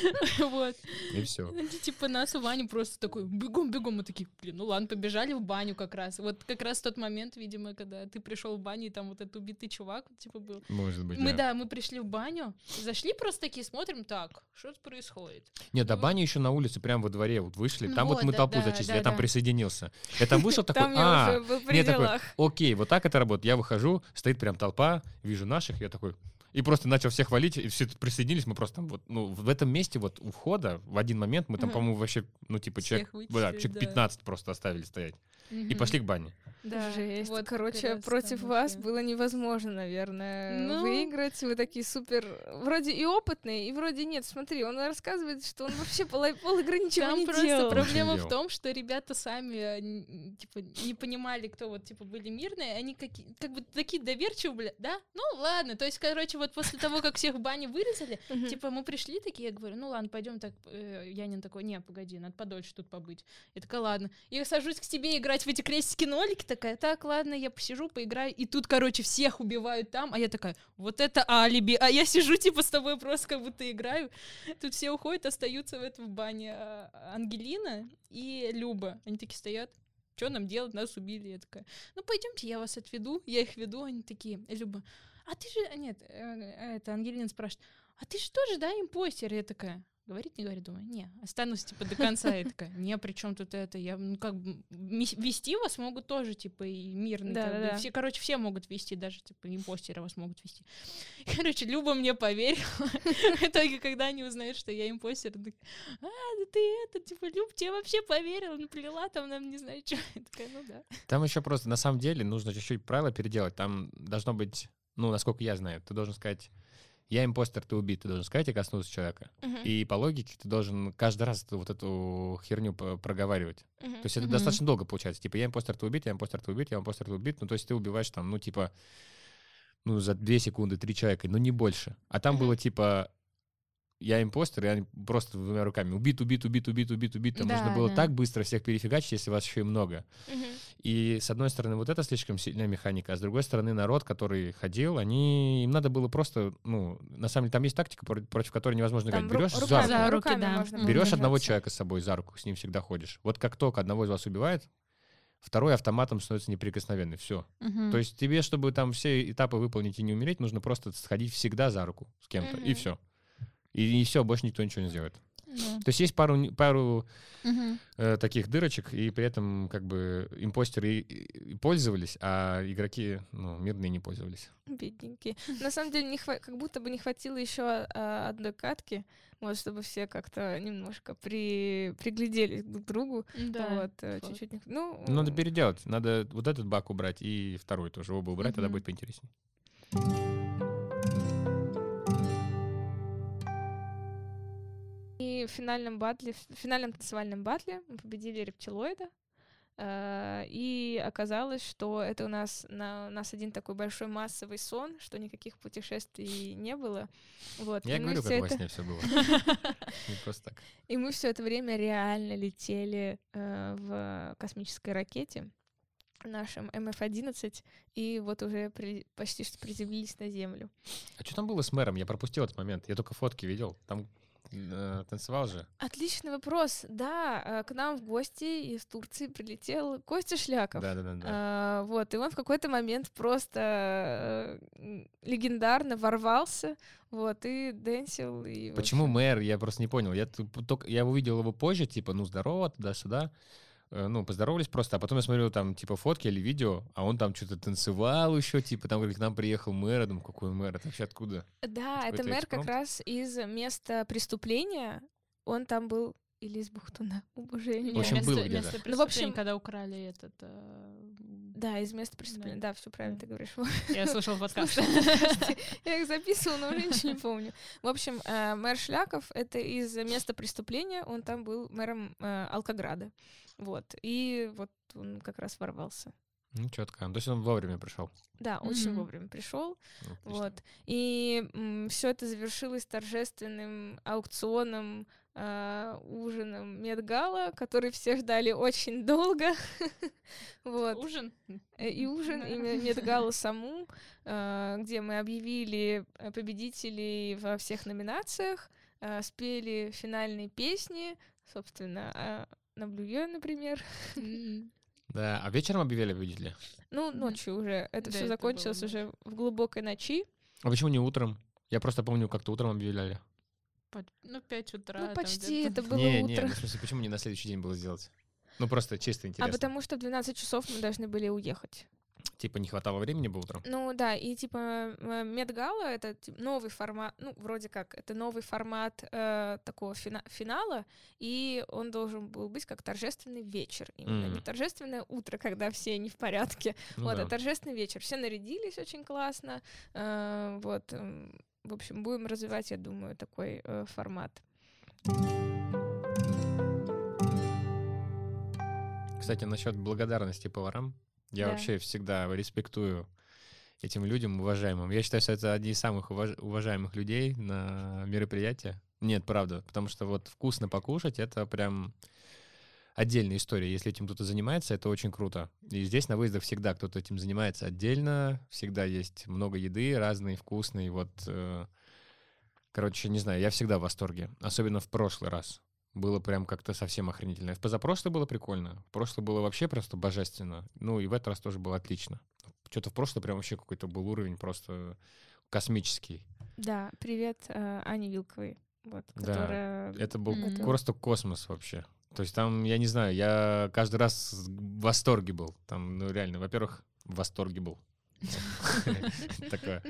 Speaker 2: Вот.
Speaker 4: И все.
Speaker 2: Они типа нас и Ваню просто такой, бегом, бегом. Мы такие, блин, ну ладно, побежали в баню как раз. Вот как раз тот момент, видимо, когда ты пришел в баню, и там вот этот убитый чувак типа был.
Speaker 4: Может быть,
Speaker 2: мы,
Speaker 4: да.
Speaker 2: да, мы пришли в баню, зашли просто такие, смотрим, так, что происходит?
Speaker 4: Нет, до бани еще на улице, прямо во дворе вот вышли. Там вот мы толпу зачистили, я там присоединился. Я там вышел такой, а, нет, такой, окей, вот так это работает. Я выхожу, стоит прям толпа, вижу наших, я такой... И просто начал всех валить, и все тут присоединились, мы просто там вот, ну, в этом месте вот у входа в один момент мы там, uh-huh. по-моему, вообще, ну, типа, человек, да, человек да. пятнадцать просто оставили стоять. Uh-huh. И пошли к бане.
Speaker 1: Да, жесть. Вот, короче, против вас вообще. Было невозможно, наверное, ну... выиграть. Вы такие супер, вроде и опытные, и вроде нет. Смотри, он рассказывает, что он вообще пол игры ничего
Speaker 2: там
Speaker 1: не
Speaker 2: просто
Speaker 1: делал.
Speaker 2: Проблема в том, что ребята сами, типа, не понимали, кто вот, типа, были мирные, они какие, как бы такие доверчивые, да? Ну, ладно, то есть, короче, вот после того, как всех в бане вырезали, типа, мы пришли такие, я говорю, ну, ладно, пойдем так, Янин такой, не, погоди, надо подольше тут побыть. Я такая, ладно. Я сажусь к тебе играть в эти крестики-нолики, такая, так, ладно, я посижу, поиграю, и тут, короче, всех убивают там, а я такая, вот это алиби, а я сижу, типа, с тобой просто как будто играю, тут все уходят, остаются в этом в бане Ангелина и Люба, они такие стоят, что нам делать, нас убили, я такая, ну, пойдемте, я вас отведу, я их веду, они такие, Люба, а ты же, нет, это Ангелина спрашивает, а ты же тоже, да, импостер, я такая, говорит, не говорит, думаю, не, останусь, типа, до конца. Я такая, не, при чем тут это? Я, ну, как бы, вести вас могут тоже, типа, и мирно.
Speaker 1: Да, да, да.
Speaker 2: Все, короче, все могут вести, даже, типа, импостеры вас могут вести. Короче, Люба мне поверила. В итоге, когда они узнают, что я импостер, она такая, а, да ты это, типа, Люб, тебе вообще поверила, наплела там нам, не знаю, что. Я такая, ну да.
Speaker 4: Там еще просто, на самом деле, нужно чуть-чуть правила переделать. Там должно быть, ну, насколько я знаю, ты должен сказать, я импостер, ты убит, ты должен сказать и коснуться человека. Uh-huh. И по логике ты должен каждый раз вот эту херню проговаривать. Uh-huh. То есть это uh-huh. достаточно долго получается. Типа, я импостер, ты убит, я импостер, ты убит, я импостер, ты убит. Ну, то есть ты убиваешь там, ну, типа, ну, за две секунды три человека, но не больше. А там uh-huh. было, типа, я импостер, и они просто двумя руками убит, убит, убит, убит, убит, убит. Там да, нужно было да. так быстро всех перефигачить, если вас еще и много. Uh-huh. И с одной стороны, вот это слишком сильная механика, а с другой стороны, народ, который ходил, они, им надо было просто, ну, на самом деле, там есть тактика, против которой невозможно там играть. Берешь ру- за руку,
Speaker 2: за руки, да.
Speaker 4: берешь одного человека с собой за руку, с ним всегда ходишь. Вот как только одного из вас убивает, второй автоматом становится неприкосновенный. Все. Uh-huh. То есть тебе, чтобы там все этапы выполнить и не умереть, нужно просто сходить всегда за руку с кем-то, uh-huh. и все. И, и все, больше никто ничего не сделает. Yeah. То есть есть пару, пару uh-huh. э, таких дырочек, и при этом как бы импостеры и, и пользовались, а игроки, ну, мирные не пользовались.
Speaker 1: Бедненькие. На самом деле, не хва- как будто бы не хватило еще а, одной катки, вот, чтобы все как-то немножко при... пригляделись друг к другу.
Speaker 2: Да.
Speaker 1: Вот, чуть-чуть. Не... Ну,
Speaker 4: надо переделать. Надо вот этот баг убрать и второй тоже. Оба убрать, uh-huh. тогда будет поинтереснее.
Speaker 1: И в финальном батле, в финальном танцевальном батле мы победили рептилоида, э, и оказалось, что это у нас, на, у нас один такой большой массовый сон, что никаких путешествий не было. Вот.
Speaker 4: Я
Speaker 1: и
Speaker 4: говорю, как
Speaker 1: это...
Speaker 4: во сне все было. Не просто так.
Speaker 1: И мы все это время реально летели в космической ракете. нашем эм эф одиннадцать, и вот уже при, почти что приземлились на землю.
Speaker 4: А что там было с мэром? Я пропустил этот момент. Я только фотки видел. Там э, танцевал же.
Speaker 1: Отличный вопрос. Да, к нам в гости из Турции прилетел Костя Шляков.
Speaker 4: Да, да, да, да.
Speaker 1: А, вот, и он в какой-то момент просто э, легендарно ворвался, вот, и дэнсил. И,
Speaker 4: Почему мэр? Я просто не понял. Я, только, я увидел его позже, типа, ну, здорово, туда-сюда. Ну, поздоровались просто, а потом я смотрю там, типа, фотки или видео, а он там что-то танцевал еще, типа, там, говорит, к нам приехал мэр, я думаю, какой мэр, это вообще откуда?
Speaker 1: Да, это, это мэр экспромт? Как раз из места преступления, он там был, или из Бухтуна, о боже, я не
Speaker 2: В общем, было где-то. Ну, в общем, когда украли этот... Э...
Speaker 1: Да, из места преступления, да, да все правильно да. ты говоришь.
Speaker 2: Я слышала подкаст.
Speaker 1: Я их записывала, но уже ничего не помню. В общем, мэр Шляков — это из места преступления, он там был мэром Алкограда. Вот, и вот он как раз ворвался.
Speaker 4: Ну, четко. То есть он вовремя пришел.
Speaker 1: Да, очень mm-hmm. вовремя пришел. Ну, вот. И м, все это завершилось торжественным аукционом, э, ужином Мет-Гала, который все ждали очень долго. Вот.
Speaker 2: Ужин?
Speaker 1: И ужин, и Мет-Галу саму, э, где мы объявили победителей во всех номинациях, э, спели финальные песни, собственно, на Блюе, например.
Speaker 2: Mm-hmm.
Speaker 4: Да, а вечером объявили победителя?
Speaker 1: Ну, ночью mm-hmm. уже. Это да, все закончилось уже в глубокой ночи.
Speaker 4: А почему не утром? Я просто помню, как-то утром объявляли.
Speaker 2: Ну, пять утра.
Speaker 1: Ну, почти это было
Speaker 4: не,
Speaker 1: утро.
Speaker 4: Не, в смысле, почему не на следующий день было сделать? Ну, просто чисто интересно.
Speaker 1: А потому что в двенадцать часов мы должны были уехать.
Speaker 4: Типа не хватало времени было утром?
Speaker 1: Ну да, и типа Мет-Гала — это типа, новый формат, ну вроде как, это новый формат э, такого фина- финала, и он должен был быть как торжественный вечер. Именно mm. не торжественное утро, когда все не в порядке, ну, вот, да. а торжественный вечер. Все нарядились очень классно, э, вот, э, в общем, будем развивать, я думаю, такой э, формат.
Speaker 4: Кстати, насчет благодарности поварам. Я да. вообще всегда респектую этим людям, уважаемым. Я считаю, что это одни из самых уваж... уважаемых людей на мероприятии. Нет, правда, потому что вот вкусно покушать — это прям отдельная история. Если этим кто-то занимается, это очень круто. И здесь на выездах всегда кто-то этим занимается отдельно, всегда есть много еды, разной, вкусной. Вот, э... короче, не знаю, я всегда в восторге, особенно в прошлый раз. Было прям как-то совсем охренительно. В позапрошлое было прикольно. В прошлое было вообще просто божественно. Ну и в этот раз тоже было отлично. Что-то в прошлое прям вообще какой-то был уровень просто космический.
Speaker 1: Да, привет э, Ане Вилковой. Вот,
Speaker 4: да,
Speaker 1: которая...
Speaker 4: это был mm-hmm. просто космос вообще. То есть там, я не знаю, я каждый раз в восторге был. Там, ну реально, во-первых, в восторге был. Такое.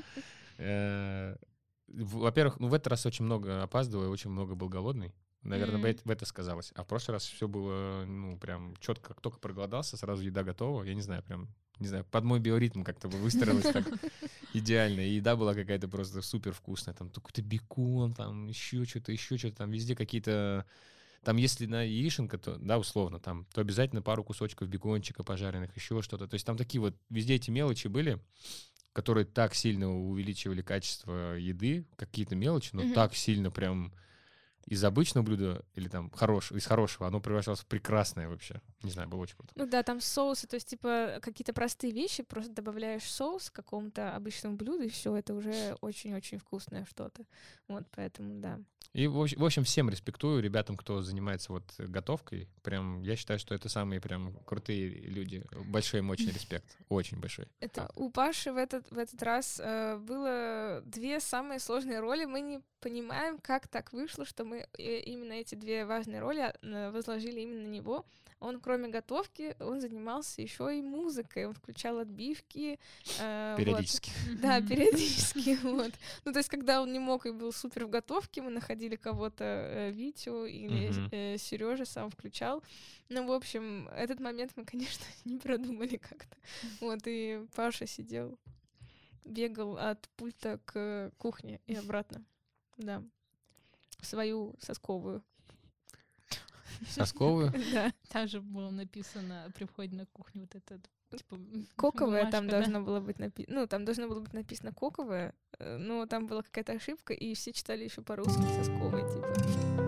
Speaker 4: Во-первых, ну в этот раз очень много опаздывал и очень много был голодный. Наверное, mm-hmm. в это сказалось. А в прошлый раз все было, ну, прям четко, как только проголодался, сразу еда готова. Я не знаю, прям, не знаю, под мой биоритм как-то выстроилось так идеально. И еда была какая-то просто супер вкусная. Там какой-то бекон, там еще что-то, еще что-то. Там везде какие-то... Там если на яишенка, то, да, условно, там, то обязательно пару кусочков бекончика пожаренных, еще что-то. То есть там такие вот, везде эти мелочи были, которые так сильно увеличивали качество еды, какие-то мелочи, но mm-hmm. так сильно прям... из обычного блюда или там хорош, из хорошего, оно превращалось в прекрасное вообще. Не знаю, было очень круто.
Speaker 1: Ну да, там соусы, то есть типа какие-то простые вещи, просто добавляешь соус к какому-то обычному блюду, и все, это уже очень-очень вкусное что-то. Вот, поэтому да.
Speaker 4: И, в общем, всем респектую ребятам, кто занимается вот готовкой. Прям, я считаю, что это самые прям крутые люди. Большой им очень респект. Очень большой.
Speaker 1: Это у Паши в этот, в этот раз э, было две самые сложные роли. Мы не понимаем, как так вышло, что мы именно эти две важные роли возложили именно на него. Он, кроме готовки, он занимался еще и музыкой. Он включал отбивки. Э,
Speaker 4: периодически.
Speaker 1: Вот. Да, периодически. Вот. Ну, то есть, когда он не мог и был супер в готовке, мы находили кого-то, э, Витю или uh-huh. э, Сережа сам включал. Ну, в общем, этот момент мы, конечно, не продумали как-то. Вот, и Паша сидел, бегал от пульта к кухне и обратно. Да. Свою сосковую.
Speaker 4: Сосковую?
Speaker 1: Да.
Speaker 2: Там же было написано при входе на кухню вот это. Типа,
Speaker 1: коковая
Speaker 2: бумажка,
Speaker 1: там
Speaker 2: да?
Speaker 1: должно было быть написано. Ну, там должно было быть написано коковая, но там была какая-то ошибка, и все читали еще по-русски сосковая, типа.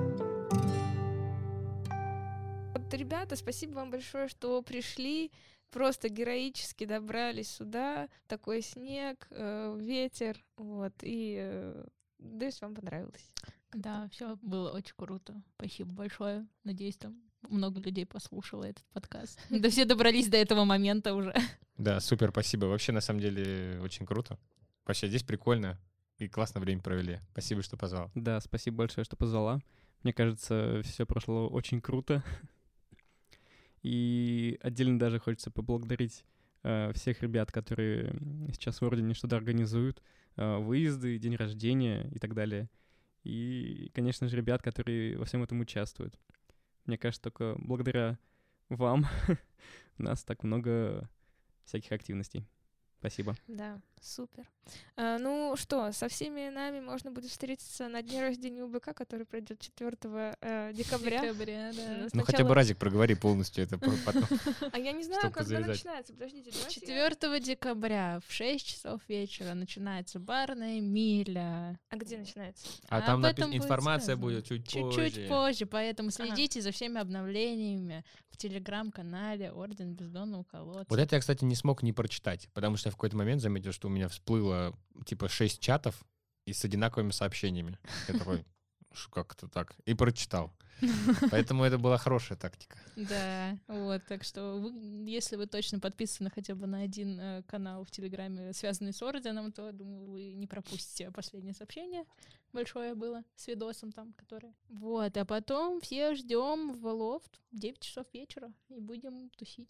Speaker 1: Вот, ребята, спасибо вам большое, что пришли. просто героически добрались сюда, такой снег, э, ветер, вот, и э, надеюсь, вам понравилось.
Speaker 2: Да, все было очень круто. Спасибо большое. Надеюсь, там много людей послушало этот подкаст. Да все добрались до этого момента уже.
Speaker 4: Да, супер, спасибо. Вообще, на самом деле, очень круто. Вообще, здесь прикольно и классно время провели. Спасибо, что позвал.
Speaker 3: Да, спасибо большое, что позвала. Мне кажется, все прошло очень круто. И отдельно даже хочется поблагодарить э, всех ребят, которые сейчас в Ордене что-то организуют, э, выезды, день рождения и так далее. И, конечно же, ребят, которые во всем этом участвуют. Мне кажется, только благодаря вам у нас так много всяких активностей. Спасибо.
Speaker 1: Да, супер. А, ну что, со всеми нами можно будет встретиться на дне рождения УБК, который пройдет четвёртого э, декабря.
Speaker 2: Декабря, да.
Speaker 1: Ну,
Speaker 4: Ну хотя бы разик проговори полностью это потом.
Speaker 1: А я не знаю,
Speaker 4: Чтобы
Speaker 1: когда
Speaker 4: завязать.
Speaker 1: начинается. Подождите, давайте я-
Speaker 2: четвёртого декабря в шесть часов вечера начинается барная миля.
Speaker 1: А где начинается?
Speaker 4: А
Speaker 2: А
Speaker 4: там
Speaker 2: об этом
Speaker 4: напи-
Speaker 2: будет
Speaker 4: информация
Speaker 2: сказано.
Speaker 4: будет чуть
Speaker 2: Чуть-чуть
Speaker 4: позже.
Speaker 2: позже, поэтому следите за всеми обновлениями в телеграм-канале Орден Бездонного колодца.
Speaker 4: Вот это я, кстати, не смог не прочитать, потому что я в какой-то момент заметил, что у меня всплыло типа шесть чатов и с одинаковыми сообщениями. Я такой, что как это так? И прочитал. Поэтому это была хорошая тактика.
Speaker 2: Да, вот, так что вы, если вы точно подписаны хотя бы на один э, канал в Телеграме, связанный с Орденом, то, думаю, вы не пропустите последнее сообщение. Большое было с видосом там, которое. Вот, а потом все ждем в лофт в девять часов вечера и будем тусить.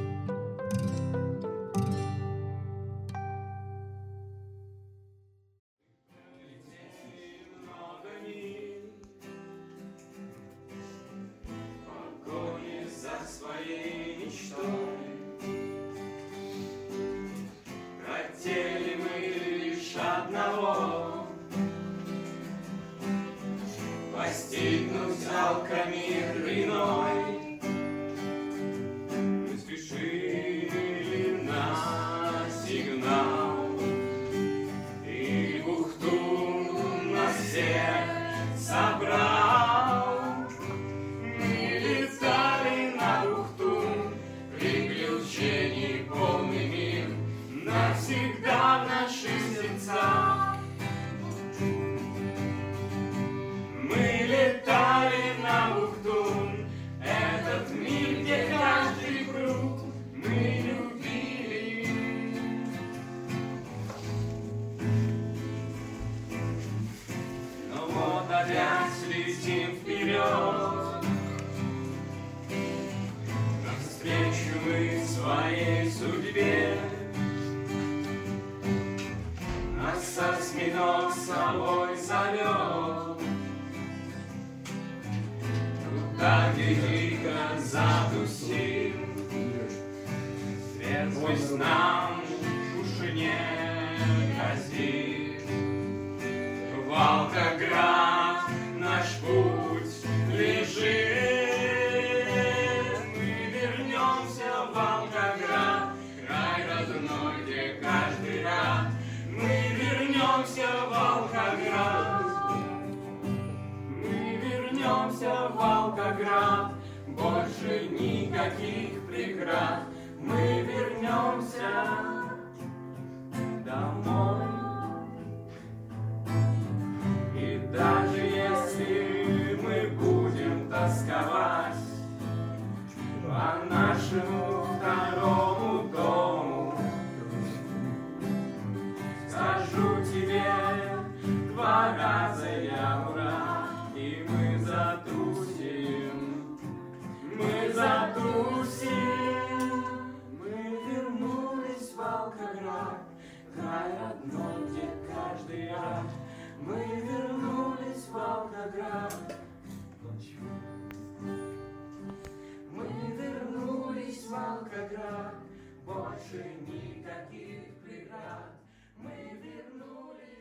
Speaker 12: Хотели мы лишь одного — постигнуть алкомир иной. Мы спешили на сигнал, и Бухтун нас всех собрал. Мы летали на Бухтун, приключений полный мир, навсегда в наших сердцах. Мы летали на Бухтун, этот мир, где каждый круг мы любили. Но вот опять летим вперед, навстречу мы своей судьбе. Нас осьминог с собой зовет, туда, где дико затусим. Свет пусть нам уши не грозит. Волгоград наш путь лежит. Мы вернемся в Волгоград, край родной, где каждый рад. Мы вернемся в Волгоград. Мы вернемся в Волгоград. Больше никаких преград. Мы вернемся домой. И даже если мы будем тосковать по нашему второму дому, скажу тебе два раза я ура, и мы затрусим, мы затрусим. Мы вернулись в Волгоград, край родной, где каждый рад. Мы вернулись в Волгоград. Мы вернулись в Волгоград, больше никаких преград. Мы вернулись.